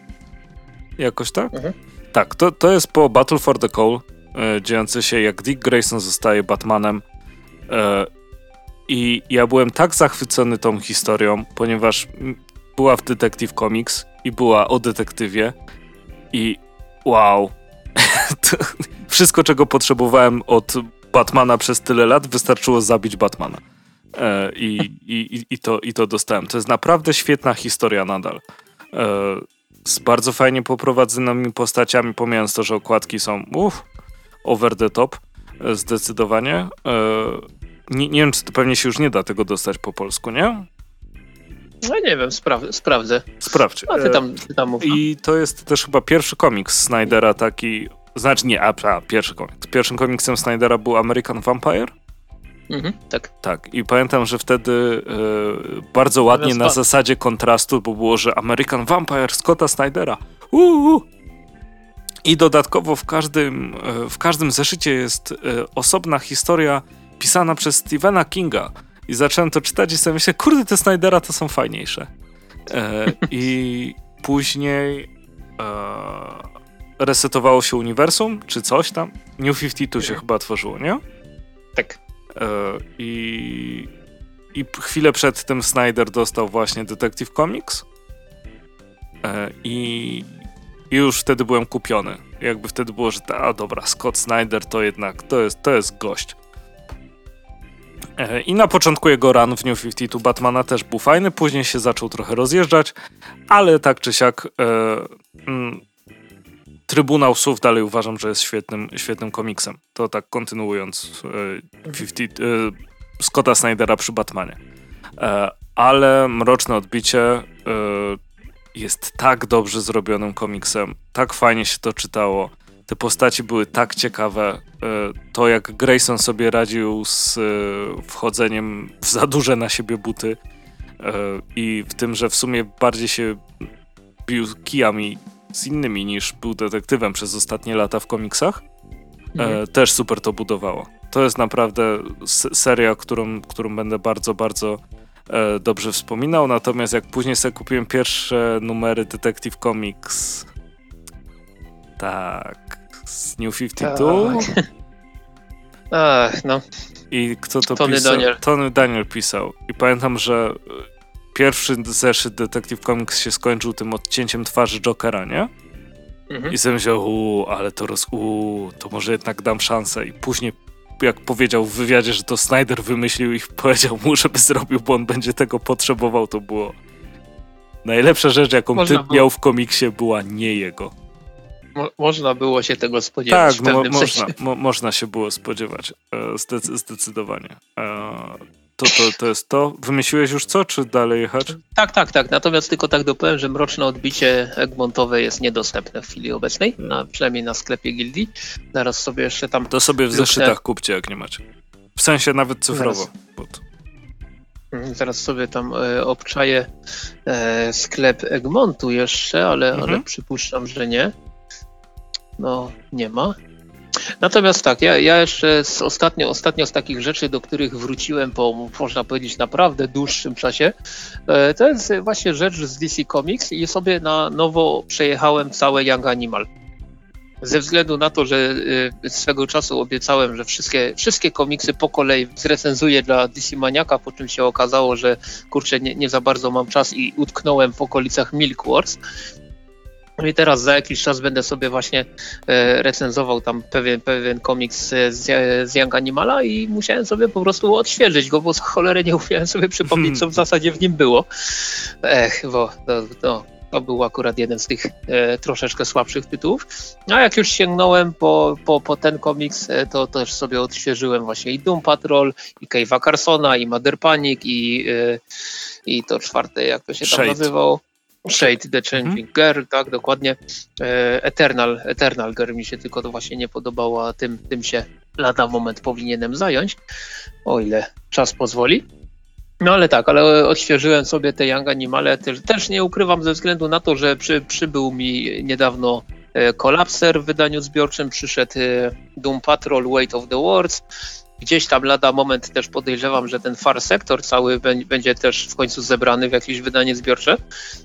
Jakoś tak? Mhm. Tak, to, to jest po Battle for the Coal, e, dziejące się jak Dick Grayson zostaje Batmanem. E, I ja byłem tak zachwycony tą historią, ponieważ była w Detective Comics i była o detektywie i wow. To wszystko, czego potrzebowałem od Batmana przez tyle lat, wystarczyło zabić Batmana. E, i, i, i, to, I to dostałem. To jest naprawdę świetna historia nadal. E, z bardzo fajnie poprowadzonymi postaciami, pomijając to, że okładki są uff, over the top, e, zdecydowanie. E, nie, nie wiem, czy to pewnie się już nie da tego dostać po polsku, nie? No nie wiem, spra- sprawdzę. Sprawdźcie. A ty tam, ty tam mów. I to jest też chyba pierwszy komiks Snydera taki, znaczy nie, a, a pierwszy komiks. Pierwszym komiksem Snydera był American Vampire? Mhm, tak. Tak, i pamiętam, że wtedy e, bardzo ładnie na zasadzie kontrastu, bo było, że American Vampire Scotta Snydera. Uuu. I dodatkowo w każdym, e, w każdym zeszycie jest e, osobna historia pisana przez Stephena Kinga. I zacząłem to czytać i sobie myślę, kurde, te Snydera to są fajniejsze. E, I później e, resetowało się uniwersum, czy coś tam. New pięćdziesiąt dwa się chyba tworzyło, nie? Tak. E, I, I chwilę przed tym Snyder dostał właśnie Detective Comics. E, I i już wtedy byłem kupiony. Jakby wtedy było, że a dobra, Scott Snyder to jednak, to jest, to jest gość. I na początku jego run w New pięćdziesiąt dwa Batmana też był fajny, później się zaczął trochę rozjeżdżać, ale tak czy siak e, mm, Trybunał Słów dalej uważam, że jest świetnym, świetnym komiksem. To tak kontynuując e, pięćdziesiąt, e, Scotta Snydera przy Batmanie. E, ale Mroczne Odbicie e, jest tak dobrze zrobionym komiksem, tak fajnie się to czytało. Te postaci były tak ciekawe. To, jak Grayson sobie radził z wchodzeniem w za duże na siebie buty i w tym, że w sumie bardziej się bił kijami z innymi niż był detektywem przez ostatnie lata w komiksach, mhm. też super to budowało. To jest naprawdę seria, którą, którą będę bardzo, bardzo dobrze wspominał. Natomiast jak później sobie kupiłem pierwsze numery Detective Comics, tak, z New pięćdziesiąt dwa. Tak. Ach, no. I kto to Tony pisał? Daniel. Tony Daniel pisał. I pamiętam, że pierwszy zeszyt Detective Comics się skończył tym odcięciem twarzy Jokera, nie? Mhm. I sobie myślałem, uuu, ale to roz... uuu, to może jednak dam szansę. I później, jak powiedział w wywiadzie, że to Snyder wymyślił i powiedział mu, żeby zrobił, bo on będzie tego potrzebował, to było najlepsza rzecz, jaką Można typ było. miał w komiksie, była nie jego. Mo- można było się tego spodziewać. Tak, w pewnym mo- sensie. można, mo- można się było spodziewać. E, zdecy- zdecydowanie. E, to, to, to jest to. Wymyśliłeś już co, czy dalej jechać? Tak, tak, tak. Natomiast tylko tak dopowiem, że Mroczne Odbicie Egmontowe jest niedostępne w chwili obecnej, na, przynajmniej na sklepie Gildii. Zaraz sobie jeszcze tam... To sobie w luknę. zeszytach kupcie, jak nie macie. W sensie nawet cyfrowo. Zaraz. Bo to... Zaraz sobie tam e, obczaję e, sklep Egmontu jeszcze, ale, Mhm. ale przypuszczam, że nie. No, nie ma. Natomiast tak, ja, ja jeszcze z ostatnio, ostatnio z takich rzeczy, do których wróciłem po, można powiedzieć, naprawdę dłuższym czasie, e, to jest właśnie rzecz z D C Comics i sobie na nowo przejechałem całe Young Animal. Ze względu na to, że y, swego czasu obiecałem, że wszystkie, wszystkie komiksy po kolei zrecenzuję dla D C Maniaka, po czym się okazało, że kurczę, nie, nie za bardzo mam czas i utknąłem w okolicach Milk Wars. I teraz za jakiś czas będę sobie właśnie e, recenzował tam pewien, pewien komiks z, z Young Animala i musiałem sobie po prostu odświeżyć go, bo z cholery nie umiałem sobie przypomnieć, co w zasadzie w nim było. Ech, bo to, to, to był akurat jeden z tych e, troszeczkę słabszych tytułów. A jak już sięgnąłem po, po, po ten komiks, e, to też sobie odświeżyłem właśnie i Doom Patrol, i Cave'a Carsona, i Mother Panic, i, e, i to czwarte, jak to się tam Shade. nazywało? Shade, The Changing Girl, tak, dokładnie. E, Eternal, Eternal Girl mi się tylko to właśnie nie podobało, a tym, tym się lada moment powinienem zająć, o ile czas pozwoli. No ale tak, ale odświeżyłem sobie te Young Animale, też, też nie ukrywam ze względu na to, że przy, przybył mi niedawno e, Collapser w wydaniu zbiorczym, przyszedł e, Doom Patrol, Weight of the Worlds. Gdzieś tam lada moment też podejrzewam, że ten Far Sector cały b- będzie też w końcu zebrany w jakieś wydanie zbiorcze.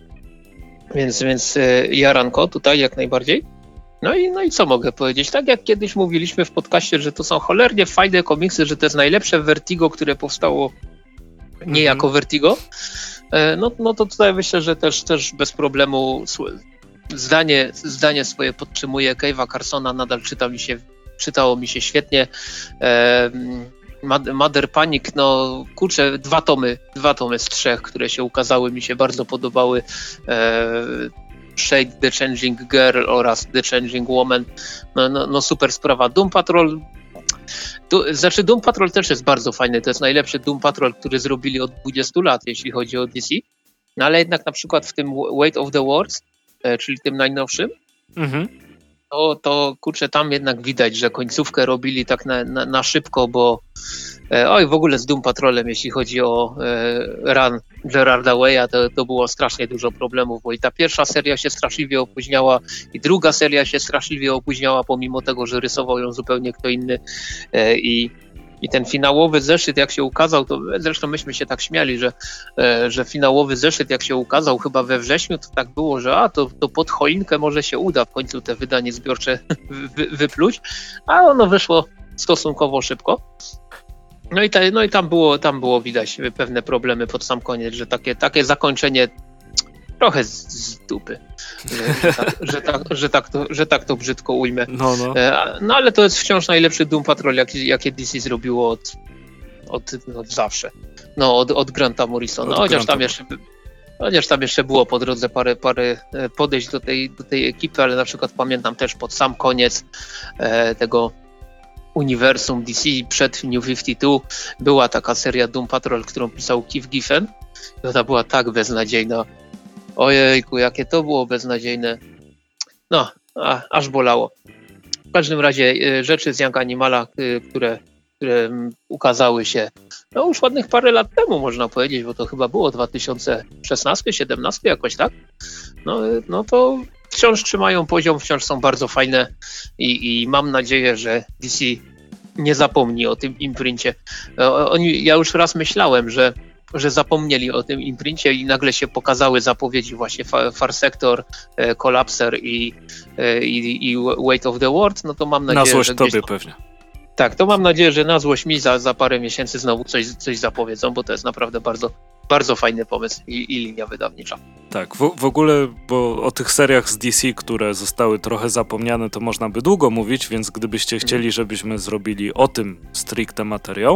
Więc, więc e, jaranko tutaj jak najbardziej. No i, no i co mogę powiedzieć? Tak jak kiedyś mówiliśmy w podcaście, że to są cholernie fajne komiksy, że to jest najlepsze Vertigo, które powstało nie Mhm. jako Vertigo, e, no, no to tutaj myślę, że też, też bez problemu sł- zdanie, zdanie swoje podtrzymuje. Cave'a Carsona nadal czyta mi się, czytało mi się świetnie. E, Mad- Mother Panic, no kurczę, dwa tomy, dwa tomy z trzech, które się ukazały, mi się bardzo podobały. E, Shade, The Changing Girl oraz The Changing Woman, no, no, no super sprawa. Doom Patrol, du, znaczy Doom Patrol też jest bardzo fajny, to jest najlepszy Doom Patrol, który zrobili od dwudziestu lat, jeśli chodzi o D C, no ale jednak na przykład w tym Weight of the Worlds, e, czyli tym najnowszym, Mhm. to, to kurczę, tam jednak widać, że końcówkę robili tak na, na, na szybko, bo e, oj, w ogóle z Doom Patrolem, jeśli chodzi o e, run Gerarda Way'a, to, to było strasznie dużo problemów, bo i ta pierwsza seria się straszliwie opóźniała i druga seria się straszliwie opóźniała, pomimo tego, że rysował ją zupełnie kto inny e, i I ten finałowy zeszyt, jak się ukazał, to zresztą myśmy się tak śmiali, że, e, że finałowy zeszyt, jak się ukazał chyba we wrześniu, to tak było, że a, to, to pod choinkę może się uda w końcu te wydanie zbiorcze wy, wypluć, a ono wyszło stosunkowo szybko. No i, te, no i tam, było, tam było widać pewne problemy pod sam koniec, że takie, takie zakończenie trochę z, z dupy, że, że, tak, że, tak, że, tak to, że tak to brzydko ujmę. No, no. No ale to jest wciąż najlepszy Doom Patrol, jaki, jakie D C zrobiło od, od, od zawsze. No, od, od Granta Morrisona. Od Chociaż Granta. tam jeszcze chociaż tam jeszcze było po drodze parę, parę podejść do tej, do tej ekipy, ale na przykład pamiętam też pod sam koniec e, tego uniwersum D C przed New pięćdziesiąt dwa była taka seria Doom Patrol, którą pisał Keith Giffen. I ona była tak beznadziejna. Ojejku, jakie to było beznadziejne. No, a, aż bolało. W każdym razie y, rzeczy z Young Animala, y, które, które ukazały się no już ładnych parę lat temu, można powiedzieć, bo to chyba było dwa tysiące szesnasty, siedemnasty jakoś, tak? No, y, no to wciąż trzymają poziom, wciąż są bardzo fajne i, i mam nadzieję, że D C nie zapomni o tym imprincie. O, oni, ja już raz myślałem, że że zapomnieli o tym imprincie i nagle się pokazały zapowiedzi właśnie Far Sector, e, Collapser i, e, i, i Weight of the World, no to mam nadzieję, Na złość że tobie gdzieś... pewnie. Tak, to mam nadzieję, że na złość mi za, za parę miesięcy znowu coś, coś zapowiedzą, bo to jest naprawdę bardzo, bardzo fajny pomysł i, i linia wydawnicza. Tak, w, w ogóle, bo o tych seriach z D C, które zostały trochę zapomniane, to można by długo mówić, więc gdybyście chcieli, żebyśmy zrobili o tym stricte materiał,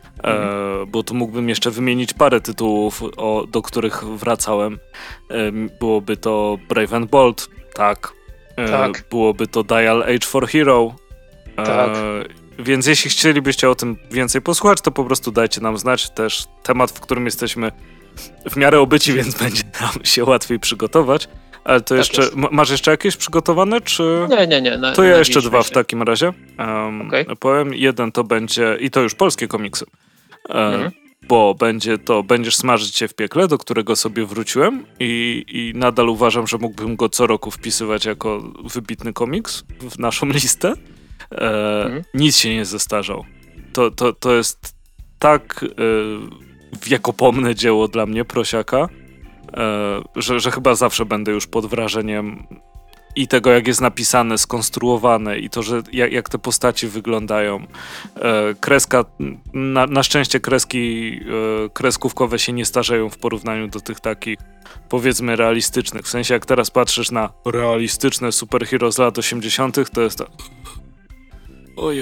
E, bo tu mógłbym jeszcze wymienić parę tytułów, o, do których wracałem. E, byłoby to Brave and Bold, tak. E, Tak. Byłoby to Dial Age for Hero. E, Tak. Więc jeśli chcielibyście o tym więcej posłuchać, to po prostu dajcie nam znać. Też temat, w którym jesteśmy w miarę obyci, więc będzie nam się łatwiej przygotować. Ale to Tak jeszcze, jest. ma- masz jeszcze jakieś przygotowane, czy... Nie, nie, nie. Na, To ja jeszcze nawiliśmy dwa w się. takim razie um, Okej. powiem. Jeden to będzie, i to już polskie komiksy, e, Mhm. bo będzie to Będziesz smażyć się w piekle, do którego sobie wróciłem i, i nadal uważam, że mógłbym go co roku wpisywać jako wybitny komiks w naszą listę. E, Mhm. Nic się nie zestarzał. To, to, to jest tak e, wiekopomne dzieło dla mnie, Prosiaka, e, że, że chyba zawsze będę już pod wrażeniem i tego, jak jest napisane, skonstruowane i to, że jak, jak te postaci wyglądają. E, kreska, na, na szczęście kreski e, kreskówkowe się nie starzeją w porównaniu do tych takich, powiedzmy, realistycznych. W sensie, jak teraz patrzysz na realistyczne superhero z lat osiemdziesiątych, to jest to... Ojej.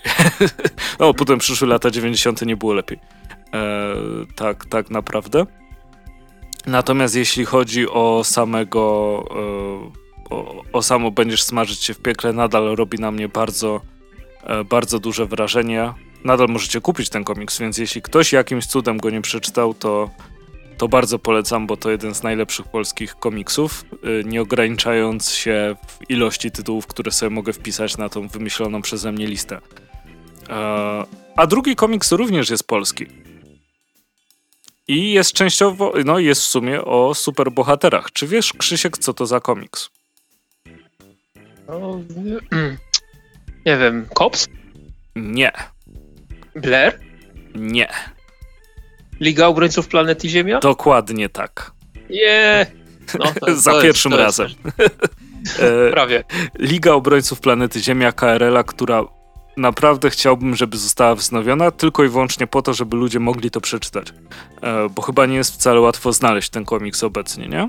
O, potem przyszły lata dziewięćdziesiąte, nie było lepiej. E, tak, tak naprawdę. Natomiast jeśli chodzi o samego... E, O, o samo Będziesz smażyć się w piekle, nadal robi na mnie bardzo, e, bardzo duże wrażenie. Nadal możecie kupić ten komiks, więc jeśli ktoś jakimś cudem go nie przeczytał, to, to bardzo polecam, bo to jeden z najlepszych polskich komiksów, e, nie ograniczając się w ilości tytułów, które sobie mogę wpisać na tą wymyśloną przeze mnie listę. E, a drugi komiks również jest polski. I jest częściowo, no jest w sumie o superbohaterach. Czy wiesz, Krzysiek, co to za komiks? No, nie wiem, Cops? Nie, Blair? nie. Liga Obrońców Planety Ziemia? Dokładnie tak. Nie. No, to, Za to pierwszym jest, to razem. Jest, E, prawie. Liga Obrońców Planety Ziemia, K R L a, która naprawdę chciałbym, żeby została wznowiona, tylko i wyłącznie po to, żeby ludzie mogli to przeczytać. E, bo chyba nie jest wcale łatwo znaleźć ten komiks obecnie, nie?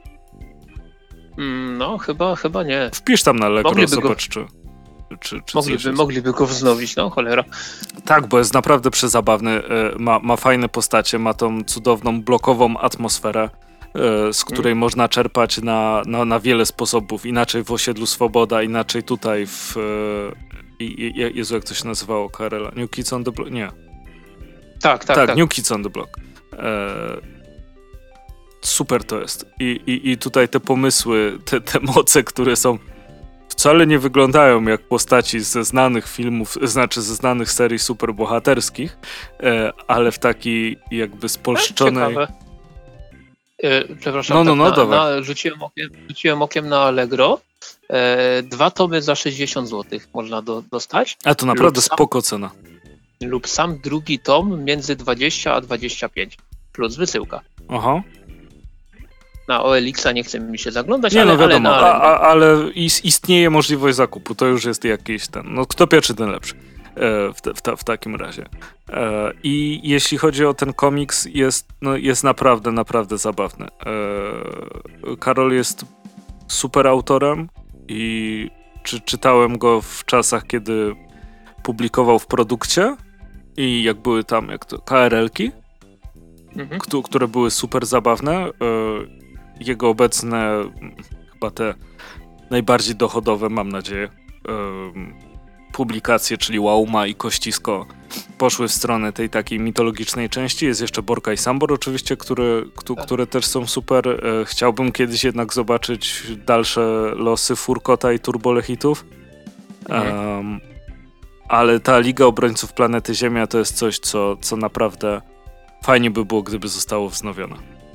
Mm, No, chyba, chyba nie. Wpisz tam na Allegro, Mogliby go- zobacz, czy, czy, czy coś Mogliby, jest. mogliby go wznowić, no cholera. Tak, bo jest naprawdę przezabawny, e, ma, ma fajne postacie, ma tą cudowną blokową atmosferę, e, z której można czerpać na, na, na wiele sposobów. Inaczej w Osiedlu Swoboda, inaczej tutaj w... E, i- i- Jezu, jak to się nazywało, K R L a? New Kids on the Block? Nie. Tak, tak, Tak, tak. New Kids on the Block. E, super to jest. I, i, i tutaj te pomysły, te, te moce, które są w wcale nie wyglądają jak postaci ze znanych filmów, znaczy ze znanych serii superbohaterskich, e, ale w takiej jakby spolszczonej... Ciekawe. E, przepraszam, no, no, no, tak, na, dawaj. na, rzuciłem, okiem, rzuciłem okiem na Allegro. E, dwa tomy za sześćdziesiąt złotych można do, dostać. A to naprawdę Lub sam- spoko cena. Lub sam drugi tom między dwadzieścia a dwadzieścia pięć. Plus wysyłka. Aha. Na O L X-a nie chce mi się zaglądać, Nie ale, no wiadomo, ale, na, a, a, ale is, istnieje możliwość zakupu, to już jest jakiś ten, no kto pierwszy, ten lepszy e, w, te, w, ta, w takim razie. E, I jeśli chodzi o ten komiks, jest, no, jest naprawdę, naprawdę zabawny. E, Karol jest super autorem i czy, czytałem go w czasach, kiedy publikował w produkcie i jak były tam jak to, K R L-ki, Mhm. Któ- które były super zabawne. E, Jego obecne, chyba te najbardziej dochodowe, mam nadzieję, em, publikacje, czyli Łauma i Kościsko, poszły w stronę tej takiej mitologicznej części. Jest jeszcze Borka i Sambor oczywiście, które, któ- Tak. które też są super. E, Chciałbym kiedyś jednak zobaczyć dalsze losy Furkota i Turbolechitów. Mhm. Em, ale ta Liga Obrońców Planety Ziemia to jest coś, co, co naprawdę fajnie by było, gdyby zostało wznowione.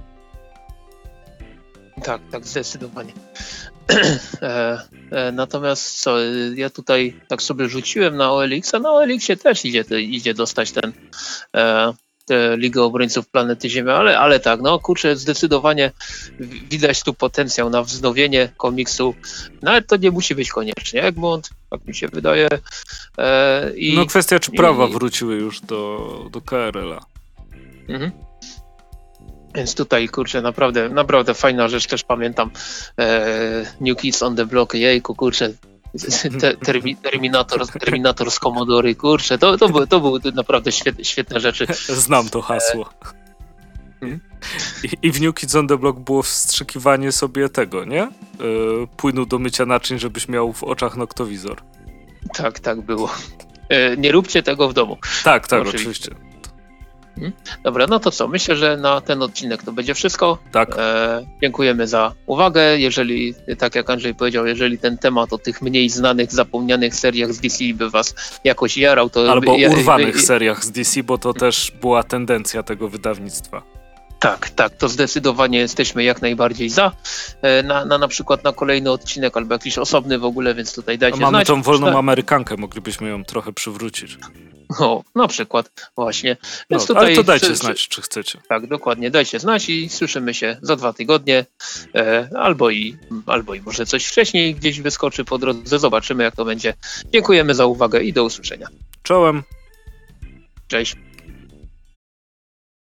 Tak, tak, zdecydowanie. e, e, natomiast co, e, ja tutaj tak sobie rzuciłem na O L X, a na O L X-ie też idzie, te, idzie dostać ten e, tę Ligę Obrońców Planety Ziemia, ale, ale tak, no kurczę, zdecydowanie w- widać tu potencjał na wznowienie komiksu, no ale to nie musi być koniecznie Egmont, tak mi się wydaje. E, i, No kwestia, czy prawa i- wróciły już do, do K R L-a. Mhm. Więc tutaj, kurczę, naprawdę, naprawdę fajna rzecz, też pamiętam e, New Kids on the Block, jejku, kurczę, te, termi, Terminator, Terminator z Commodory, kurczę, to, to, były, to były naprawdę świetne, świetne rzeczy. Znam to hasło. Mhm. I, I w New Kids on the Block było wstrzykiwanie sobie tego, nie? E, płynu do mycia naczyń, żebyś miał w oczach noktowizor. Tak, tak było. E, nie róbcie tego w domu. Tak, tak, Oczywiście. oczywiście. Dobra, no to co, myślę, że na ten odcinek to będzie wszystko. Tak. E, dziękujemy za uwagę. Jeżeli, tak jak Andrzej powiedział, jeżeli ten temat o tych mniej znanych, zapomnianych seriach z D C by was jakoś jarał, to... Albo ja- urwanych ja- seriach z D C, bo to też była tendencja tego wydawnictwa. Tak, tak, to zdecydowanie jesteśmy jak najbardziej za. E, na, na, na przykład na kolejny odcinek albo jakiś osobny w ogóle, więc tutaj dajcie Mamy znać. tą wolną Zna- Amerykankę, moglibyśmy ją trochę przywrócić. O, na przykład, właśnie. No, Więc tutaj... ale to dajcie przy- znać, czy chcecie. Tak, dokładnie, dajcie znać i słyszymy się za dwa tygodnie, e, albo, i, albo i może coś wcześniej gdzieś wyskoczy po drodze, zobaczymy jak to będzie. Dziękujemy za uwagę i do usłyszenia. Czołem. Cześć.